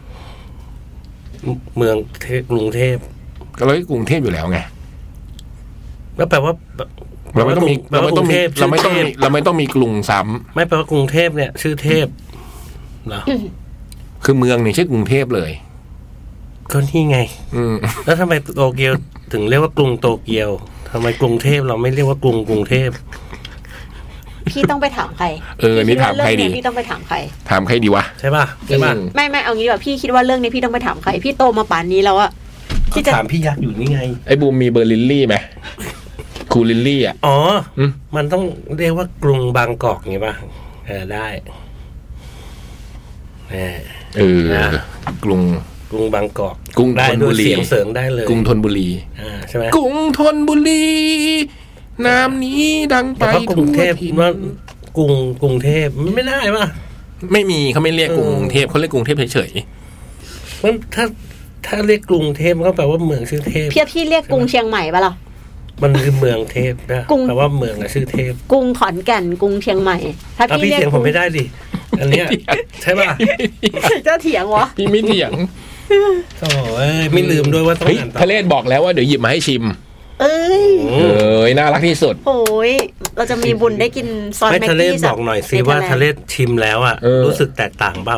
เมืองเทพกรุงเทพก็เลยกรุงเทพอยู่แล้วไงแล้วแปลว่าเราไม่ต้องมีเราไม่ต้องมีเราไม่ต้องมีเราไม่ต้องมีกรุงซ้ำไม่แปลว่ากรุงเทพเนี่ยชื่อเทพเหรอคือเมืองนี่ชื่อกรุงเทพเลยก็นี่ไงแล้วทำไมโตเกียวถึงเรียกว่ากรุงโตเกียวทำไมกรุงเทพเราไม่เรียกว่ากรุงกรุงเทพพี่ต้องไปถามใครเออนี่ถามใครดีพี่ต้องไปถามใครถามใครดีวะใช่ป่ะใช่ป่ะไม่ไม่เอางี้แบบพี่คิดว่าเรื่องนี้พี่ต้องไปถามใครพี่โตมาป่านนี้แล้วอะที่จะถามพี่ยักษ์อยู่นี่ไงไอ้บูมมีเบอร์ลิลลี่ไหมครูลิลลี่อ่ะอ๋อมันต้องเรียกว่ากรุงบางกอกไงป่ะเออได้เออ กรุงกรุงบางกอกกรุงธนบุรีเสียงเสริงได้เลยกรุงธนบุรีอ่าใช่ไหมกรุงธนบุรีน้ำนี้ดังไปกรุงเทพว่ากรุงกรุงเทพไม่ได้ป่ะไม่มีเขาไม่เรียกกรุงเทพเขาเรียกกรุงเทพเฉยๆมันถ้าถ้าเรียกกรุงเทพก็แปลว่าเมืองชื่อเทพพี่พี่เรียกกรุงเชียงใหม่ป่ะล่ะมันคือเมืองเทพนะแปลว่าเมืองนะชื่อเทพกรุงขอนแก่นกรุงเชียงใหม่ถ้าพี่เรียกผมไม่ได้ดิอันเนี้ยใช่ป่ะเจ้าเถียงวะพี่ไม่เถียงโอ้ยไม่ลืมด้วยว่าต้องอ่านทะเลบอกแล้วว่าเดี๋ยวหยิบมาให้ชิมเอ้ยเอ้ยน่ารักที่สุดโอ้ยเราจะมีบุญได้กินซอสแม็กกี้ทะเลบอกหน่อยสิว่าทะเลชิมแล้วอ่ะรู้สึกแตกต่างบ้าง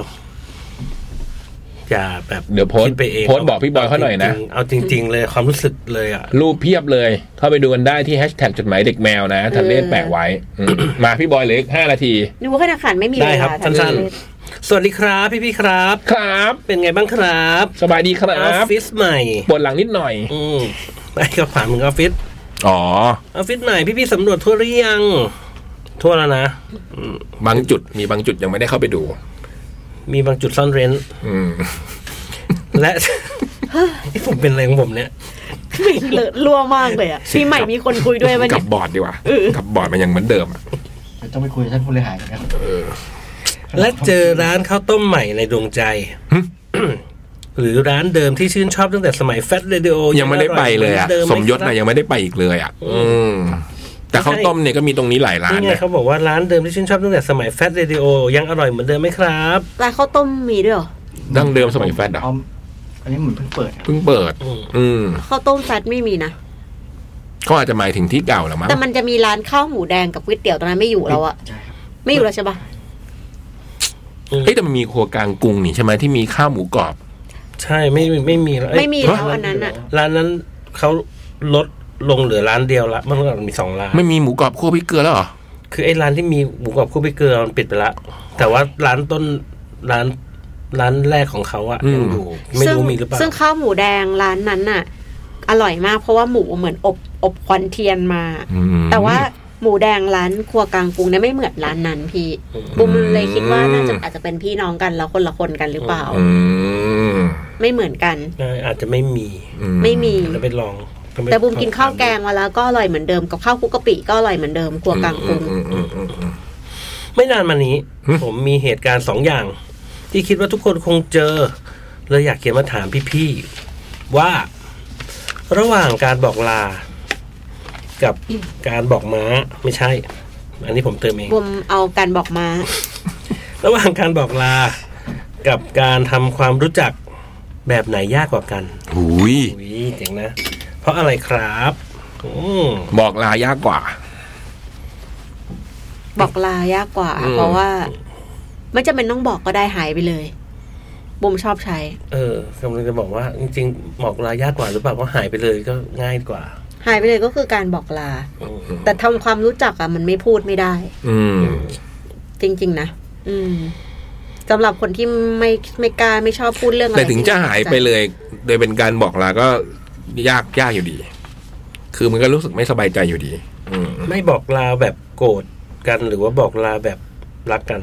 จะแบบเดี๋ยวโพสไปเองโพสบอกพี่บอยเขาหน่อยนะเอาจริงๆเลยความรู้สึกเลยอ่ะรูปเพียบเลยเข้าไปดูกันได้ที่แฮชแท็กจดหมายเด็กแมวนะทะเลแปะไว้มาพี่บอยเหลือห้านาทีนึกว่าขนาดขันไม่มีได้ครับสั้นๆสวัสดีครับพี่ๆครับครับเป็นไงบ้างครับสบายดีครับออฟฟิศใหม่ปวดหลังนิดหน่อยอืมไอ้ก็ผ่านมึงออฟฟิศอ๋อออฟฟิศใหม่พี่ๆสำรวจทั่วหรือยังทั่วแล้วนะบางจุดมีบางจุดยังไม่ได้เข้าไปดูมีบางจุดซ่อนเร้นและผมเป็นอะไรของผมเนี่ยเลอะรั่วมากเลยอ่ะปีใหม่มีคนคุยด้วยมันกับบอร์ดดีกว่ากับบอร์ดมันยังเหมือนเดิมอ่ะต้องไปคุยกับท่านผู้บริหารกันและเจอร้านข้าวต้มใหม่ในดวงใจหรือร้านเดิมที่ชื่นชอบตั้งแต่สมัยแฟตเรดิโอยังไม่ได้ไปเลยอ่ะสมยศน่ะยังไม่ได้ไปอีกเลยอ่ะแต่ข้าวต้มเนี่ยก็มีตรงนี้หลายร้านเนี่ยเขาบอกว่าร้านเดิมที่ชื่นชอบตั้งแต่สมัยแฟตเรดิโอยังอร่อยเหมือนเดิมไหมครับร้านข้าวต้มมีด้วยเหรอดั้งเดิมสมัยแฟตอ่ะอันนี้เหมือนเพิ่งเปิดเพิ่งเปิดอืมข้าวต้มแฟตไม่มีนะก็อาจจะหมายถึงที่เก่าแหละมั้งแต่มันจะมีร้านข้าวหมูแดงกับก๋วยเตี๋ยวตอนนั้นไม่อยู่แล้วอะไม่อยู่แล้วใช่ปะเฮ้ยแต่มันมีครัวกลางกรุงนี่ใช่ไหมที่มีข้าวหมูกรอบใช่ไม่ไม่มีแล้วไม่มีแล้วอันนั้นอะร้านนั้นเขาลดลงเหลือร้านเดียวละเมื่อก่อนมีสองร้านไม่มีหมูกรอบคั่วพริกเกลือแล้วเหรอคือไอ้ร้านที่มีหมูกรอบคั่วพริกเกลือมันปิดไปละแต่ว่าร้านต้นร้านร้านแรกของเขาอะยังอยู่ไม่รู้มีหรือเปล่าซึ่งข้าวหมูแดงร้านนั้นน่ะอร่อยมากเพราะว่าหมูเหมือนอบอบควันเทียนมาแต่ว่าหมูแดงร้านครัวกลางกรุงเนี่ยไม่เหมือนร้านนั้นพี่บุมเลยคิดว่าน่าจะอาจจะเป็นพี่น้องกันแล้วคนละคนกันหรือเปล่าไม่เหมือนกันอาจจะไม่มีไม่มีแล้วไปลองแต่บุมกินข้าวแกงมาแล้วก็อร่อยเหมือนเดิมกับข้าวคลุกกะปิก็อร่อยเหมือนเดิมครัวกลางกรุงไม่นานมานี้ผมมีเหตุการณ์สองอย่างที่คิดว่าทุกคนคงเจอเลยอยากเขียนมาถามพี่ๆว่าระหว่างการบอกลากับการบอกม้าไม่ใช่อันนี้ผมเติมเองผมเอาการบอกม้าระหว่างการบอกลากับการทำความรู้จักแบบไหนยากกว่ากันหุยเจ๋งนะเพราะอะไรครับบอกลายากกว่าบอกลายากกว่าเพราะว่าไม่จำเป็นต้องบอกก็ได้หายไปเลยบุมชอบใช้เออกำลังจะบอกว่าจริงๆบอกลายากกว่าหรือเปล่าเพราะหายไปเลยก็ง่ายกว่าหายไปเลยก็คือการบอกลาแต่ทำความรู้จักอะมันไม่พูดไม่ได้อืมจริงๆนะอืมสำหรับคนที่ไม่ไม่กล้าไม่ชอบพูดเรื่องอะไรแต่ถึงจะหายไปเลยโดยเป็นการบอกลาก็ยากยากอยู่ดีคือมันก็รู้สึกไม่สบายใจอยู่ดีอืมไม่บอกลาแบบโกรธกันหรือว่าบอกลาแบบรักกัน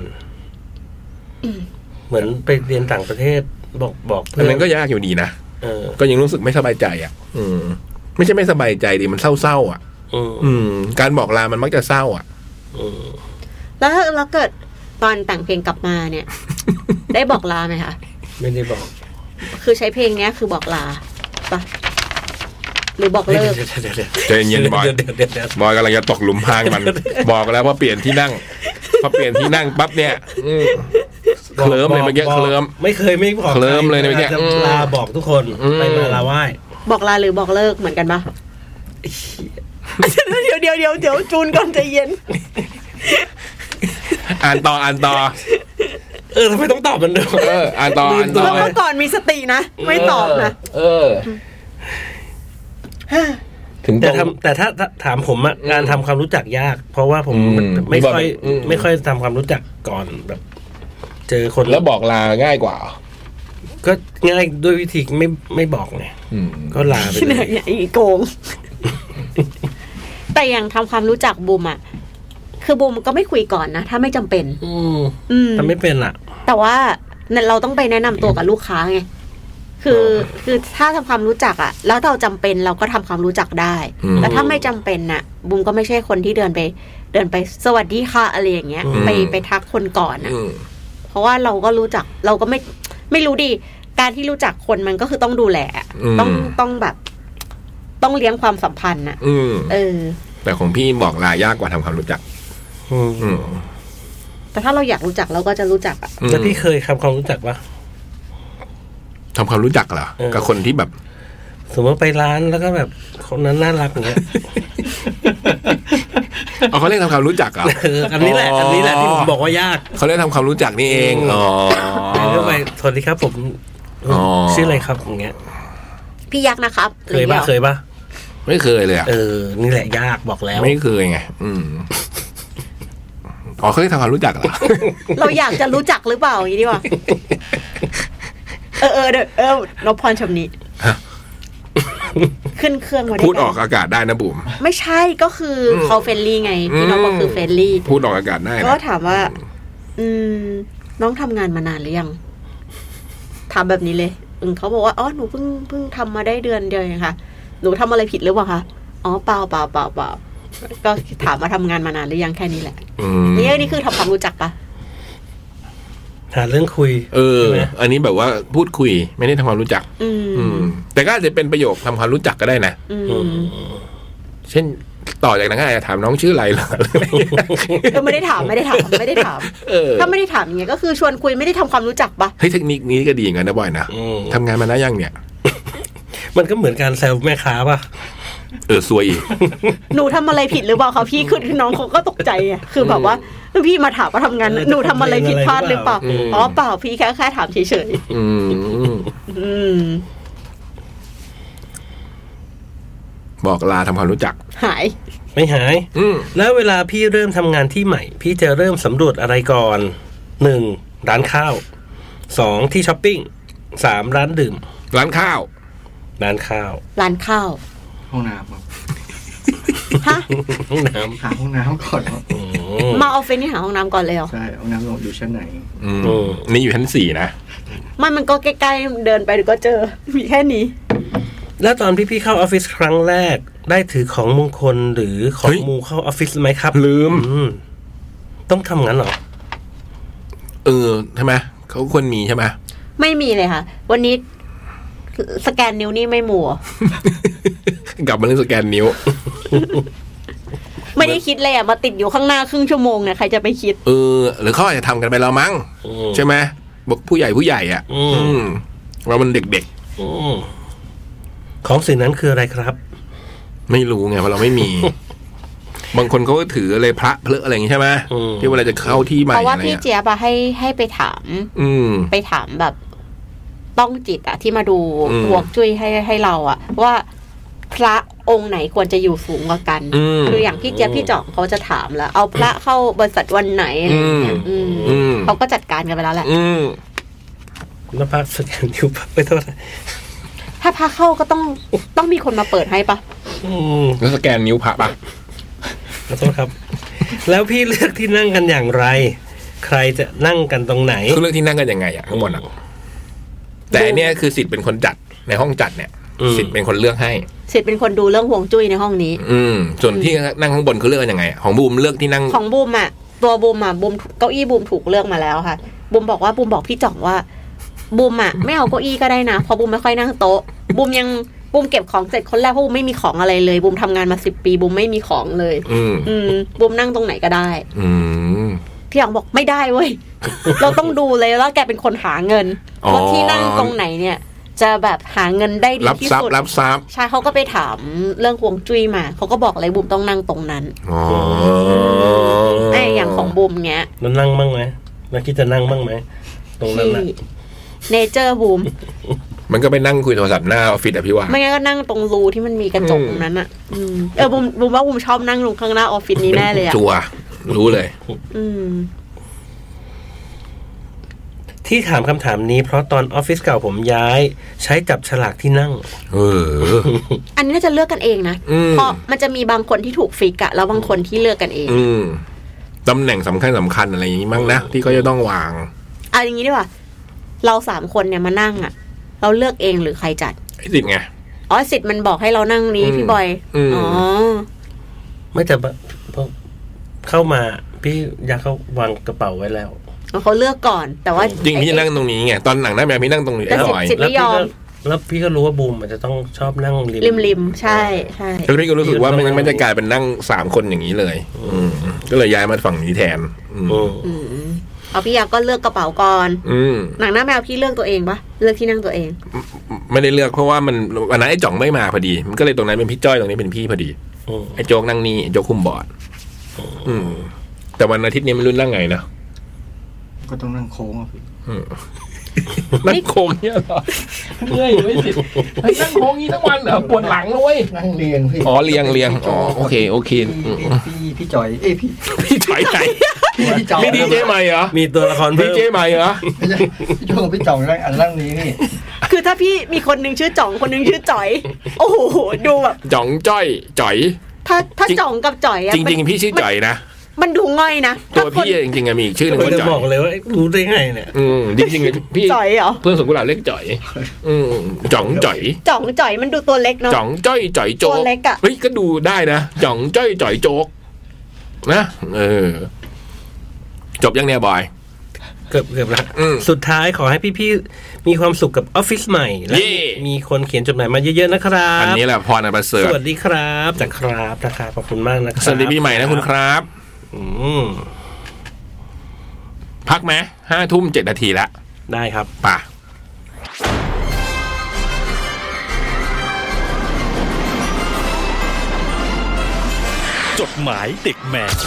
เหมือนไปเรียนต่างประเทศบอกบอกเพื่อนนั้นก็ยากอยู่ดีนะเออก็ยังรู้สึกไม่สบายใจอ่ะอืมไม่ใช่ไม่สบายใจดิมันเศร้าๆอ่ะอืมการบอกลามันมักจะเศร้าอ่ะแล้วแล้วเกิดตอนแต่งเพลงกลับมาเนี่ย ได้บอกลาไหมคะไม่ได้บอกคือใช้เพลงนี้คือบอกลาปะหรือบอกเลิกใจเย็นบอยบอยกำลังจะตกหลุมพรางมันบอกแล้วว่าเปลี่ยนที่นั่งพอเปลี่ยนที่นั่งปั๊บเนี่ยเคลิ้มเลยเมื่อกี้เคลิ้มไม่เคยไม่บอกเคลิ้มเลยเมื่อกี้ลาบอกทุกคนไปมาลาไหว้บอกลาหรือบอกเลิกเหมือนกันปะเดี๋ยวเดี๋ยวเดี๋ยวเดี๋ยวจูนก่อนใจเย็นอ่านต่ออ่านต่อเออทำไมต้องตอบมันด้วยเอออ่านต่ออ่านต่อเมื่อก่อนมีสตินะไม่ตอบนะเออถึงแต่ทำแต่ถ้าถามผมอะการทำความรู้จักยาก เพราะว่าผมไม่ค่อยไม่ค่อยทำความรู้จักก่อนแบบ เจอคนแล้วบอกลาง่ายกว่าก็ง่ายด้วยวิธีไม่ไม่บอกไงก็ลาไปเลยอีโกงแต่อย่างทำความรู้จักบูมอ่ะคือบูมก็ไม่คุยก่อนนะถ้าไม่จำเป็นอืมอืมแต่ไม่เป็นอ่ะแต่ว่าเราต้องไปแนะนำตัวกับลูกค้าไงคือคือถ้าทำความรู้จักอ่ะแล้วเราจำเป็นเราก็ทำความรู้จักได้แต่ถ้าไม่จำเป็นน่ะบูมก็ไม่ใช่คนที่เดินไปเดินไปสวัสดีค่ะอะไรอย่างเงี้ยไปไปทักคนก่อนอ่ะเพราะว่าเราก็รู้จักเราก็ไม่ไม่รู้ดิการที่รู้จักคนมันก็คือต้องดูแลต้องต้องแบบต้องเลี้ยงความสัมพันธ์น่ะเออแต่ของพี่บอกลายากกว่าทำความรู้จักแต่ถ้าเราอยากรู้จักเราก็จะรู้จักอ่ะแล้วพี่เคยทำความรู้จักปะทำความรู้จักเหรอกับคนที่แบบสมมติไปร้านแล้วก็แบบคนนั้นน่ารักอย่างเงี้ยเอาเขาเรียกทำความรู้จักอ่ะอันนี้แหละอันนี้แหละที่ผมบอกว่ายากเขาเรียกทำความรู้จักนี่เองอ๋อเรียกไปสวัสดีครับผมชื่ออะไรครับอย่างเงี้ยพี่ยักษ์นะครับเคยปะเคยปะไม่เคยเลยอ่ะเออนี่แหละยากบอกแล้วไม่เคยไงอืมอ๋อเขาเรียกทำความรู้จักเหรอเราอยากจะรู้จักหรือเปล่าอย่างนี้ดีกว่าเออเออเดี๋ยวเออนพพรชมนี้ขึ้นเครื่องมาได้พูดออกอากาศได้นะบุ๋มไม่ใช่ก็คือเขาเฟรนลี่ไงพี่น้องก็คือเฟรนลี่พูดออกอากาศได้ก็ถามว่าอืมน้องทำงานมานานหรือยังถามแบบนี้เลยอืมเขาบอกว่าอ๋อหนูเพิ่งเพิ่งทำมาได้เดือนเดียวเองค่ะหนูทำอะไรผิดหรือเปล่าคะอ๋อเปล่าเปล่าเปล่าเปล่าก็ถามมาทำงานมานานหรือยังแค่นี้แหละนี่นี่คือทำความรู้จักปะหาเรื่องคุยเอออันนี้แบบว่าพูดคุยไม่ได้ทำความรู้จักอืมแต่ก็อาจจะเป็นประโยคทำความรู้จักก็ได้นะเช่นต่อจากนั้นก็อาจจะถามน้องชื่ออะไรหรอก็ไม่ได้ถามไม่ได้ถามไม่ได้ถามถ้าไม่ได้ถามอย่างเงี้ยก็คือชวนคุยไม่ได้ทำความรู้จักปะเฮ้ยเทคนิคนี้ก็ดีอย่างนั้นนะบ่อยนะทำงานมาได้ยังเนี่ยมันก็เหมือนการแซวแม่ค้าป่ะเออซวยอีกหนูทำอะไรผิดหรือเปล่าคะพี่คือน้องเขาก็ตกใจอ่ะคือแบบว่าพี่มาถามว่าทำงานหนูทำอะไรผิดพลาดหรือเปล่าอ๋อเปล่าพี่แค่แค่ถามเฉยๆอืมอืมบอกลาทำความรู้จักหายไม่หายแล้วเวลาพี่เริ่มทำงานที่ใหม่พี่จะเริ่มสำรวจอะไรก่อนหนึ่งร้านข้าวสองที่ช้อปปิ้งสามร้านดื่มร้านข้าวร้านข้าวร้านข้าวห้องน้ำครับฮะห้องน้ำหาห้องน้ำก่อนมาออฟฟิศนี่หาห้องน้ำก่อนเลยเหรอใช่ห้องน้ำอยู่ชั้นไหนอืมนี่อยู่ชั้นสี่นะไม่มันก็ใกล้ๆเดินไปเดี๋ยวก็เจอมีแค่นี้แล้วตอนพี่พี่เข้าออฟฟิศครั้งแรกได้ถือของมงคลหรือของมูเข้าออฟฟิศไหมครับลืมต้องทำงั้นเหรอเออใช่ไหมเขาควรมีใช่ไหมไม่มีเลยค่ะวันนี้สแกนนิ้วนี่ไม่มัวกลับมาเรื่องสแกนนิ้วไม่ได้คิดเลยอ่ะมาติดอยู่ข้างหน้าครึ่งชั่วโมงเนี่ยใครจะไปคิดเออหรือเขาอาจจะทำกันไปแล้วมั้งใช่ไหมบอกผู้ใหญ่ผู้ใหญ่อ่ะเรามันเด็กๆของสิ่งนั้นคืออะไรครับไม่รู้ไงเพราะเราไม่มีบางคนเขาก็ถืออะไรพระเพลอะไรอย่างนี้ใช่ไหมที่เวลาจะเข้าที่ใหม่เพราะว่าพี่เจี๊ยบอะให้ให้ไปถามไปถามแบบต้องจิตอะที่มาดูฮวงจุ้ยให้ให้เราอะว่าพระองค์ไหนควรจะอยู่สูงกว่ากันคืออย่างพี่เจี๊ยบพี่จ่องเขาจะถามแล้วเอาพระเข้าบริษัทวันไหนอะไรอย่างเงี้ยเขาก็จัดการกันไปแล้วแหละแล้วพระสแกนนิ้วไปเท่าไหร่ถ้าพระเข้าก็ต้องต้องมีคนมาเปิดให้ปะแล้วสแกนนิ้วพระปะขอโทษครับแล้วพี่เลือกที่นั่งกันอย่างไรใครจะนั่งกันตรงไหนคือเลือกที่นั่งกันยังไงอะข้างบนอะแต่เนี่ยคือสิทธิ์เป็นคนจัดในห้องจัดเนี่ยสิทธิ์เป็นคนเลือกให้สิทธิ์เป็นคนดูเรื่องฮวงจุ้ยในห้องนี้อืมส่วนที่นั่งข้างบนเขาเลือกยังไงของบูมเลือกที่นั่งของบูมอ่ะตัวบูมอ่ะบูมเก้าอี้บูมถูกเลือกมาแล้วค่ะบูมบอกว่าบูมบอกพี่จ่องว่าบูมอ่ะไม่เอาเก้าอี้ก็ได้นะเพราะบูมไม่ค่อยนั่งโต๊ะบูมยังบูมเก็บของเสร็จคนแรกเพราะบูมไม่มีของอะไรเลยบูมทำงานมาสิบปีบูมไม่มีของเลยอืมบูมนั่งตรงไหนก็ได้อืมพี่จ่องบอกไม่ได้เว้ยเราต้องดูเลยว่าแกเป็นคนหาเงินว่าที่นั่งตรงไหนเนี่ยจะแบบหาเงินได้ดีที่สุดรับทรัพย์ใช่เขาก็ไปถามเรื่องฮวงจุ้ยมาเขาก็บอกเลยบูมต้องนั่งตรงนั้นอ๋อไออย่างของบูมเนี้ยมันนั่งบ้างไหมแล้วคิดจะนั่งบ้างไหมตรงนั้นแหละเนเจอร์บูมมันก็ไปนั่งคุยโทรศัพท์หน้าออฟฟิศอะพี่ว่าไม่งั้นก็นั่งตรงรูที่มันมีกระจกตรงนั้นอ่ะเออบุมบุมว่าบุมชอบนั่งตรงข้างหน้าออฟฟิศนี้แน่เลยอ่ะจัวรู้เลยอืมที่ถามคำถามนี้เพราะตอนออฟฟิศเก่าผมย้ายใช้จับฉลากที่นั่งเอออันนี้น่าจะเลือกกันเองนะเพราะมันจะมีบางคนที่ถูกฟิกอะแล้วบางคนที่เลือกกันเองอืมตำแหน่งสำคัญสำคัญอะไรอย่างนี้มั้งนะที่เขาจะต้องวางอ่ะอย่างนี้ดีกว่าเราสามคนเนี่ยมานั่งอะเราเลือกเองหรือใครจัดไอ้สิทธิ์ไงอ๋อสิทธิ์มันบอกให้เรานั่งนี้พี่บอยอ๋อไม่แต่พอเข้ามาพี่อยากเขาวางกระเป๋าไว้แล้วเขาเลือกก่อนแต่ว่าจริงพี่นั่งตรงนี้ไงตอนหนังได้แบบพี่นั่งตรงนี้ไอ้หน่อยแล้วพี่ก็แล้วพี่ก็รู้ว่าบูมมันจะต้องชอบนั่งริมริมใช่ใช่แล้วพี่ก็รู้สึกว่ามันมันจะกลายเป็นนั่งสามคนอย่างนี้เลยก็เลยย้ายมาฝั่งนี้แทนเอาพี่ยาก็เลือกกระเป๋าก่อนหนังหน้าแมวพี่เลือกตัวเองปะเลือกที่นั่งตัวเองไม่ได้เลือกเพราะว่ามันวันนั้นไอ้จ่องไม่มาพอดีมันก็เลยตรงนั้นเป็นพี่จ้อยตรงนี้เป็นพี่พอดีไอ้โจ๊กนั่งนี่โจ๊กคุมบอร์ดแต่วันอาทิตย์นี้มันรุ่นนั่งไงนะก็ต้องนั่งโค้งอ่ะพี่นั่งโค้งเนี่ยเหรอเมื่อยไม่สินั่งโค้งนี้ทั้งวันเหรอปวดหลังเลยนั่งเรียงพี่อ๋อเรียงเรียงอ๋อโอเคโอเคพี่พี่จอยเอ้พี่พี่จอยไหนมีดีเจใหม่เหรอมีตัวละครดีเจใหม่เหรอพี่จ่องพี่จ่องนั่งอันนั่งนี้นี่คือถ้าพี่มีคนนึงชื่อจ่องคนนึงชื่อจ่อยโอ้โหดูแบบจ่องจ้อยจ่อยถ้าถ้าจ่องกับจ่อยอะจริงๆพี่ชื่อจ่อยนะมันดูง่อยนะตัวพี่จริงๆอะมีอีกชื่อนึงว่าจ่อยบอกเลยว่ารู้ได้ไงเนี่ยอืมจริงๆพี่จ่อยเหรอเพื่อนสมกุหลาบเรียกจ่อยอืมจ่องจ่อยจ่องจ่อยมันดูตัวเล็กเนาะจ่องจ้อยจ่อยโจ๊กเฮ้ยก็ดูได้นะจ่องจ้อยจ่อยโจ๊กนะเออจบยังเนี่ยบอยเกือบเกือบแล้วสุดท้ายขอให้พี่ๆมีความสุขกับออฟฟิศใหม่และมีคนเขียนจดหมายมาเยอะๆนะครับอันนี้แหละพรอันประเสริฐสวัสดีครับจากครับนะครับขอบคุณมากนะครับสวัสดีปีใหม่นะคุณครับอืมพักไหมห้าทุ่มเจ็ดนาทีแล้วได้ครับป่ะจดหมายเด็กแมว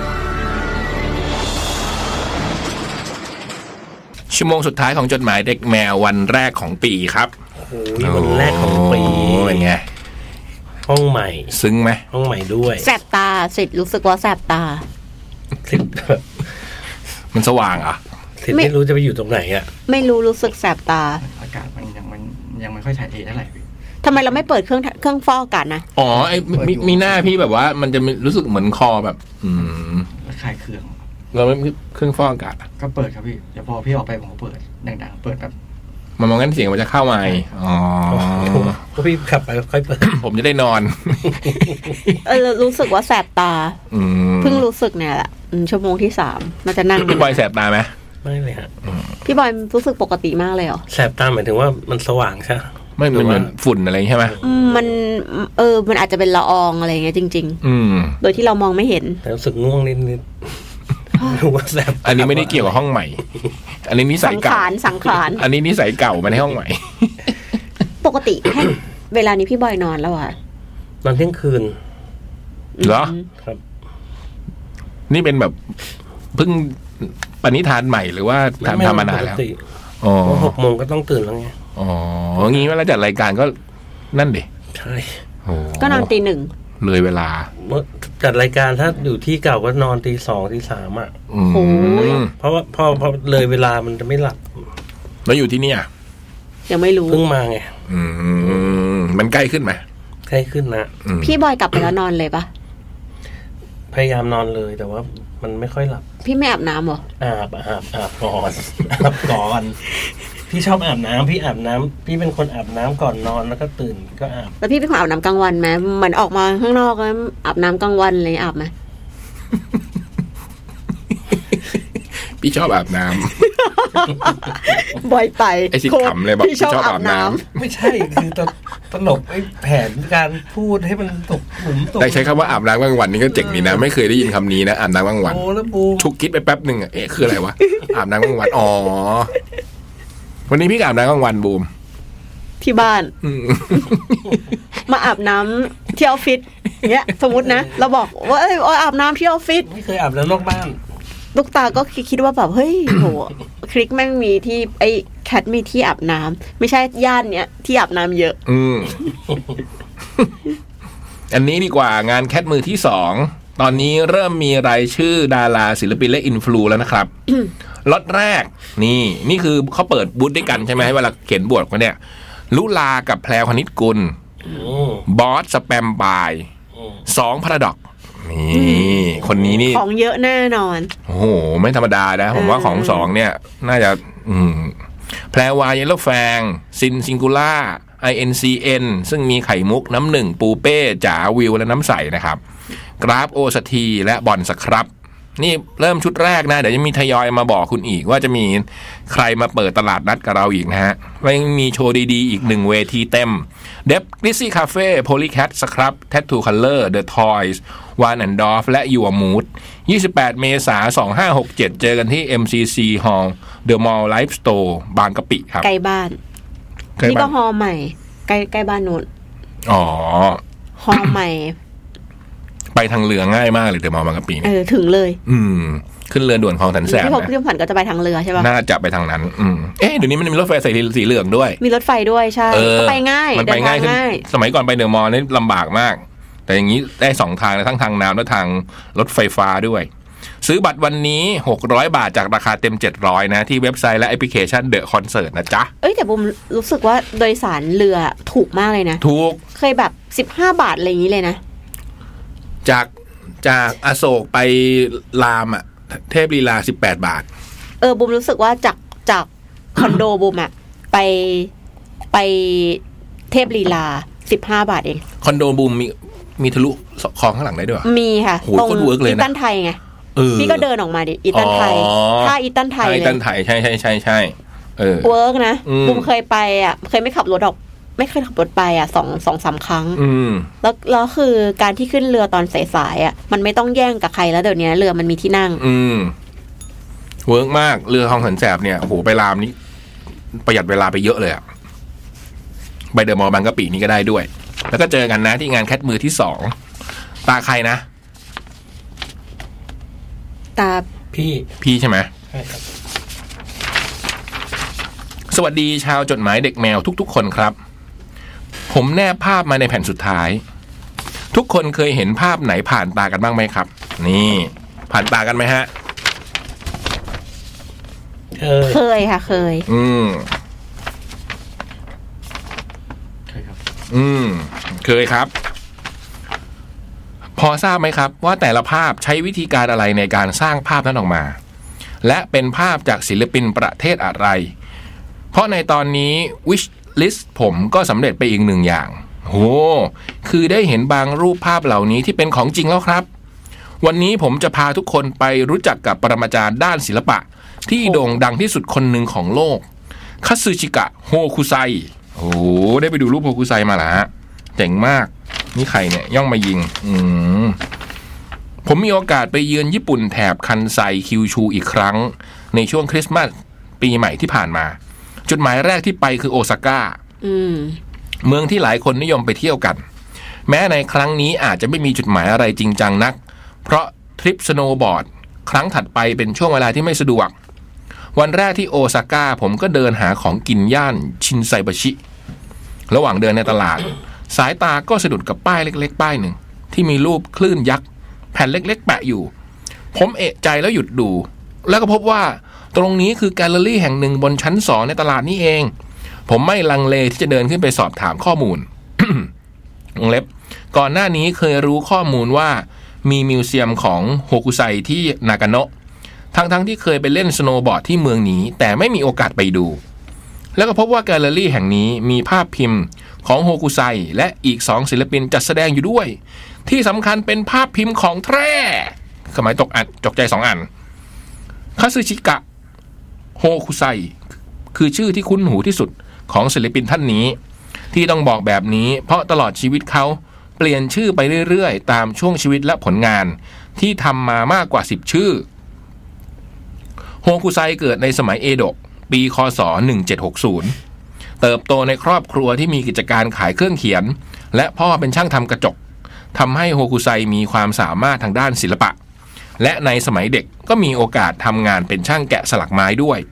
ชั่วโมงสุดท้ายของจดหมายเด็กแมววันแรกของปีครับโอ้โหวันแรกของปีเป็นไงห้องใหม่ซึ้งไหมห้องใหม่ด้วยแสบตาสิทธิ์รู้สึกว่าแสบตาสิทธิ์มันสว่างอ่ะสิทธิ์ไม่รู้จะไปอยู่ตรงไหนอ่ะไม่รู้รู้สึกแสบตาอากาศมันยังมันยังไม่ค่อยถ่ายเทเท่าไหร่ทำไมเราไม่เปิดเครื่องเครื่องฟอกอากาศนะอ๋อไอ้มีมีหน้าพี่แบบว่ามันจะรู้สึกเหมือนคอแบบอืมคลายเครื่องเราไม่เครื่องฟอกอากาศก็เปิดครับพี่เดี๋ยวพอพี่ออกไปผมก็เปิดดังๆเปิดแบบมันมองงั้นเสียงมันจะเข้ามาอ๋อก็พี่ขับไปค่อยเปิดผมจะได้นอนเออรู้สึกว่าแสบตาเพิ่งรู้สึกเนี่ยแหละชั่วโมงที่สามมันจะนั่งพี่บอยแสบตาไหมไม่เลยฮะพี่บอยรู้สึกปกติมากเลยเหรอแสบตาหมายถึงว่ามันสว่างใช่ไม่เหมือนฝุ่นอะไรใช่ไหมมันเออมันอาจจะเป็นละอองอะไรเงี้ยจริงๆโดยที่เรามองไม่เห็นแต่รู้สึกง่วงนิดๆรู้ว่าแสบอันนี้ไม่ได้เกี่ยวกับห้องใหม่อันนี้นิสัยเก่าสังขารสังขารอันนี้นิสัยเก่ามาในห้องใหม่ปกติเวลานี้พี่บอยนอนแล้วอ่ะนอนเที่ยงคืนเหรอครับนี่เป็นแบบเพิ่งปณิธานใหม่หรือว่าทำทำมานานแล้วอ๋อหกโมงก็ต้องตื่นแล้วไงอ๋องี้เวลาจัดรายการก็นั่นดิใช่ก็นอนตีหนึ่งเลยเวลาจัดรายการถ้าอยู่ที่เก่าก็นอนตีสองตีสามอ่ะโอ้เพราะว่าพอพอเลยเวลามันจะไม่หลับแล้วอยู่ที่นี่ยังไม่รู้เพิ่งมาไงอืมมันใกล้ขึ้นไหมใกล้ขึ้นนะพี่บอยกลับไปแล้วนอนเลยปะพยายามนอนเลยแต่ว่ามันไม่ค่อยหลับพี่ไม่อาบน้ำหรออาบอาบอาบก่อนอาบก่อนพี่ชอบอาบน้ำพี่อาบน้ำพี่เป็นคนอาบน้ำก่อนนอนแล้วก็ตื่นก็อาบแล้วพี่เป็นคนอาบน้ำกลางวันไหมเหมือนออกมาข้างนอกแล้วอาบน้ำกลางวันเลยอาบไหมพี่ชอบอาบน้ำบ่อยไปไอ้สิขำเลยบอกพี่ชอบอาบน้ำไม่ใช่คือตลกไอ้แผนการพูดให้มันตกหลุมตกแต่ใช้คำว่าอาบน้ำกลางวันนี่ก็เจ๋งดีนะไม่เคยได้ยินคำนี้นะอาบน้ำกลางวันชุกคิดไปแป๊บหนึ่งอ่ะเอ๊ะคืออะไรวะอาบน้ำกลางวันอ๋อวันนี้พี่อาบน้ำกลางวันบูมที่บ้านมาอาบน้ำที่ออฟฟิศเงี้ยสมมตินะเราบอกว่าเอออาบน้ำที่ออฟฟิศไม่เคยอาบน้ำนอกบ้านลูกตาก็คิดว่าแบบเฮ้ยโหคลิกแม่งมีที่ไอ้แคทมีที่อาบน้ำไม่ใช่ย่านเนี้ยที่อาบน้ำเยอะอืม อันนี้ดีกว่างานแคทมือที่สองตอนนี้เริ่มมีรายชื่อดาราศิลปินและอินฟลูแล้วนะครับ ล็อตแรกนี่นี่คือเขาเปิดบูธด้วยกันใช่ไหมเวลาเขียนบทเขาเนี่ยลุลากับแพรวคณิตกุลบอสสแปมบายสองพาราดอกนี่คนนี้นี่ของเยอะแน่นอนโอ้โหไม่ธรรมดานะผมว่าของสองเนี่ยน่าจะอืมแพรวาเยลโลแฟงซินซิงคูล่า ไอ เอ็น ซี เอ็น ซึ่งมีไข่มุกน้ำหนึ่งปูเป้จ๋าวิวและน้ำใสนะครับกราฟโอสทีและบอนสครับนี่เริ่มชุดแรกนะเดี๋ยวจะมีทยอยมาบอกคุณอีกว่าจะมีใครมาเปิดตลาดนัดกับเราอีกนะฮะยังมีโชว์ดีๆอีกหนึ่งเวทีเต็มเดฟกริซซี่คาเฟ่โพลีแคทสครับแทททูคัลเลอร์เดอะทอยส์วานแอนด์ดอฟและยูอามูดยี่สิบแปดเมษายนสองพันห้าร้อยหกสิบเจ็ดเจอกันที่ เอ็ม ซี ซี Hall The Mall Life Store บางกะปิครับใกล้บ้านนี่ก็ฮอลล์ใหม่ใกล้ใกล้บ้านนู้นอ๋อฮอลล์ใหม่ไปทางเรือง่ายมากเลยเดี๋ยวมาบางกะปิเนี่ยเออถึงเลยอืมขึ้นเรือด่วนคลองแสนแสบที่ผมที่ผ่านก็จะไปทางเรือใช่ป่ะน่าจะไปทางนั้นอืมเอ๊ะเดี๋ยวนี้มันมีรถไฟสายสีเหลืองด้วยมีรถไฟด้วยใช่ก็ไปง่ายมันไปง่ายขึ้นสมัยก่อนไปเดอะมอลล์นี่ลำบากมากแต่อย่างนี้ได้สองทางเลยทั้งทางน้ำและทางรถไฟฟ้าด้วยซื้อบัตรวันนี้หกร้อยบาทจากราคาเต็มเจ็ดร้อยนะที่เว็บไซต์และแอปพลิเคชันเดอะคอนเสิร์ตนะจ๊ะเอ้ยแต่ผมรู้สึกว่าโดยสารเรือถูกมากเลยนะถูกเคยแบบสิบห้าบาทอะไรอย่างนี้เลยนะจากจากอโศกไปรามอ่ะเทพลีลาสิบแปดบาทเออบุมรู้สึกว่าจากจากคอนโดบุมอ่ะไปไปเทพลีลาสิบห้าบาทเองคอนโดบุมมีมีทะลุคลองข้างหลังได้ด้วยมีค่ะตรงอีตันไทยไงพี่ก็เดินออกมาดิอีตันไทยถ้าอีตันไทยอีตันไทยใช่ใช่ใช่ใช่เออเวิร์กนะบุมเคยไปอ่ะเคยไม่ขับรถออกไม่เคยขับรถไปอ่ะสองสองสามครั้งแล้วแล้วคือการที่ขึ้นเรือตอนสายๆอ่ะมันไม่ต้องแย่งกับใครแล้วเดี๋ยวนี้เรือมันมีที่นั่งอืมเวิร์กมากเรือคลองแสนแสบเนี่ยโอ้โหไปรามนี้ประหยัดเวลาไปเยอะเลยอ่ะไปเดอะมอลล์บางกะปินี่ก็ได้ด้วยแล้วก็เจอกันนะที่งานแคทมือที่สองตาใครนะตาพี่พี่ใช่ไหมใช่ครับสวัสดีชาวจดหมายเด็กแมวทุกๆคนครับผมแนบภาพมาในแผ่นสุดท้ายทุกคนเคยเห็นภาพไหนผ่านตากันบ้างไหมครับนี่ผ่านตากันไหมฮะเคยเคยค่ะเคยอืมเคยครับอืมเคยครับพอทราบไหมครับว่าแต่ละภาพใช้วิธีการอะไรในการสร้างภาพนั้นออกมาและเป็นภาพจากศิลปินประเทศอะไรเพราะในตอนนี้ wish list ผมก็สำเร็จไปอีกหนึ่งอย่างโหคือได้เห็นบางรูปภาพเหล่านี้ที่เป็นของจริงแล้วครับวันนี้ผมจะพาทุกคนไปรู้จักกับปรมาจารย์ด้านศิลปะที่โด่งดังที่สุดคนหนึ่งของโลกคัตสึชิกะโฮคุไซโอ้ได้ไปดูรูปโฮคุไซมาแล้วฮะเจ๋งมากนี่ใครเนี่ยย่องมายิงอืมผมมีโอกาสไปเยือนญี่ปุ่นแถบคันไซคิวชูอีกครั้งในช่วงคริสต์มาสปีใหม่ที่ผ่านมาจุดหมายแรกที่ไปคือโอซาก้าเมืองที่หลายคนนิยมไปเที่ยวกันแม้ในครั้งนี้อาจจะไม่มีจุดหมายอะไรจริงจังนักเพราะทริปสโนว์บอร์ดครั้งถัดไปเป็นช่วงเวลาที่ไม่สะดวกวันแรกที่โอซาก้าผมก็เดินหาของกินย่านชินไซบะชิระหว่างเดินในตลาดสายตาก็สะดุดกับป้ายเล็กๆป้ายหนึ่งที่มีรูปคลื่นยักษ์แผ่นเล็กๆแปะอยู่ผมเอะใจแล้วหยุดดูแล้วก็พบว่าตรงนี้คือแกลเลอรี่แห่งหนึ่งบนชั้นสองในตลาดนี่เองผมไม่ลังเลที่จะเดินขึ้นไปสอบถามข้อมูล วงเล็บก่อนหน้านี้เคยรู้ข้อมูลว่ามีมิวเซียมของโฮคุไซที่นากาโนะทั้งๆที่เคยไปเล่นสโนว์บอร์ดที่เมืองนี้แต่ไม่มีโอกาสไปดูแล้วก็พบว่าแกลเลอรี่แห่งนี้มีภาพพิมพ์ของโฮคุไซและอีกสองศิลปินจัดแสดงอยู่ด้วยที่สำคัญเป็นภาพพิมพ์ของแท้สมัยตกอันตกใจสองอันคัตสึชิกะโฮคุไซคือชื่อที่คุ้นหูที่สุดของศิลปินท่านนี้ที่ต้องบอกแบบนี้เพราะตลอดชีวิตเขาเปลี่ยนชื่อไปเรื่อยๆตามช่วงชีวิตและผลงานที่ทำมามากกว่าสิบชื่อโฮคุไซเกิดในสมัยเอโดะปีคศหนึ่งเจ็ดหกศูนย์เติบโตในครอบครัวที่มีกิจการขายเครื่องเขียนและพ่อเป็นช่างทำกระจกทำให้โฮคุไซมีความสามารถทางด้านศิลปะและในสมัยเด็กก็มีโอกาสทำงานเป็นช่างแกะสลักไม้ด้วย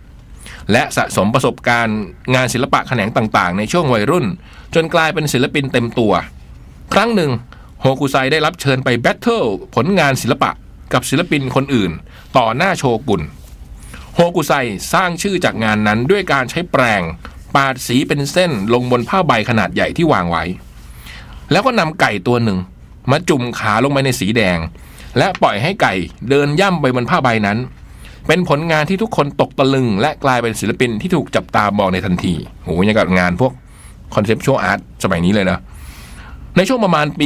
และสะสมประสบการณ์งานศิลปะแขนงต่างๆในช่วงวัยรุ่นจนกลายเป็นศิลปินเต็มตัวครั้งหนึ่งโฮกุไซได้รับเชิญไปแบทเทิลผลงานศิลปะกับศิลปินคนอื่นต่อหน้าโชกุนโฮกุไซสร้างชื่อจากงานนั้นด้วยการใช้แปรงปาดสีเป็นเส้นลงบนผ้าใบขนาดใหญ่ที่วางไว้แล้วก็นำไก่ตัวหนึ่งมาจุ่มขาลงไปในสีแดงและปล่อยให้ไก่เดินย่ำไปบนผ้าใบนั้นเป็นผลงานที่ทุกคนตกตะลึงและกลายเป็นศิลปินที่ถูกจับตามองในทันทีโหยังกับงานพวกคอนเซปชวลอาร์ตสมัยนี้เลยนะในช่วงประมาณปี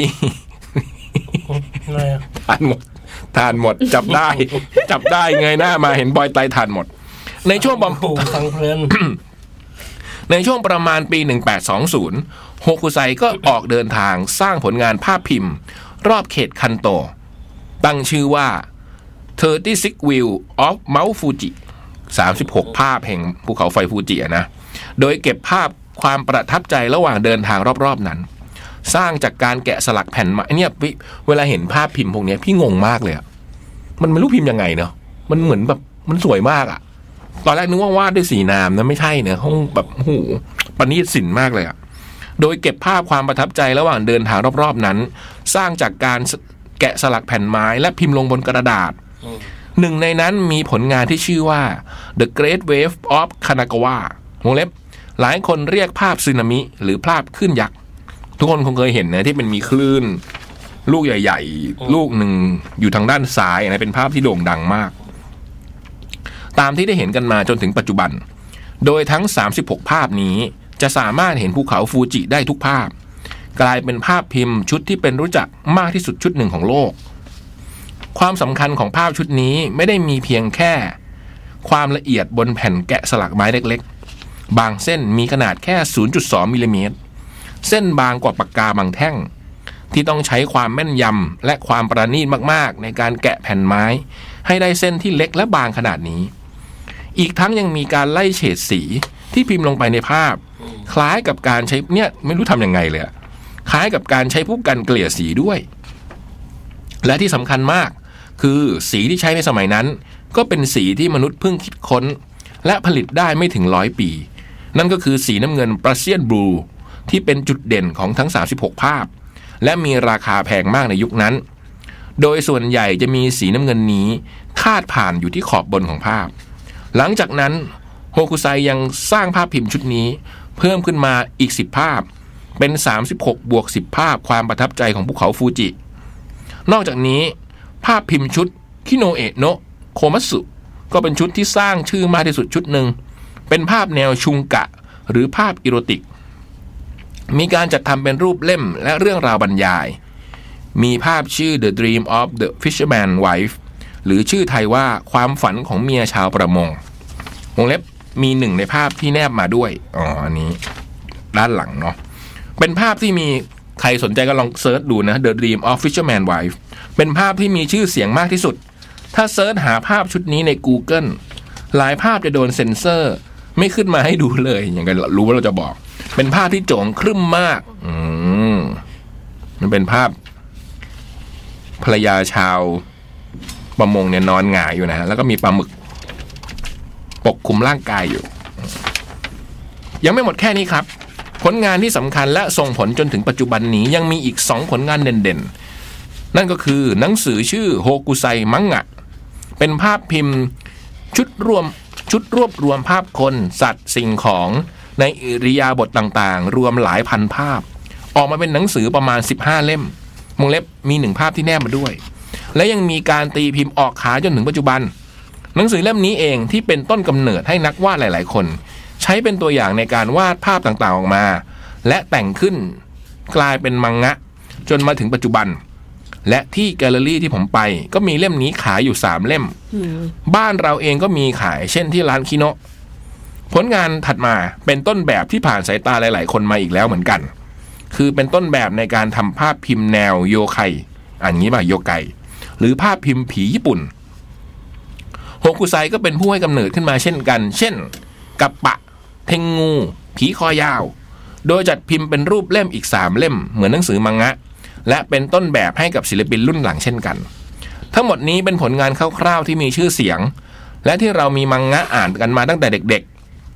ทานหมดทานหมดจับได้จับได้เงยหน้ามาเห็นบอยไตทานหมดในช่วงประมาณฟังเพลินในช่วงประมาณปีหนึ่งพันแปดร้อยยี่สิบโฮกุไซก็ออกเดินทางสร้างผลงานภาพพิมพ์รอบเขตคันโตตั้งชื่อว่าสามสิบหก View of Mount Fuji สามสิบหกภาพแห่งภูเขาไฟฟูจินะโดยเก็บภาพความประทับใจระหว่างเดินทางรอบๆนั้นสร้างจากการแกะสลักแผ่นไม้เนี่ยเวลาเห็นภาพพิมพ์พวกนี้พี่งงมากเลยอะมันไม่รู้พิมพ์ยังไงเนาะมันเหมือนแบบมันสวยมากอะตอนแรกนึกว่าวาดด้วยสีน้ำนะไม่ใช่เนะห้องแบบโอ้โหประณีตศิลป์มากเลยอะโดยเก็บภาพความประทับใจระหว่างเดินทางรอบๆนั้นสร้างจากการแกะสลักแผ่นไม้และพิมพ์ลงบนกระดาษหนึ่งในนั้นมีผลงานที่ชื่อว่า The Great Wave of Kanagawa วงเล็บหลายคนเรียกภาพสึนามิหรือภาพคลื่นยักษ์ทุกคนคงเคยเห็นนะที่เป็นมีคลื่นลูกใหญ่ๆลูกหนึ่งอยู่ทางด้านซ้ายนะเป็นภาพที่โด่งดังมากตามที่ได้เห็นกันมาจนถึงปัจจุบันโดยทั้งสามสิบหกภาพนี้จะสามารถเห็นภูเขาฟูจิได้ทุกภาพกลายเป็นภาพพิมพ์ชุดที่เป็นรู้จักมากที่สุดชุดหนึ่งของโลกความสำคัญของภาพชุดนี้ไม่ได้มีเพียงแค่ความละเอียดบนแผ่นแกะสลักไม้เล็กๆบางเส้นมีขนาดแค่ ศูนย์จุดสอง มิลลิเมตรเส้นบางกว่าปากกาบางแท่งที่ต้องใช้ความแม่นยำและความประณีตมากๆในการแกะแผ่นไม้ให้ได้เส้นที่เล็กและบางขนาดนี้อีกทั้งยังมีการไล่เฉดสีที่พิมพ์ลงไปในภาพคล้ายกับการใช้เนี่ยไม่รู้ทำยังไงเลยคล้ายกับการใช้ผู้กันเกลี่ยสีด้วยและที่สำคัญมากคือสีที่ใช้ในสมัยนั้นก็เป็นสีที่มนุษย์เพิ่งคิดค้นและผลิตได้ไม่ถึงร้อยปีนั่นก็คือสีน้ำเงินปราเซียนบลูที่เป็นจุดเด่นของทั้งสามสิบหกภาพและมีราคาแพงมากในยุคนั้นโดยส่วนใหญ่จะมีสีน้ำเงินนี้คาดผ่านอยู่ที่ขอบบนของภาพหลังจากนั้นโฮกุไซยังสร้างภาพพิมพ์ชุดนี้เพิ่มขึ้นมาอีกสิบภาพเป็นสามสิบหกบวกสิบภาพความประทับใจของภูเขาฟูจินอกจากนี้ภาพพิมพ์ชุดคิโนเอะโนะโคมัตสึก็เป็นชุดที่สร้างชื่อมากที่สุดชุดหนึ่งเป็นภาพแนวชุงกะหรือภาพอีโรติกมีการจัดทำเป็นรูปเล่มและเรื่องราวบรรยายมีภาพชื่อ The Dream of the Fisherman Wife หรือชื่อไทยว่าความฝันของเมียชาวประมงวงเล็บมีหนึ่งในภาพที่แนบมาด้วยอ๋ออันนี้ด้านหลังเนาะเป็นภาพที่มีใครสนใจก็ลองเซิร์ชดูนะ The Dream of Fisherman Wife เป็นภาพที่มีชื่อเสียงมากที่สุดถ้าเซิร์ชหาภาพชุดนี้ใน Google หลายภาพจะโดนเซ็นเซอร์ไม่ขึ้นมาให้ดูเลยอย่างกันรู้ว่าเราจะบอกเป็นภาพที่โจ๋งครึ้มมากอืมมันเป็นภาพภรรยาชาวประมงเนี่ยนอนหงายอยู่นะแล้วก็มีปลาหมึกปกคลุมร่างกายอยู่ยังไม่หมดแค่นี้ครับผลงานที่สำคัญและส่งผลจนถึงปัจจุบันนี้ยังมีอีกสองผลงานเด่นๆนั่นก็คือหนังสือชื่อโฮกุไซมังงะเป็นภาพพิมพ์ชุดรวมชุดรวบรวมภาพคนสัตว์สิ่งของในอิริยาบถต่างๆรวมหลายพันภาพออกมาเป็นหนังสือประมาณสิบห้าเล่มวงเล็บมีหนึ่งภาพที่แนบมาด้วยและยังมีการตีพิมพ์ออกขายจนถึงปัจจุบันหนังสือเล่มนี้เองที่เป็นต้นกำเนิดให้นักวาดหลายๆคนใช้เป็นตัวอย่างในการวาดภาพต่างๆออกมาและแต่งขึ้นกลายเป็นมังงะจนมาถึงปัจจุบันและที่แกลเลอรี่ที่ผมไปก็มีเล่มนี้ขายอยู่สามเล่มบ้านเราเองก็มีขายเช่นที่ร้านคิโนะผลงานถัดมาเป็นต้นแบบที่ผ่านสายตาหลายๆคนมาอีกแล้วเหมือนกันคือเป็นต้นแบบในการทำภาพพิมพ์แนวโยไคอันนี้ป่ะโยไกหรือภาพพิมพ์ผีญี่ปุ่นโฮกุไซก็เป็นผู้ให้กำเนิดขึ้นมาเช่นกันเช่นกัปปะเทงงูผีคอยาวโดยจัดพิมพ์เป็นรูปเล่มอีกสามเล่มเหมือนหนังสือมังงะและเป็นต้นแบบให้กับศิลปินรุ่นหลังเช่นกันทั้งหมดนี้เป็นผลงานคร่าวๆที่มีชื่อเสียงและที่เรามีมังงะอ่านกันมาตั้งแต่เด็ก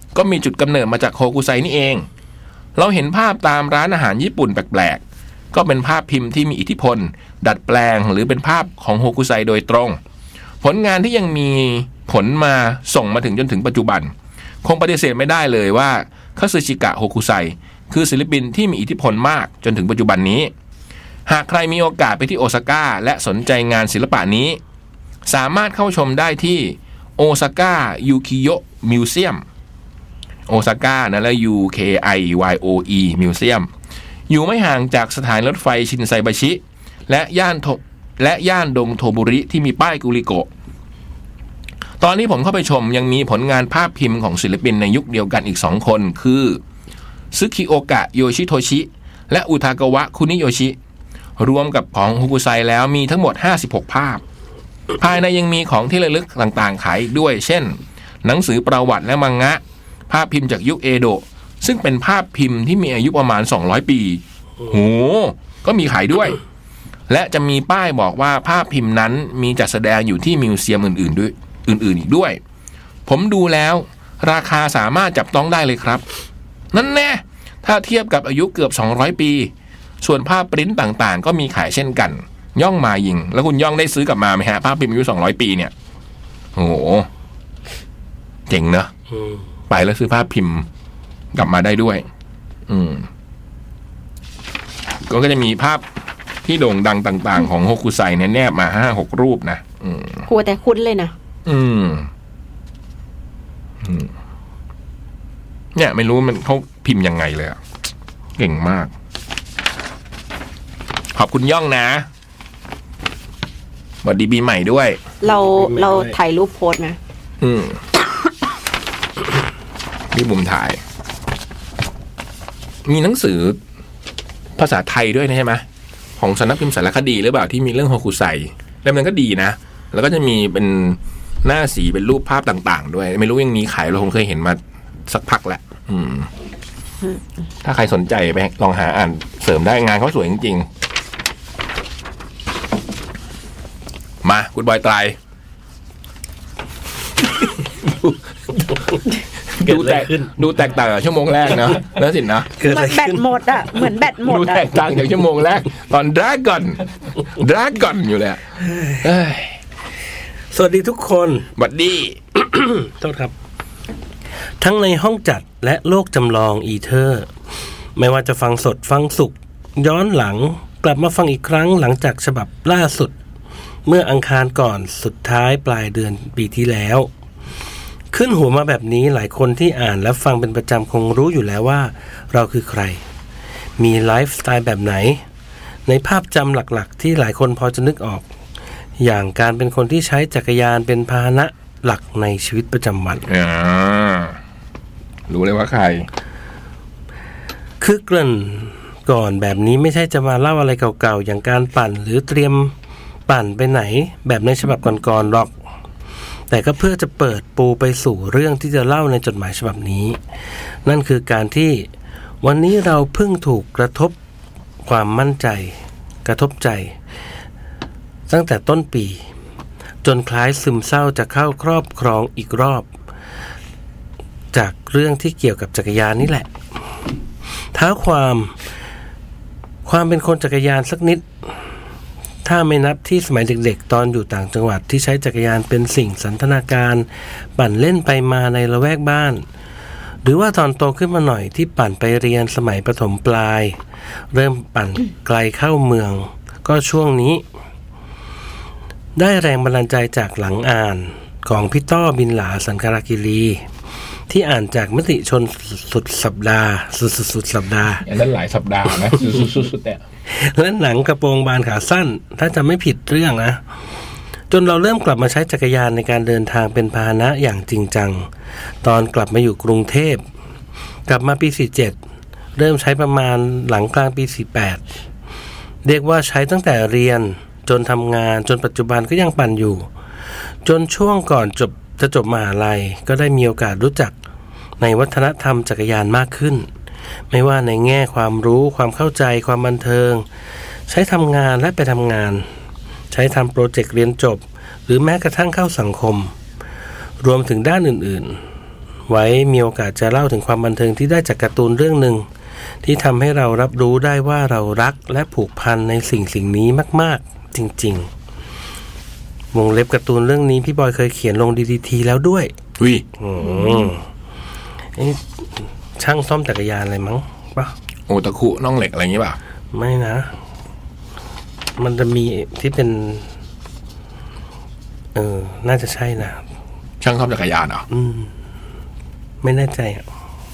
ก็มีจุดกำเนิดมาจากโฮกุไซนี่เองเราเห็นภาพตามร้านอาหารญี่ปุ่นแปลกๆก็เป็นภาพพิมพ์ที่มีอิทธิพลดัดแปลงหรือเป็นภาพของโฮกุไซโดยตรงผลงานที่ยังมีผลมาส่งมาถึงจนถึงปัจจุบันคงปฏิเสธไม่ได้เลยว่าคาซึชิกะโฮกุไซคือศิลปินที่มีอิทธิพลมากจนถึงปัจจุบันนี้หากใครมีโอกาสไปที่โอซาก้าและสนใจงานศิลปะนี้สามารถเข้าชมได้ที่โอซาก้ายูคิโยะมิวเซียมโอซาก้านะแล้ว U K I Y O E มิวเซียมอยู่ไม่ห่างจากสถานีรถไฟชินไซบาชิและย่านและย่านดงโทบุริที่มีป้ายกุริโกะตอนนี้ผมเข้าไปชมยังมีผลงานภาพพิมพ์ของศิลปินในยุคเดียวกันอีกสองคนคือซึคิโอกะโยชิโทชิและอุทากาวะคุนิโยชิรวมกับของฮุกุไซแล้วมีทั้งหมดห้าสิบหกภาพภายในยังมีของที่ระลึกต่างๆขายอีกด้วยเช่นหนังสือประวัติและมังงะภาพพิมพ์จากยุคเอโดะซึ่งเป็นภาพพิมพ์ที่มีอายุประมาณสองร้อยปีโหก็มีขายด้วยและจะมีป้ายบอกว่าภาพพิมพ์นั้นมีจัดแสดงอยู่ที่มิวเซียมอื่นๆด้วยอื่นๆอีกด้วยผมดูแล้วราคาสามารถจับต้องได้เลยครับนั่นแน่ถ้าเทียบกับอายุเกือบสองร้อยปีส่วนภาพปริ้นต่างๆก็มีขายเช่นกันย่องมายิงแล้วคุณย่องได้ซื้อกลับมาไหมฮะภาพพิมพ์อายุสองร้อยปีเนี่ยโอ้โหเจ๋งเนอะไปแล้วซื้อภาพพิมพ์กลับมาได้ด้วยอืมก็จะมีภาพที่โด่งดังต่างๆของโฮกุไซเนี่ยแนบมาห้าหกรูปนะอืมโหแต่คุ้นเลยนะอืมอืมเนี่ยไม่รู้มันเขาพิมพ์ยังไงเลยอะเก่งมากขอบคุณย่องนะสวัสดีปีใหม่ด้วยเราเราถ่ายรูปโพสนะอืมนี่บุ๋มถ่ายมีหนังสือภาษาไทยด้วยนะใช่ไหมของสำนักพิมพ์สารคดีหรือเปล่าที่มีเรื่องโฮกุไซเล่มนั้นก็ดีนะแล้วก็จะมีเป็นหน้าสีเป็นรูปภาพต่างๆด้วยไม่รู้ยังมีขายเราคงเคยเห็นมาสักพักแล้วอืมถ้าใครสนใจไปลองหาอ่านเสริมได้งานเขาสวยจริงๆมาคุณบอยไตรดูแตกดูแตกต่างจากชั่วโมงแรกนะแล้วสินะแบตหมดอ่ะเหมือนแบตหมดดูแตกต่างจากชั่วโมงแรกตอนดราก้อนดราก้อนอยู่เลยสวัสดีทุกคนสวัสดีโทษครับทั้งในห้องจัดและโลกจำลองอีเทอร์ไม่ว่าจะฟังสดฟังสุขย้อนหลังกลับมาฟังอีกครั้งหลังจากฉบับล่าสุดเมื่ออังคารก่อนสุดท้ายปลายเดือนปีที่แล้วขึ้นหัวมาแบบนี้หลายคนที่อ่านและฟังเป็นประจำคงรู้อยู่แล้วว่าเราคือใครมีไลฟ์สไตล์แบบไหนในภาพจำหลักๆที่หลายคนพอจะนึกออกอย่างการเป็นคนที่ใช้จักรยานเป็นพาหนะหลักในชีวิตประจำวันอ่ารู้เลยว่าใครคือเกริ่นก่อนแบบนี้ไม่ใช่จะมาเล่าอะไรเก่าๆอย่างการปั่นหรือเตรียมปั่นไปไหนแบบในฉบับก่อนๆหรอกแต่ก็เพื่อจะเปิดปูไปสู่เรื่องที่จะเล่าในจดหมายฉบับนี้นั่นคือการที่วันนี้เราเพิ่งถูกกระทบความมั่นใจกระทบใจตั้งแต่ต้นปีจนคล้ายซึมเศร้าจะเข้าครอบครองอีกรอบจากเรื่องที่เกี่ยวกับจักรยานนี่แหละท้าความความเป็นคนจักรยานสักนิดถ้าไม่นับที่สมัยเด็กๆตอนอยู่ต่างจังหวัดที่ใช้จักรยานเป็นสิ่งสันทนาการปั่นเล่นไปมาในละแวกบ้านหรือว่าตอนโตขึ้นมาหน่อยที่ปั่นไปเรียนสมัยประถมปลายเริ่มปั่นไกลเข้าเมืองก็ช่วงนี้ได้แรงบันดาลใจจากหลังอ่านของพี่ต้อบินหลาสันคารากิรีที่อ่านจากมติชนสุดสัปดาห์สุดสุดสัปดาห์อันนั้นหลายสัปดาห์นะสุดสุดสุดแต่และหนังกระโปรงบานขาสั้นถ้าจำไม่ผิดเรื่องนะจนเราเริ่มกลับมาใช้จักรยานในการเดินทางเป็นพาหนะอย่างจริงจังตอนกลับมาอยู่กรุงเทพกลับมาปีสี่สิบเจ็ดเริ่มใช้ประมาณหลังกลางปีสี่สิบแปดเรียกว่าใช้ตั้งแต่เรียนจนทำงานจนปัจจุบันก็ยังปั่นอยู่จนช่วงก่อนจบจะจบมหาลัยก็ได้มีโอกาสรู้จักในวัฒนธรรมจักรยานมากขึ้นไม่ว่าในแง่ความรู้ความเข้าใจความบันเทิงใช้ทำงานและไปทำงานใช้ทำโปรเจกต์เรียนจบหรือแม้กระทั่งเข้าสังคมรวมถึงด้านอื่นๆไว้มีโอกาสจะเล่าถึงความบันเทิงที่ได้จากการ์ตูนเรื่องหนึ่งที่ทำให้เรารับรู้ได้ว่าเรารักและผูกพันในสิ่งสิ่งนี้มากๆจริงๆวงเล็บการ์ตูนเรื่องนี้พี่บอยเคยเขียนลง ดี ดี ที แล้วด้วยวิอืมช่างซ่อมจักรยานอะไรมั้งป่ะโอตะคุน้องเหล็กอะไรอย่างงี้ป่ะไม่นะมันจะมีที่เป็นเออน่าจะใช่นะช่างซ่อมจักรยานเหรออืมไม่แน่ใจอ่ะ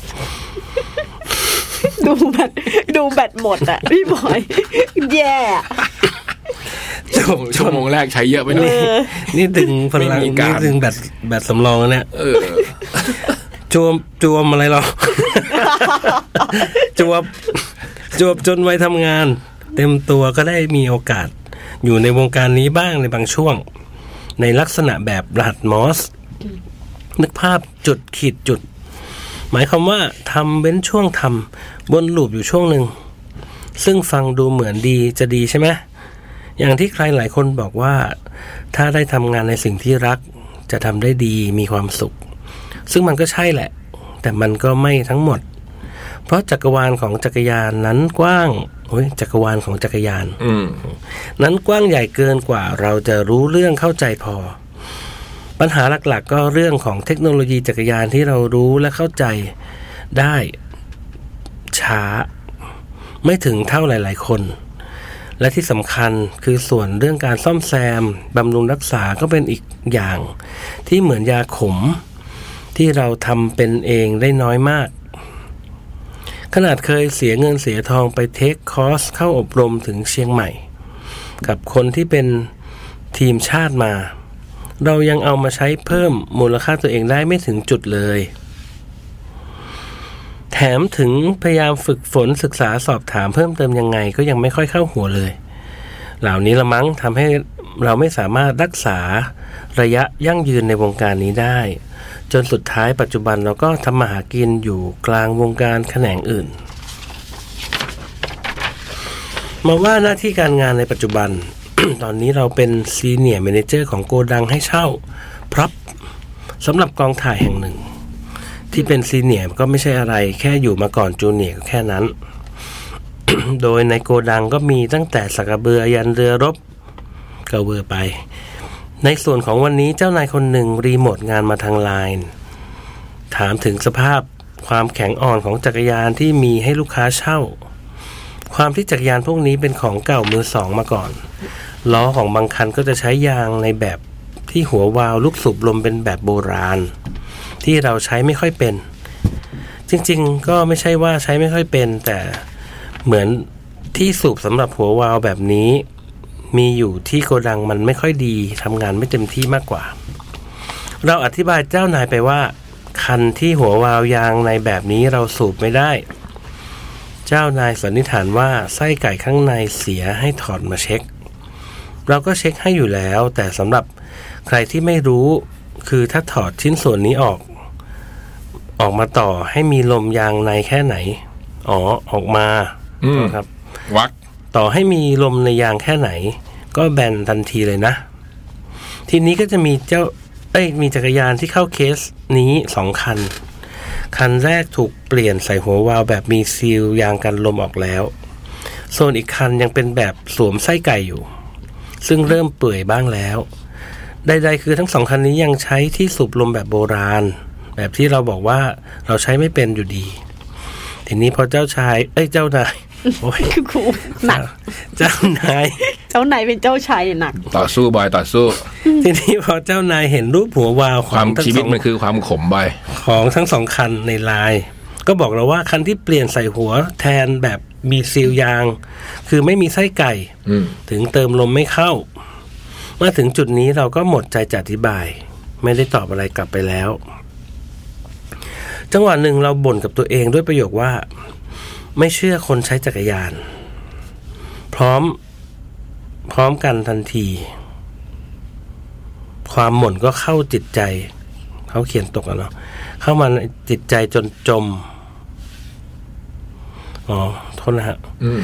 ดูแบตดูแบตหมดอ่ะพี่บอยแย่ชั่วโมงแรกใช้เยอะไปหน่อยนี่ดึงพลังนี่ดึงแบตแบตสำรองเนี่ยเออจวบจวบอะไรหรอจวบจวบจนวัยทำงานเต็มตัวก็ได้มีโอกาสอยู่ในวงการนี้บ้างในบางช่วงในลักษณะแบบรหัสมอสนึกภาพจุดขีดจุดหมายความว่าทำเว้นช่วงทำวนลูปอยู่ช่วงหนึ่งซึ่งฟังดูเหมือนดีจะดีใช่ไหมอย่างที่ใครหลายคนบอกว่าถ้าได้ทำงานในสิ่งที่รักจะทำได้ดีมีความสุขซึ่งมันก็ใช่แหละแต่มันก็ไม่ทั้งหมดเพราะจักรวาลของจักรยานนั้นกว้างโอ้ยจักรวาลของจักรยานนั้นกว้างใหญ่เกินกว่าเราจะรู้เรื่องเข้าใจพอปัญหาหลักๆก็เรื่องของเทคโนโลยีจักรยานที่เรารู้และเข้าใจได้ช้าไม่ถึงเท่าหลายๆคนและที่สำคัญคือส่วนเรื่องการซ่อมแซมบำรุงรักษาก็เป็นอีกอย่างที่เหมือนยาขมที่เราทำเป็นเองได้น้อยมากขนาดเคยเสียเงินเสียทองไปเทคคอร์สเข้าอบรมถึงเชียงใหม่กับคนที่เป็นทีมชาติมาเรายังเอามาใช้เพิ่มมูลค่าตัวเองได้ไม่ถึงจุดเลยแถมถึงพยายามฝึกฝนศึกษาสอบถามเพิ่มเติมยังไงก็ยังไม่ค่อยเข้าหัวเลยเหล่านี้ละมั้งทำให้เราไม่สามารถรักษาระยะยั่งยืนในวงการนี้ได้จนสุดท้ายปัจจุบันเราก็ทำมาหากินอยู่กลางวงการแขนงอื่นมาว่าหน้าที่การงานในปัจจุบัน ตอนนี้เราเป็นซีเนียร์แมเนเจอร์ของโกดังให้เช่าพร็อพสำหรับกองถ่ายแห่งหนึ่งที่เป็นซีเนียร์ก็ไม่ใช่อะไรแค่อยู่มาก่อนจูเนียร์ก็แค่นั้น โดยในโกดังก็มีตั้งแต่สักกระเบือยันเรือรบก็เวอร์ไปในส่วนของวันนี้เจ้านายคนหนึ่งรีโมทงานมาทางไลน์ถามถึงสภาพความแข็งอ่อนของจักรยานที่มีให้ลูกค้าเช่าความที่จักรยานพวกนี้เป็นของเก่ามือสองมาก่อนล้อของบางคันก็จะใช้ยางในแบบที่หัววาล์วลูกสูบลมเป็นแบบโบราณที่เราใช้ไม่ค่อยเป็นจริงๆก็ไม่ใช่ว่าใช้ไม่ค่อยเป็นแต่เหมือนที่สูบสำหรับหัววาล์วแบบนี้มีอยู่ที่โกดังมันไม่ค่อยดีทำงานไม่เต็มที่มากกว่าเราอธิบายเจ้านายไปว่าคันที่หัววาล์วยางในแบบนี้เราสูบไม่ได้เจ้านายสันนิษฐานว่าไส้ไก่ข้างในเสียให้ถอดมาเช็คเราก็เช็คให้อยู่แล้วแต่สำหรับใครที่ไม่รู้คือถ้าถอดชิ้นส่วนนี้ออกออกมาต่อให้มีลมยางในแค่ไหนอ๋อออกมาครับวักต่อให้มีลมในยางแค่ไหนก็แบนทันทีเลยนะทีนี้ก็จะมีเจ้าเอ้ยมีจักรยานที่เข้าเคสนี้สองคันคันแรกถูกเปลี่ยนใส่หัววาล์วแบบมีซีลยางกันลมออกแล้วส่วนอีกคันยังเป็นแบบสวมไส้ไก่อยู่ซึ่งเริ่มเปื่อยบ้างแล้วใดๆคือทั้งสองคันนี้ยังใช้ที่สูบลมแบบโบราณแบบที่เราบอกว่าเราใช้ไม่เป็นอยู่ดีทีนี้พอเจ้าชายเอ้ยเจ้านายโอ้ยคือครูหนักเจ้านายเจ้านายเป็นเจ้าชายหนักต่อสู้บอยต่อสู้ทีนี้พอเจ้านายเห็นรูปหัววาล์วความชีวิตมันคือความขมบอยของทั้งสองคันในไลน์ก็บอกเราว่าคันที่เปลี่ยนใส่หัวแทนแบบมีซีลยางคือไม่มีไส้ไก่ถึงเติมลมไม่เข้ามาถึงจุดนี้เราก็หมดใจจะอธิบายไม่ได้ตอบอะไรกลับไปแล้วจังหวะหนึ่งเราบ่นกับตัวเองด้วยประโยคว่าไม่เชื่อคนใช้จักรยานพร้อมพร้อมกันทันทีความหม่นก็เข้าจิตใจเขาเขียนตกอ่ะเนาะเข้ามาจิตใจจนจมอ๋อโทษนะฮะ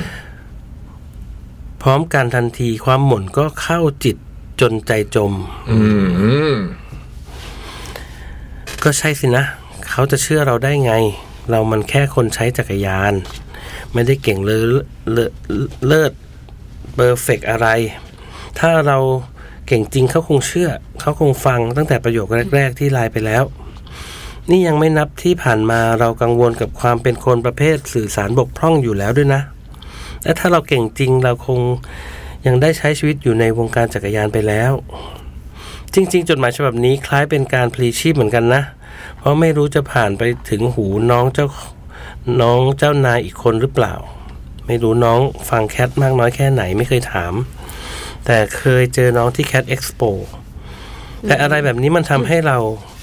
พร้อมกันทันทีความหม่นก็เข้าจิตจนใจจมก็ใช่สินะเขาจะเชื่อเราได้ไงเรามันแค่คนใช้จักรยานไม่ได้เก่งเลยเลิศเลิศเปอร์เฟกอะไรถ้าเราเก่งจริงเขาคงเชื่อเขาคงฟังตั้งแต่ประโยคแรกๆที่ไลน์ไปแล้วนี่ยังไม่นับที่ผ่านมาเรากังวลกับความเป็นคนประเภทสื่อสารบกพร่องอยู่แล้วด้วยนะและถ้าเราเก่งจริงเราคงยังได้ใช้ชีวิตอยู่ในวงการจักรยานไปแล้วจริงๆจดหมายฉบับนี้คล้ายเป็นการพลีชีพเหมือนกันนะเพราะไม่รู้จะผ่านไปถึงหูน้องเจ้าน้องเจ้านายอีกคนหรือเปล่าไม่รู้น้องฟังแคทมากน้อยแค่ไหนไม่เคยถามแต่เคยเจอน้องที่แคทเอ็กซ์โปแต่อะไรแบบนี้มันทำให้เรา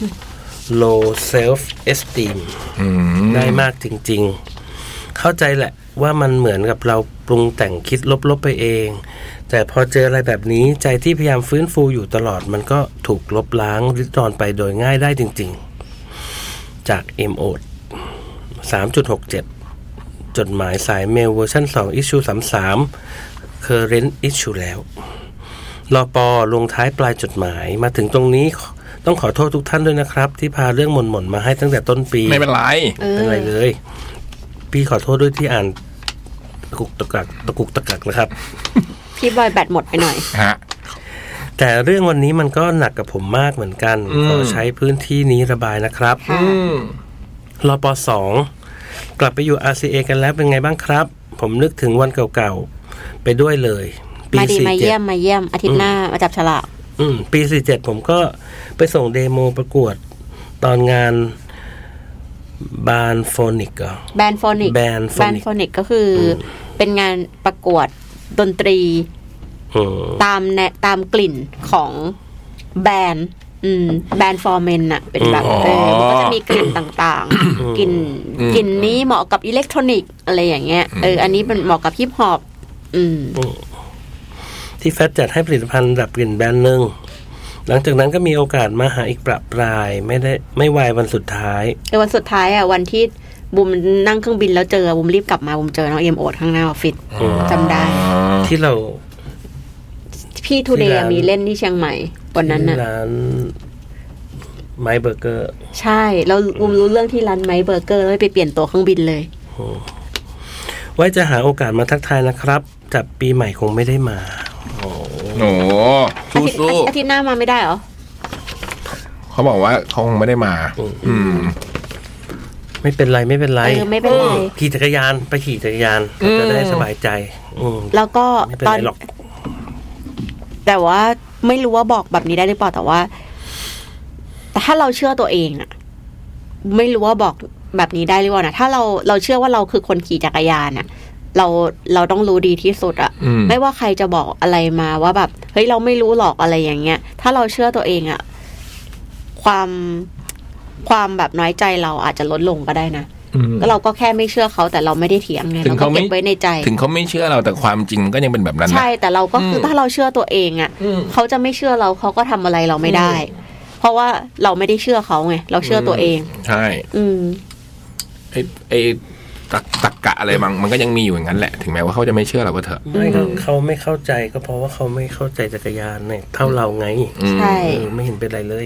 low self esteem ได้มากจริงๆเข้าใจแหละว่ามันเหมือนกับเราปรุงแต่งคิดลบๆไปเองแต่พอเจออะไรแบบนี้ใจที่พยายามฟื้นฟูอยู่ตลอดมันก็ถูกลบล้างริดรอนไปโดยง่ายได้จริงๆจาก เอ็ม โอ สามจุดหกเจ็ด จดหมายสายเมลเวอร์ชันสอง issue สามสิบสาม current issue แล้วรอปอลงท้ายปลายจดหมายมาถึงตรงนี้ต้องขอโทษทุกท่านด้วยนะครับที่พาเรื่องหม่นๆมาให้ตั้งแต่ต้นปีไม่เป็นไรเป็นไรเลยพี่ขอโทษด้วยที่อ่านตะกุกตะกักตะกุกตะกักนะครับพี่บอยแบตหมดไปหน่อยฮะแต่เรื่องวันนี้มันก็หนักกับผมมากเหมือนกันขอใช้พื้นที่นี้ระบายนะครับรปสองกลับไปอยู่ อาร์ ซี เอ กันแล้วเป็นไงบ้างครับผมนึกถึงวันเก่าๆไปด้วยเลยปีสี่สิบเจ็ดมาเยี่ยมมาเยี่ยมอาทิตย์หน้ามาจับฉลากอืมปีสี่สิบเจ็ดผมก็ไปส่งเดโมประกวดตอนงานบานโฟนิกเหรอแบนโฟนิกแบนโฟนิกก็คือเป็นงานประกวดดนตรีตามแนตามกลิ่นของแบนอืมแบนฟอร์เมนอะเป็นแบบเออมันก็จะมีกลิ่นต่างๆกลิ่นกลิ่นนี้เหมาะกับอิเล็กทรอนิกส์อะไรอย่างเงี้ยเอออันนี้มันเหมาะกับฮิปฮอปอืมที่แฟตจัดให้ผลิตภัณฑ์ดับกลิ่นแบรนด์นึงหลังจากนั้นก็มีโอกาสมาหาอีกประปรายไม่ได้ไม่วายวันสุดท้ายเออวันสุดท้ายอ่ะวันที่บุมนั่งเครื่องบินแล้วเจอบุมรีบกลับมาบุมเจอน้องเอ็มโอดข้างหน้าออฟฟิศจำได้ที่เราพี่ทูเดย์มีเล่นที่เชียงใหม่วันนั้นน่ะร้านไม้เบอร์เกอร์ใช่เราบุมรู้เรื่องที่ร้านไม้เบอร์เกอร์แล้วไปเปลี่ยนตัวเครื่องบินเลยไว้จะหาโอกาสมาทักทายนะครับจับปีใหม่คงไม่ได้มาโอ้โหสู้ๆอาทิตย์หน้ามาไม่ได้เหรอเขาบอกว่าเขาคงไม่ได้มาอืมไม่เป็นไรไม่เป็นไรเออไม่เป็นไรขี่จักรยานไปขี่จักรยานจะได้สบายใจแล้วก็ตอนแต่ว่าไม่รู้ว่าบอกแบบนี้ได้หรือเปล่าแต่ว่าแต่ถ้าเราเชื่อตัวเองอะไม่รู้ว่าบอกแบบนี้ได้หรือเปล่านะถ้าเราเราเชื่อว่าเราคือคนขี่จักรยานอะเราเราต้องรู้ดีที่สุดอะไม่ว่าใครจะบอกอะไรมาว่าแบบเฮ้ยเราไม่รู้หรอกอะไรอย่างเงี้ยถ้าเราเชื่อตัวเองอะความความแบบน้อยใจเราอาจจะลดลงก็ได้นะก็เราก็แค่ไม่เชื่อเขาแต่เราไม่ได้เถียงไงเราก็เก็บไว้ในใจถึงเขาไม่เชื่อเราแต่ความจริงมันก็ยังเป็นแบบนั้นใช่แต่เราก็คือถ้าเราเชื่อตัวเองอะเขาจะไม่เชื่อเราเขาก็ทำอะไรเราไม่ได้เพราะว่าเราไม่ได้เชื่อเขาไงเราเชื่อตัวเองใช่อืมไอ้ไอ้ตักตักกะอะไรบางมันก็ยังมีอยู่อย่างนั้นแหละถึงแม้ว่าเขาจะไม่เชื่อเราก็เถอะไม่เขาไม่เข้าใจก็เพราะว่าเขาไม่เข้าใจจักรยานเนี่ยเท่าเราไงใช่ไม่เห็นเป็นไรเลย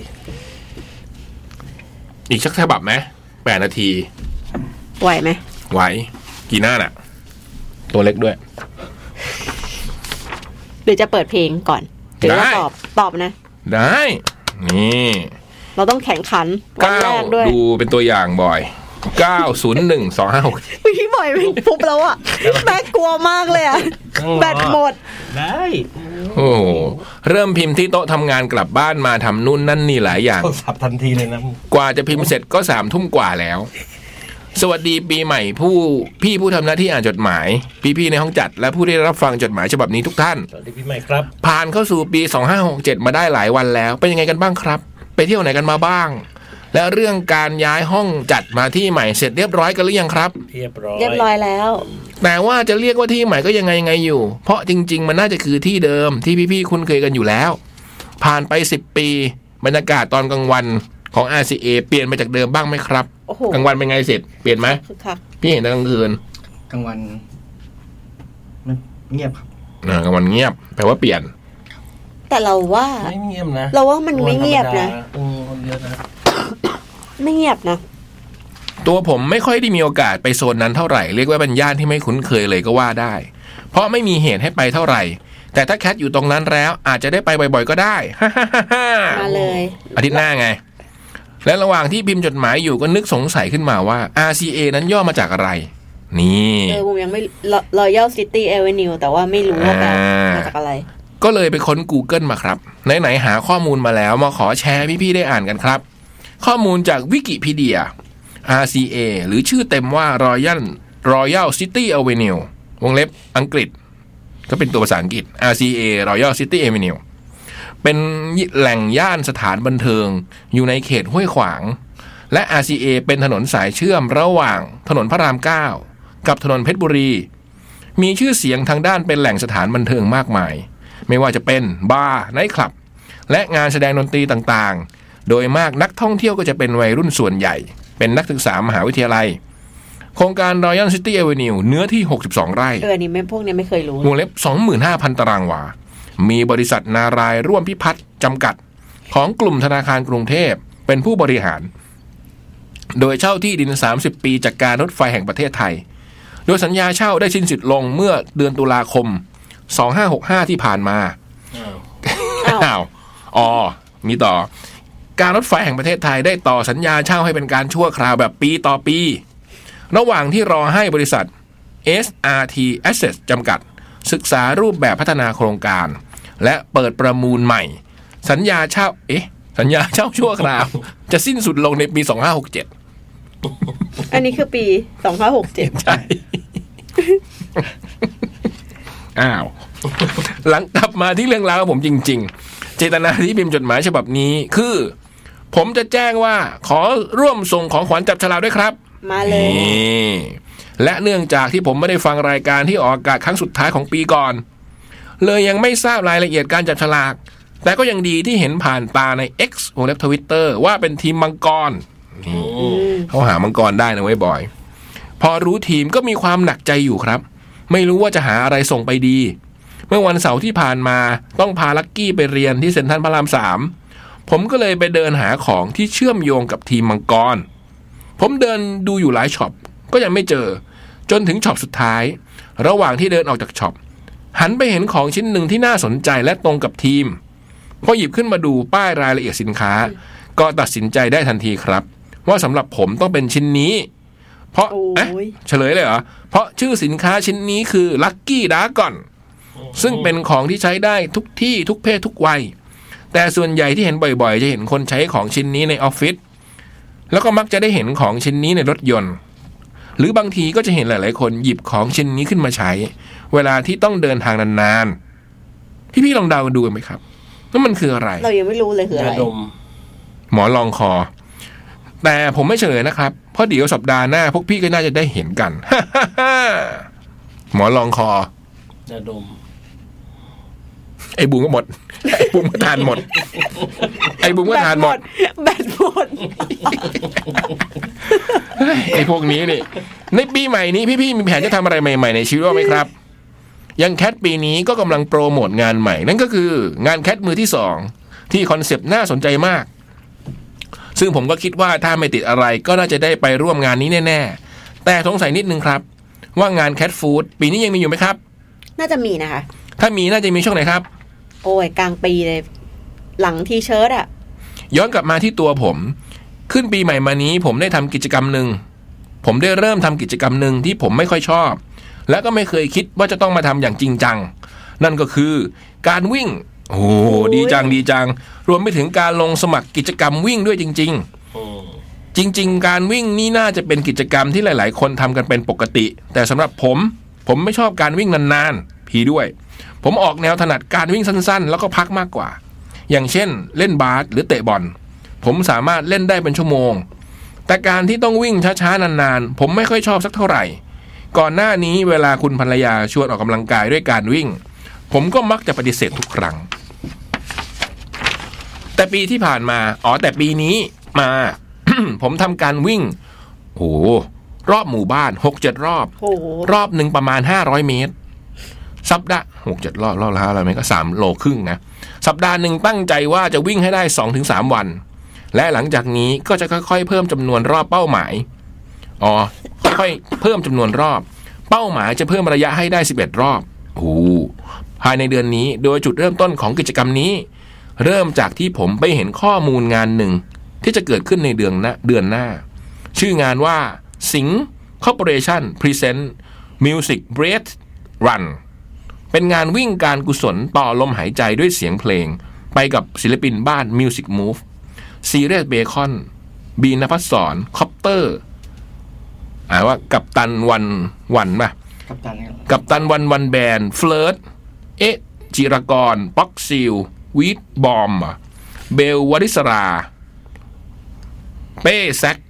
อีกสักฉบับไหมแปดนาทีไหวไหมไหวกี่หน้าน่ะตัวเล็กด้วยหรือจะเปิดเพลงก่อนหรือว่าตอบตอบนะได้นี่เราต้องแข่งขันวันแรกด้วยดูเป็นตัวอย่างบ่อยเก้า ศูนย์ หนึ่ง สอง ห้า หกพี่บ่อยปุ๊บแล้วอ่ะแม่กลัวมากเลยอ่ะแบตหมดได้โอ้เริ่มพิมพ์ที่โต๊ะทำงานกลับบ้านมาทำนู่นนั่นนี่หลายอย่างสับทันทีเลยนะกว่าจะพิมพ์เสร็จก็สามทุ่มกว่าแล้วสวัสดีปีใหม่ผู้พี่ผู้ทำหน้าที่อ่านจดหมายพี่ๆในห้องจัดและผู้ที่รับฟังจดหมายฉบับนี้ทุกท่านสวัสดีปีใหม่ครับผ่านเข้าสู่ปีสองพันห้าร้อยหกสิบเจ็ดมาได้หลายวันแล้วเป็นยังไงกันบ้างครับไปเที่ยวไหนกันมาบ้างและเรื่องการย้ายห้องจัดมาที่ใหม่เสร็จเรียบร้อยกันหรือยังครับเรียบร้อยเรียบร้อยแล้วแต่ว่าจะเรียกว่าที่ใหม่ก็ยังไงยังไงอยู่เพราะจริงๆมันน่าจะคือที่เดิมที่พี่ๆคุ้นเคยกันอยู่แล้วผ่านไปสิบปีบรรยากาศตอนกลางวันของ อาร์ ซี เอ เปลี่ยนไปจากเดิมบ้างไหมครับกลางวันเป็นไงเสร็จเปลี่ยนไหมพี่เห็นกลางคืนกลางวันมันเงียบครับอ่ากลางวันเงียบแปลว่าเปลี่ยนแต่เราว่าไม่เงียบนะเราว่ามันไม่เงียบนะคนเยอะนะไม่เงียบนะตัวผมไม่ค่อยได้มีโอกาสไปโซนนั้นเท่าไหร่เรียกว่าเป็นย่านที่ไม่คุ้นเคยเลยก็ว่าได้เพราะไม่มีเหตุให้ไปเท่าไหร่แต่ถ้าแคทอยู่ตรงนั้นแล้วอาจจะได้ไปบ่อยๆก็ได้มาเลยอาทิตย์หน้าไงและระหว่างที่พิมพ์จดหมายอยู่ก็นึกสงสัยขึ้นมาว่า อาร์ ซี เอ นั้นย่อมาจากอะไรนี่เออผมยังไม่ Royal City Avenue แต่ว่าไม่รู้ว่าแปลมาจากอะไรก็เลยไปค้น Google มาครับไหนๆหาข้อมูลมาแล้วมาขอแชร์พี่ๆได้อ่านกันครับข้อมูลจากวิกิพีเดีย อาร์ ซี เอ หรือชื่อเต็มว่า Royal Royal City Avenue วงเล็บอังกฤษก็เป็นตัวภาษาอังกฤษ อาร์ ซี เอ Royal City Avenue เป็นแหล่งย่านสถานบันเทิงอยู่ในเขตห้วยขวางและ อาร์ ซี เอ เป็นถนนสายเชื่อมระหว่างถนนพระรามเก้ากับถนนเพชรบุรีมีชื่อเสียงทางด้านเป็นแหล่งสถานบันเทิงมากมายไม่ว่าจะเป็นบาร์ไนท์คลับและงานแสดงดนตรีต่างๆโดยมากนักท่องเที่ยวก็จะเป็นวัยรุ่นส่วนใหญ่เป็นนักศึกษามหาวิทยาลัยโครงการ Royal City Avenue เนื้อที่หกสิบสองไร่เออนี่ไม่พวกนี้ไม่เคยรู้วงเล็บ สองหมื่นห้าพัน ตารางวามีบริษัทนารายร่วมพิพัฒน์จำกัดของกลุ่มธนาคารกรุงเทพเป็นผู้บริหารโดยเช่าที่ดินสามสิบปีจากการรถไฟแห่งประเทศไทยโดยสัญญาเช่าได้สิ้นสุดลงเมื่อเดือนตุลาคมสองพันห้าร้อยหกสิบห้าที่ผ่านมาอ้าวอ๋อมีต่อการรถไฟแห่งประเทศไทยได้ต่อสัญญาเช่าให้เป็นการชั่วคราวแบบปีต่อปีระหว่างที่รอให้บริษัท เอส อาร์ ที Assets จำกัดศึกษารูปแบบพัฒนาโครงการและเปิดประมูลใหม่สัญญาเช่าเอ๊ะสัญญาเช่าชั่วคราวจะสิ้นสุดลงในปีสองพันห้าร้อยหกสิบเจ็ดอันนี้คือปีสองพันห้าร้อยหกสิบเจ็ดใช่อ้าวหลังกลับมาที่เรื่องราวของผมจริงๆเจตนาที่พิมพ์จดหมายฉบับนี้คือผมจะแจ้งว่าขอร่วมส่งของขวัญจับฉลากด้วยครับมาเลยและเนื่องจากที่ผมไม่ได้ฟังรายการที่ออกอากาศครั้งสุดท้ายของปีก่อนเลยยังไม่ทราบรายละเอียดการจับฉลากแต่ก็ยังดีที่เห็นผ่านตาใน X วงเล็บ Twitter ว่าเป็นทีมมังกรเขาหามังกรได้นะเว้ยบอยพอรู้ทีมก็มีความหนักใจอยู่ครับไม่รู้ว่าจะหาอะไรส่งไปดีเมื่อวันเสาร์ที่ผ่านมาต้องพาลักกี้ไปเรียนที่เซ็นทรัลพระรามสามผมก็เลยไปเดินหาของที่เชื่อมโยงกับทีมมังกรผมเดินดูอยู่หลายช็อปก็ยังไม่เจอจนถึงช็อปสุดท้ายระหว่างที่เดินออกจากช็อปหันไปเห็นของชิ้นหนึ่งที่น่าสนใจและตรงกับทีมพอหยิบขึ้นมาดูป้ายรายละเอียดสินค้าก็ตัดสินใจได้ทันทีครับว่าสำหรับผมต้องเป็นชิ้นนี้เพราะเอ๊ะเฉลยเลยเหรอเพราะชื่อสินค้าชิ้นนี้คือ Lucky Dragon ซึ่งเป็นของที่ใช้ได้ทุกที่ทุกเพศทุกวัยแต่ส่วนใหญ่ที่เห็นบ่อยๆจะเห็นคนใช้ของชิ้นนี้ในออฟฟิศแล้วก็มักจะได้เห็นของชิ้นนี้ในรถยนต์หรือบางทีก็จะเห็นหลายๆคนหยิบของชิ้นนี้ขึ้นมาใช้เวลาที่ต้องเดินทางนานๆพี่ๆลองเดากันดูไหมครับว่ามันคืออะไรเรายังไม่รู้เลยคืออะไรหมอลองคอแต่ผมไม่เฉลยนะครับเพราะเดี๋ยวสัปดาห์หน้าพวกพี่ก็น่าจะได้เห็นกัน หมอลองคอยาดมไอ้บูมก็หมดไอ้บูมก็ทานหมดไอ้บูมก็ทานหมดแบตหมดไอ้พวกนี้นี่ในปีใหม่นี้พี่ๆมีแผนจะทำอะไรใหม่ๆในชีวิตบ้างไหมครับยังแคทปีนี้ก็กำลังโปรโมทงานใหม่นั่นก็คืองานแคทมือที่สองที่คอนเซปต์น่าสนใจมากซึ่งผมก็คิดว่าถ้าไม่ติดอะไรก็น่าจะได้ไปร่วมงานนี้แน่ๆแต่สงสัยนิดนึงครับว่างานแคทฟู้ดปีนี้ยังมีอยู่ไหมครับน่าจะมีนะคะถ้ามีน่าจะมีช่วงไหนครับโอ้ยกลางปีเลยหลังทีเชิร์ตอะย้อนกลับมาที่ตัวผมขึ้นปีใหม่มานี้ผมได้ทำกิจกรรมหนึ่งผมได้เริ่มทำกิจกรรมหนึ่งที่ผมไม่ค่อยชอบและก็ไม่เคยคิดว่าจะต้องมาทำอย่างจริงจังนั่นก็คือการวิ่งโอ้ดีจังดีจังรวมไปถึงการลงสมัครกิจกรรมวิ่งด้วยจริงๆจริงๆการวิ่งนี่น่าจะเป็นกิจกรรมที่หลายๆคนทำกันเป็นปกติแต่สำหรับผมผมไม่ชอบการวิ่งนานๆพี่ด้วยผมออกแนวถนัดการวิ่งสั้นๆแล้วก็พักมากกว่าอย่างเช่นเล่นบาสหรือเตะบอลผมสามารถเล่นได้เป็นชั่วโมงแต่การที่ต้องวิ่งช้าๆนานๆผมไม่ค่อยชอบสักเท่าไหร่ก่อนหน้านี้เวลาคุณภรรยาชวนออกกำลังกายด้วยการวิ่งผมก็มักจะปฏิเสธทุกครั้งแต่ปีที่ผ่านมาอ๋อแต่ปีนี้มา ผมทำการวิ่งโอ้รอบหมู่บ้าน หกเจ็ด รอบรอบหนึ่งประมาณห้าร้อยเมตรสัปดาห์ หกเจ็ด รอบรอบละอะไรมั้ยก็สามโลครึ่งนะสัปดาห์หนึ่งตั้งใจว่าจะวิ่งให้ได้ สองถึงสาม วันและหลังจากนี้ก็จะค่อยๆเพิ่มจำนวนรอบเป้าหมายอ๋อค่อยเพิ่มจำนวนรอบเป้าหมายจะเพิ่มระยะให้ได้สิบเอ็ดรอบโอ้ภายในเดือนนี้โดยจุดเริ่มต้นของกิจกรรมนี้เริ่มจากที่ผมไปเห็นข้อมูลงานหนึ่งที่จะเกิดขึ้นในเดือนหน้าเดือนหน้าชื่องานว่าสิงห์ Corporation Present Music Breath Run เป็นงานวิ่งการกุศลต่อลมหายใจด้วยเสียงเพลงไปกับศิลปินบ้าน Music Move ซีเรียสเบคอนบีนภัสสรคอปเตอร์อ่านว่ากัปตันวันวันป่ะกัปตันกัปตันวันวันแบนเฟลิร์ตเอะจิรกรป๊อกซิลวีดบอมเบลวริศราเป้แซก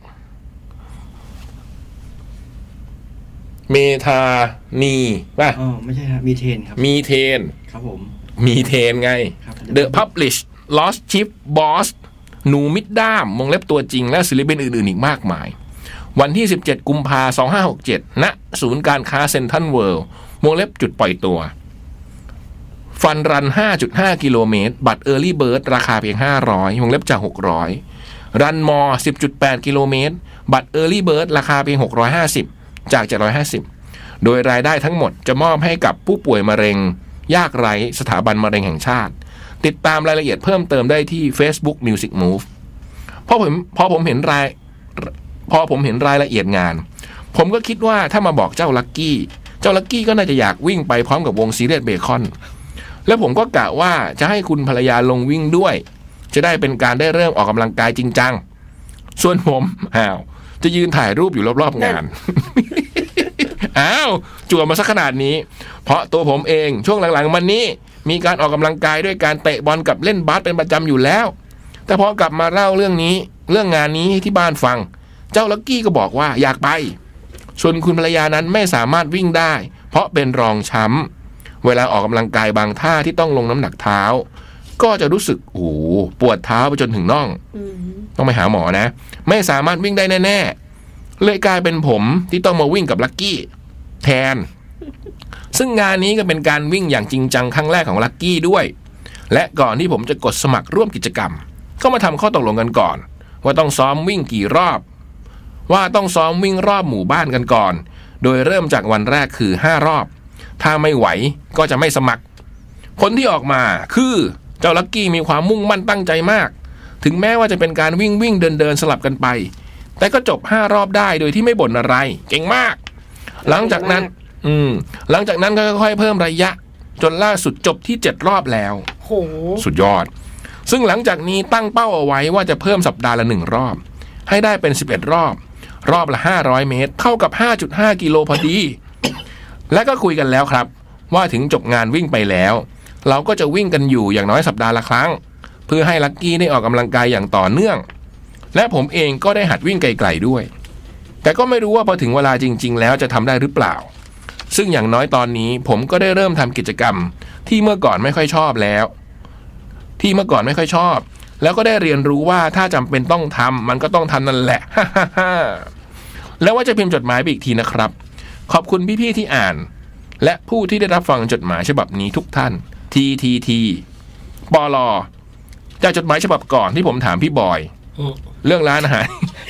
เมธานีป่ะอ๋อไม่ใช่ครับมีเทนครับมีเทนครับผมมีเทนไง The Publish Lost Chief Boss หนูมิดด้ามวงเล็บตัวจริงและศิลปินอื่นๆอีกมากมายวันที่สิบเจ็ดกุมภาพันธ์สองพันห้าร้อยหกสิบเจ็ดณศูนย์การค้าเซ็นทรัลเวิลด์วงเล็บจุดปล่อยตัวฟันรัน ห้าจุดห้า กิโลเมตรบัตร Early Bird ราคาเพียงห้าร้อยวงเล็บจากหกร้อยรันมอ สิบจุดแปด กิโลเมตรบัตร Early Bird ราคาเพียงหกร้อยห้าสิบจากเจ็ดร้อยห้าสิบโดยรายได้ทั้งหมดจะมอบให้กับผู้ป่วยมะเร็งยากไร้สถาบันมะเร็งแห่งชาติติดตามรายละเอียดเพิ่มเติมได้ที่ Facebook Music Move พอผมพอผมเห็นรายพอผมเห็นรายละเอียดงานผมก็คิดว่าถ้ามาบอกเจ้าลักกี้เจ้าลักกี้ก็น่าจะอยากวิ่งไปพร้อมกับวงซีเรียสเบคอนแล้วผมก็กะว่าจะให้คุณภรรยาลงวิ่งด้วยจะได้เป็นการได้เริ่มออกกำลังกายจริงจังส่วนผมอ้าวจะยืนถ่ายรูปอยู่รอบๆงาน อ้าวจั่วมาสักขนาดนี้เพราะตัวผมเองช่วงหลังๆมันนี้มีการออกกำลังกายด้วยการเตะบอลกับเล่นบาสเป็นประจำอยู่แล้วแต่พอกลับมาเล่าเรื่องนี้เรื่องงานนี้ที่บ้านฟังเจ้าลักกี้ก็บอกว่าอยากไปส่วนคุณภรรยานั้นไม่สามารถวิ่งได้เพราะเป็นรองช้ำเวลาออกกำลังกายบางท่าที่ต้องลงน้ำหนักเท้าก็จะรู้สึกโอ้ปวดเท้าไปจนถึงน่องต้องไปหาหมอนะไม่สามารถวิ่งได้แน่ๆเลยกลายเป็นผมที่ต้องมาวิ่งกับลักกี้แทนซึ่งงานนี้ก็เป็นการวิ่งอย่างจริงจังครั้งแรกของลักกี้ด้วยและก่อนที่ผมจะกดสมัครร่วมกิจกรรมก็มาทำข้อตกลงกันก่อนว่าต้องซ้อมวิ่งกี่รอบว่าต้องซ้อมวิ่งรอบหมู่บ้านกันก่อนโดยเริ่มจากวันแรกคือห้ารอบถ้าไม่ไหวก็จะไม่สมัครผลที่ออกมาคือเจ้าลักกี้มีความมุ่งมั่นตั้งใจมากถึงแม้ว่าจะเป็นการวิ่งวิ่งเดินเดินสลับกันไปแต่ก็จบห้ารอบได้โดยที่ไม่บ่นอะไรเก่งมากหลังจากนั้นอืมหลังจากนั้นก็ค่อยๆเพิ่มระยะจนล่าสุดจบที่เจ็ดรอบแล้วโหสุดยอดซึ่งหลังจากนี้ตั้งเป้าเอาไว้ว่าจะเพิ่มสัปดาห์ละหนึ่งรอบให้ได้เป็นสิบเอ็ดรอบรอบละห้าร้อยเมตรเท่ากับ ห้าจุดห้า กิโลพอดีและก็คุยกันแล้วครับว่าถึงจบงานวิ่งไปแล้วเราก็จะวิ่งกันอยู่อย่างน้อยสัปดาห์ละครั้งเพื่อให้ลักกี้ได้ออกกำลังกายอย่างต่อเนื่องและผมเองก็ได้หัดวิ่งไกลๆด้วยแต่ก็ไม่รู้ว่าพอถึงเวลาจริงๆแล้วจะทำได้หรือเปล่าซึ่งอย่างน้อยตอนนี้ผมก็ได้เริ่มทำกิจกรรมที่เมื่อก่อนไม่ค่อยชอบแล้วที่เมื่อก่อนไม่ค่อยชอบแล้วก็ได้เรียนรู้ว่าถ้าจำเป็นต้องทำมันก็ต้องทำนั่นแหละ แล้วว่าจะพิมพ์จดหมายไปอีกทีนะครับขอบคุณพี่ๆที่อ่านและผู้ที่ได้รับฟังจดหมายฉบับนี้ทุกท่านทีทีทีปลอจากจดหมายฉบับก่อนที่ผมถามพี่บอยเรื่องร้านอาหาร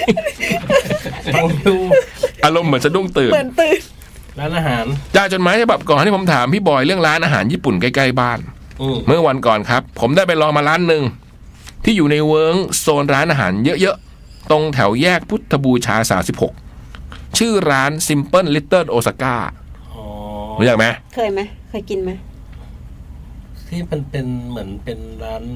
อารมณ์เหมือนสะดุ้งตื่นเหมือนตื่นร้านอาหารจากจดหมายฉบับก่อนที่ผมถามพี่บอยเรื่องร้านอาหารญี่ปุ่นใกล้ๆบ้านเมื่อวันก่อนครับผมได้ไปลองมาร้านหนึ่งที่อยู่ในเวิร์งโซนร้านอาหารเยอะๆตรงแถวแยกพุทธบูชาสามสิบหกชื่อร้าน Simple Little Osaka รู้จักไหมเคยไหมเคยกินไหมที่มันเป็นเหมือนเป็นร้าน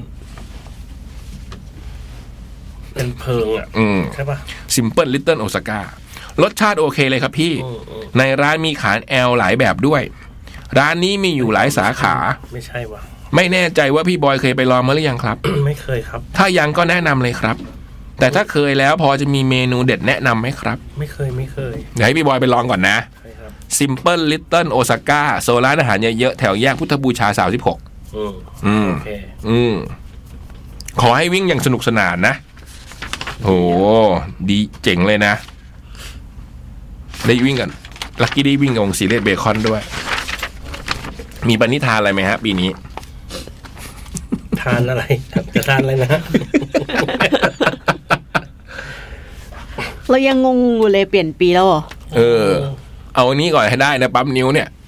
เป็นเพิงอ่ะใช่ปะ Simple Little Osaka รสชาติโอเคเลยครับพี่ในร้านมีขายแอลหลายแบบด้วยร้านนี้มีอยู่หลายสาขาไม่ใช่วะไม่แน่ใจว่าพี่บอยเคยไปลองมาหรือยังครับไม่เคยครับถ้ายังก็แนะนำเลยครับแต่ถ้าเคยแล้วพอจะมีเมนูเด็ดแนะนำไหมครับไม่เคยไม่เคยเดี๋ยวให้พี่บอยไปลองก่อนนะ Simple Little Osaka โซนร้านอาหารเยอะๆแถวแยกพุทธบูชาสามสิบหกอืมอืมโอเคอืมขอให้วิ่งอย่างสนุกสนานนะโหดีเจ๋งเลยนะได้วิ่งกันลักกี้ได้วิ่งกับวงซีเรียสเบคอนด้วยมีปณิธานอะไรไหมฮะปีนี้ทานอะไรจะทานอะไรนะเรายังงงอยู่เลยเปลี่ยนปีแล้วเหรอเออเอาอันนี้ก่อนให้ได้นะปั๊มนิ้วเนี่ย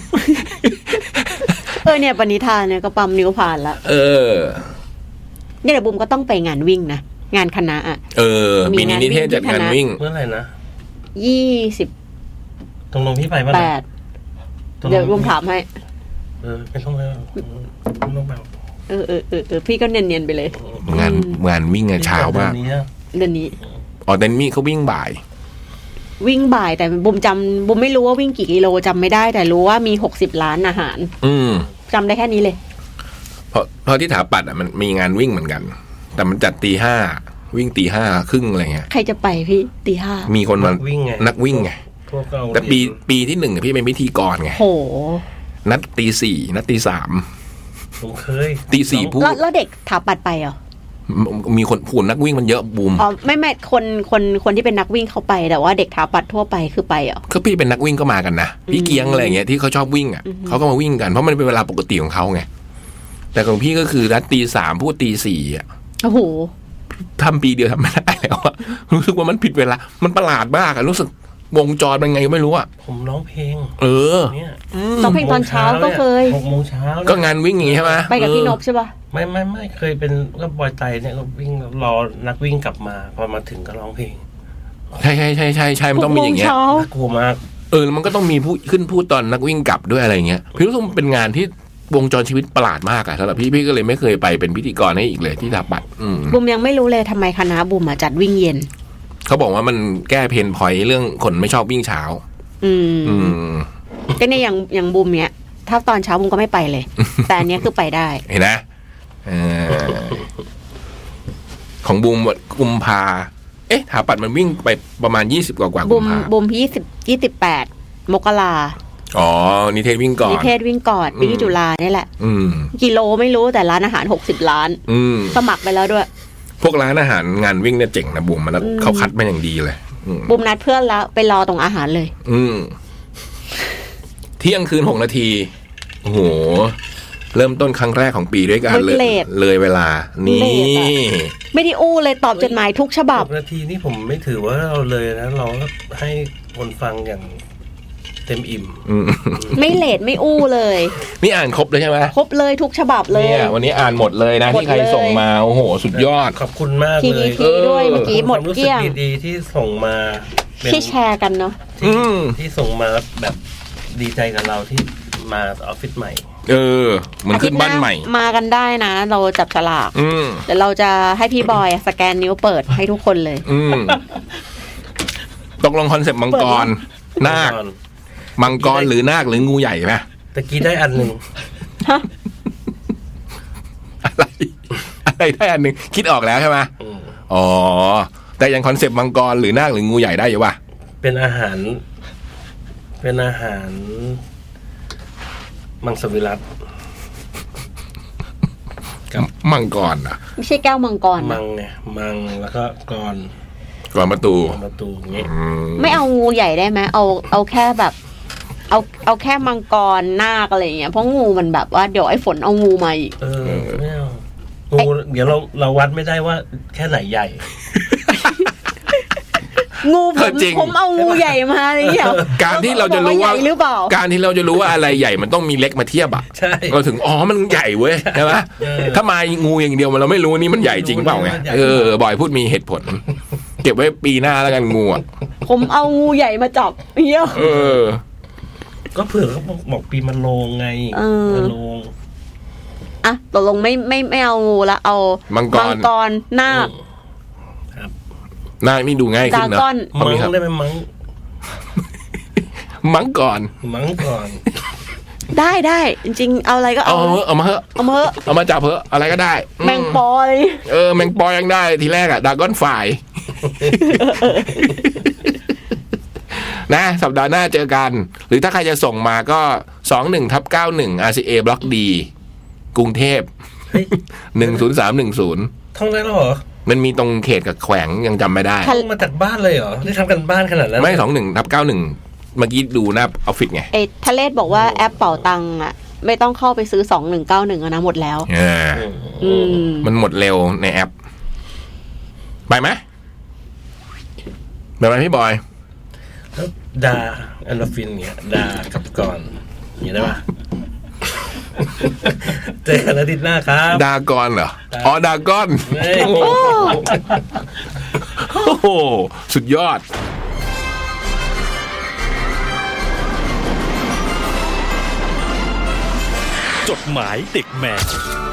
เออเนี่ยปณิธานเนี่ยก็ปั๊มนิ้วผ่านละเออเนี่ยเดี๋ยวบุมก็ต้องไปงานวิ่งนะงานคณะอ่ะเออมีนิเทศจัดงานวิ่งเมื่อไหร่นะยี่สิบตรงลงพี่ไปเมื่อไหร่แปดเดี๋ยวบุมถามให้เออไม่ต้องแล้วไม่ต้องแบบเออเออเออเออพี่ก็เนียนๆไปเลยงานงานวิ่งงานเช้าป่ะเดือนนี้อ๋อเดือนนี้เขาวิ่งบ่ายวิ่งบ่ายแต่บุมจำบุมไม่รู้ว่าวิ่งกี่กิโลจำไม่ได้แต่รู้ว่ามีหกสิบล้านอาหารอืมจำได้แค่นี้เลยเพราะเพราะที่ถาปัดอ่ะมันมีงานวิ่งเหมือนกันแต่มันจัดตีห้าวิ่งตีห้าครึ่งอะไรเงี้ยใครจะไปพี่ตีห้ามีคนมาวิ่งไงนักวิ่งไงแต่ปีปีที่หนึ่งพี่เป็นพิธีกรไงโหนัดตีสี่นัดตีสามผมเคยตีสี่พูดแล้วเด็กถาปัดไปเหรอมีคนผูนนักวิ่งมันเยอะบูมอ๋อไม่ไม่คนคนคนที่เป็นนักวิ่งเขาไปแต่ว่าเด็กถาปัดทั่วไปคือไปเหรอก็พี่เป็นนักวิ่งก็มากันนะพี่เกียงอะไรเงี้ยที่เขาชอบวิ่งอ่ะเขาก็มาวิ่งกันเพราะมันเป็นเวลาปกติของเขาไงแต่ของพี่ก็คือนัดตีสามพูดตีสี่อ่ะโอ้โหทำปีเดียวทำไม่ได้แล้วอะรู้สึกว่ามันผิดเวลามันประหลาดมากอะรู้สึกวงจรเป็นไงไม่รู้อะผมร้องเพลงเออเนี่ยร้องเพลงตอนเช้าก็เคยหกโมงเช้าก็งานวิ่งอย่างงี้ใช่ไหมไปกับพี่นพใช่ป่ะไม่ไม่ไม่เคยเป็นก็บอยไตเนี่ยก็วิ่งรอนักวิ่งกลับมาพอมาถึงก็ร้องเพลงใช่ใช่ใช่ใช่ใช่มันต้องมีอย่างเงี้ยน่ากลัวมากเออมันก็ต้องมีผู้ขึ้นพูดตอนนักวิ่งกลับด้วยอะไรเงี้ยพี่รู้สึกมันเป็นงานที่วงจรชีวิตประหลาดมากอะสำหรับพี่พี่ก็เลยไม่เคยไปเป็นพิธีกรให้อีกเลยที่ถาปัดบุมยังไม่รู้เลยทำไมคณะบุมจัดวิ่งเย็นเขาบอกว่ามันแก้เพนพอยต์เรื่องคนไม่ชอบวิ่งเช้าอืมอืมก็เนี่ยอย่างอย่างบุมเนี้ยถ้าตอนเช้าบุมก็ไม่ไปเลย แต่อันเนี้ยคือไปได้เห็นไหมของบุมกุมภาเอ๊ะถาปัดมันวิ่งไปประมาณยี่สิบกว่ากว่าบุมบุมยี่สิบยี่สิบแปดมกราอ๋อนิเทศวิ่งก่อนนิเทศวิ่งก่อนปีที่จุฬานี่แหละกิโลไม่รู้แต่ร้านอาหารหกสิบล้านสมัครไปแล้วด้วยพวกร้านอาหารงานวิ่งเนี่ยเจ๋งนะบุ๋มมันเขาคัดมาอย่างดีเลยบุ๋มนัดเพื่อนแล้วไปรอตรงอาหารเลยอืมเที่ยงคืนหกนาทีโอ้โหเริ่มต้นครั้งแรกของปีด้วยกันเลยเลยเวลานี่ไม่ได้อู้เลยตอบจดหมายทุกฉบับนาทีนี่ผมไม่ถือว่าเราเลยนะเราให้คนฟังอย่างเต็มอิ่มไม่เลทไม่อู้เลยนี่อ่านครบเลยใช่ไหมครบเลยทุกฉบับเลยเนี่ยวันนี้อ่านหมดเลยนะที่ใครส่งมาโอ้โหสุดยอดขอบคุณมากเลยทีด้วยเมื่อกี้หมดเกลี้ยงดีๆที่ส่งมาที่แชร์กันเนาะที่ส่งมาแบบดีใจกับเราที่มาออฟฟิศใหม่เออเหมือนขึ้นบ้านใหม่มากันได้นะเราจับฉลากเดี๋ยวเราจะให้พี่บอยสแกนนิ้วเปิดให้ทุกคนเลยตกลงคอนเซ็ปต์มังกรนาคมังกรหรือนาคหรืองูใหญ่ไหมตะกี้ได้อันหนึ่งอะไรอะไรได้อันหนึ่งคิดออกแล้วใช่ไหมอ๋อแต่ยังคอนเซ็ปต์มังกรหรือนาคหรืองูใหญ่ได้อยู่ป่ะเป็นอาหารเป็นอาหารมังสวิรัติกับมังกรอ่ะไม่ใช่แก้วมังกรมังไงมังแล้วก็กรกรประตูประตูเงี้ยไม่เอางูใหญ่ได้ไหมเอาเอาแค่แบบเอาเอาแค่มังกรนาคอะไรเงี้ยเพราะงูมันแบบว่าเดี๋ยวไอ้ฝนเอางูมาอีกเออไม่เอางูเดี๋ยวเราเราวัดไม่ได้ว่าแค่ไหนใหญ่งูผมผมเอางูใหญ่มาอะไรเงี้ยการที่เราจะรู้ว่าการที่เราจะรู้ว่าอะไรใหญ่มันต้องมีเล็กมาเทียบอ่ะเราถึงอ๋อมันใหญ่เว้ยใช่ไหมถ้ามางูอย่างเดียวมันเราไม่รู้นี่มันใหญ่จริงเปล่าไงเออบ่อยพูดมีเหตุผลเก็บไว้ปีหน้าแล้วกันงูอ่ะผมเอางูใหญ่มาจับเงี้ยเออก็เผื่อเขาบอกปีมันโลงไงมันโลงอ่ะตกลงไม่ไม่ไม่เอางูละเอามังกรมังกรนาคนาคนี่ดูง่ายขึ้นนะมังได้ไหมมังมังก่อนมังก่อนได้ได้จริงๆเอาอะไรก็เอาเอามาเถอะเอามาเถอะเอามาจับเถอะอะไรก็ได้แมงปอยเออแมงปอยยังได้ทีแรกอะดราก้อนฝ่ายนะสัปดาห์หน้าเจอกันหรือถ้าใครจะส่งมาก็สองหนึ่งทับเก้าหนึ่ง อาร์ ซี เอ บล็อกดีกรุงเทพหนึ่งศูนย์สามหนึ่งศูนย์ท่องได้แล้วเหรอมันมีตรงเขตกับแขวงยังจำไม่ได้มาจากบ้านเลยเหรอได้ทำกันบ้านขนาดนั้นไม่สองหนึ่งทับเก้าหนึ่งเมื่อกี้ดูหน้าออฟฟิศไงเอทะเลศบอกว่าแอปเป๋าตังค์อ่ะไม่ต้องเข้าไปซื้อสองหนึ่งเก้าหนึ่งนะหมดแล้วอืมมันหมดเร็วในแอปไปไหมแบบไหนพี่บอยแล้วดาแอนโดรฟินเนี่ยดากับก่อนอย่างนี้ได้ปะ เจอกันอาทิตย์หน้าครับดากอนเหรออ๋อดากอนเฮ้ยโอ้โหสุดยอดจดหมายเด็กแมว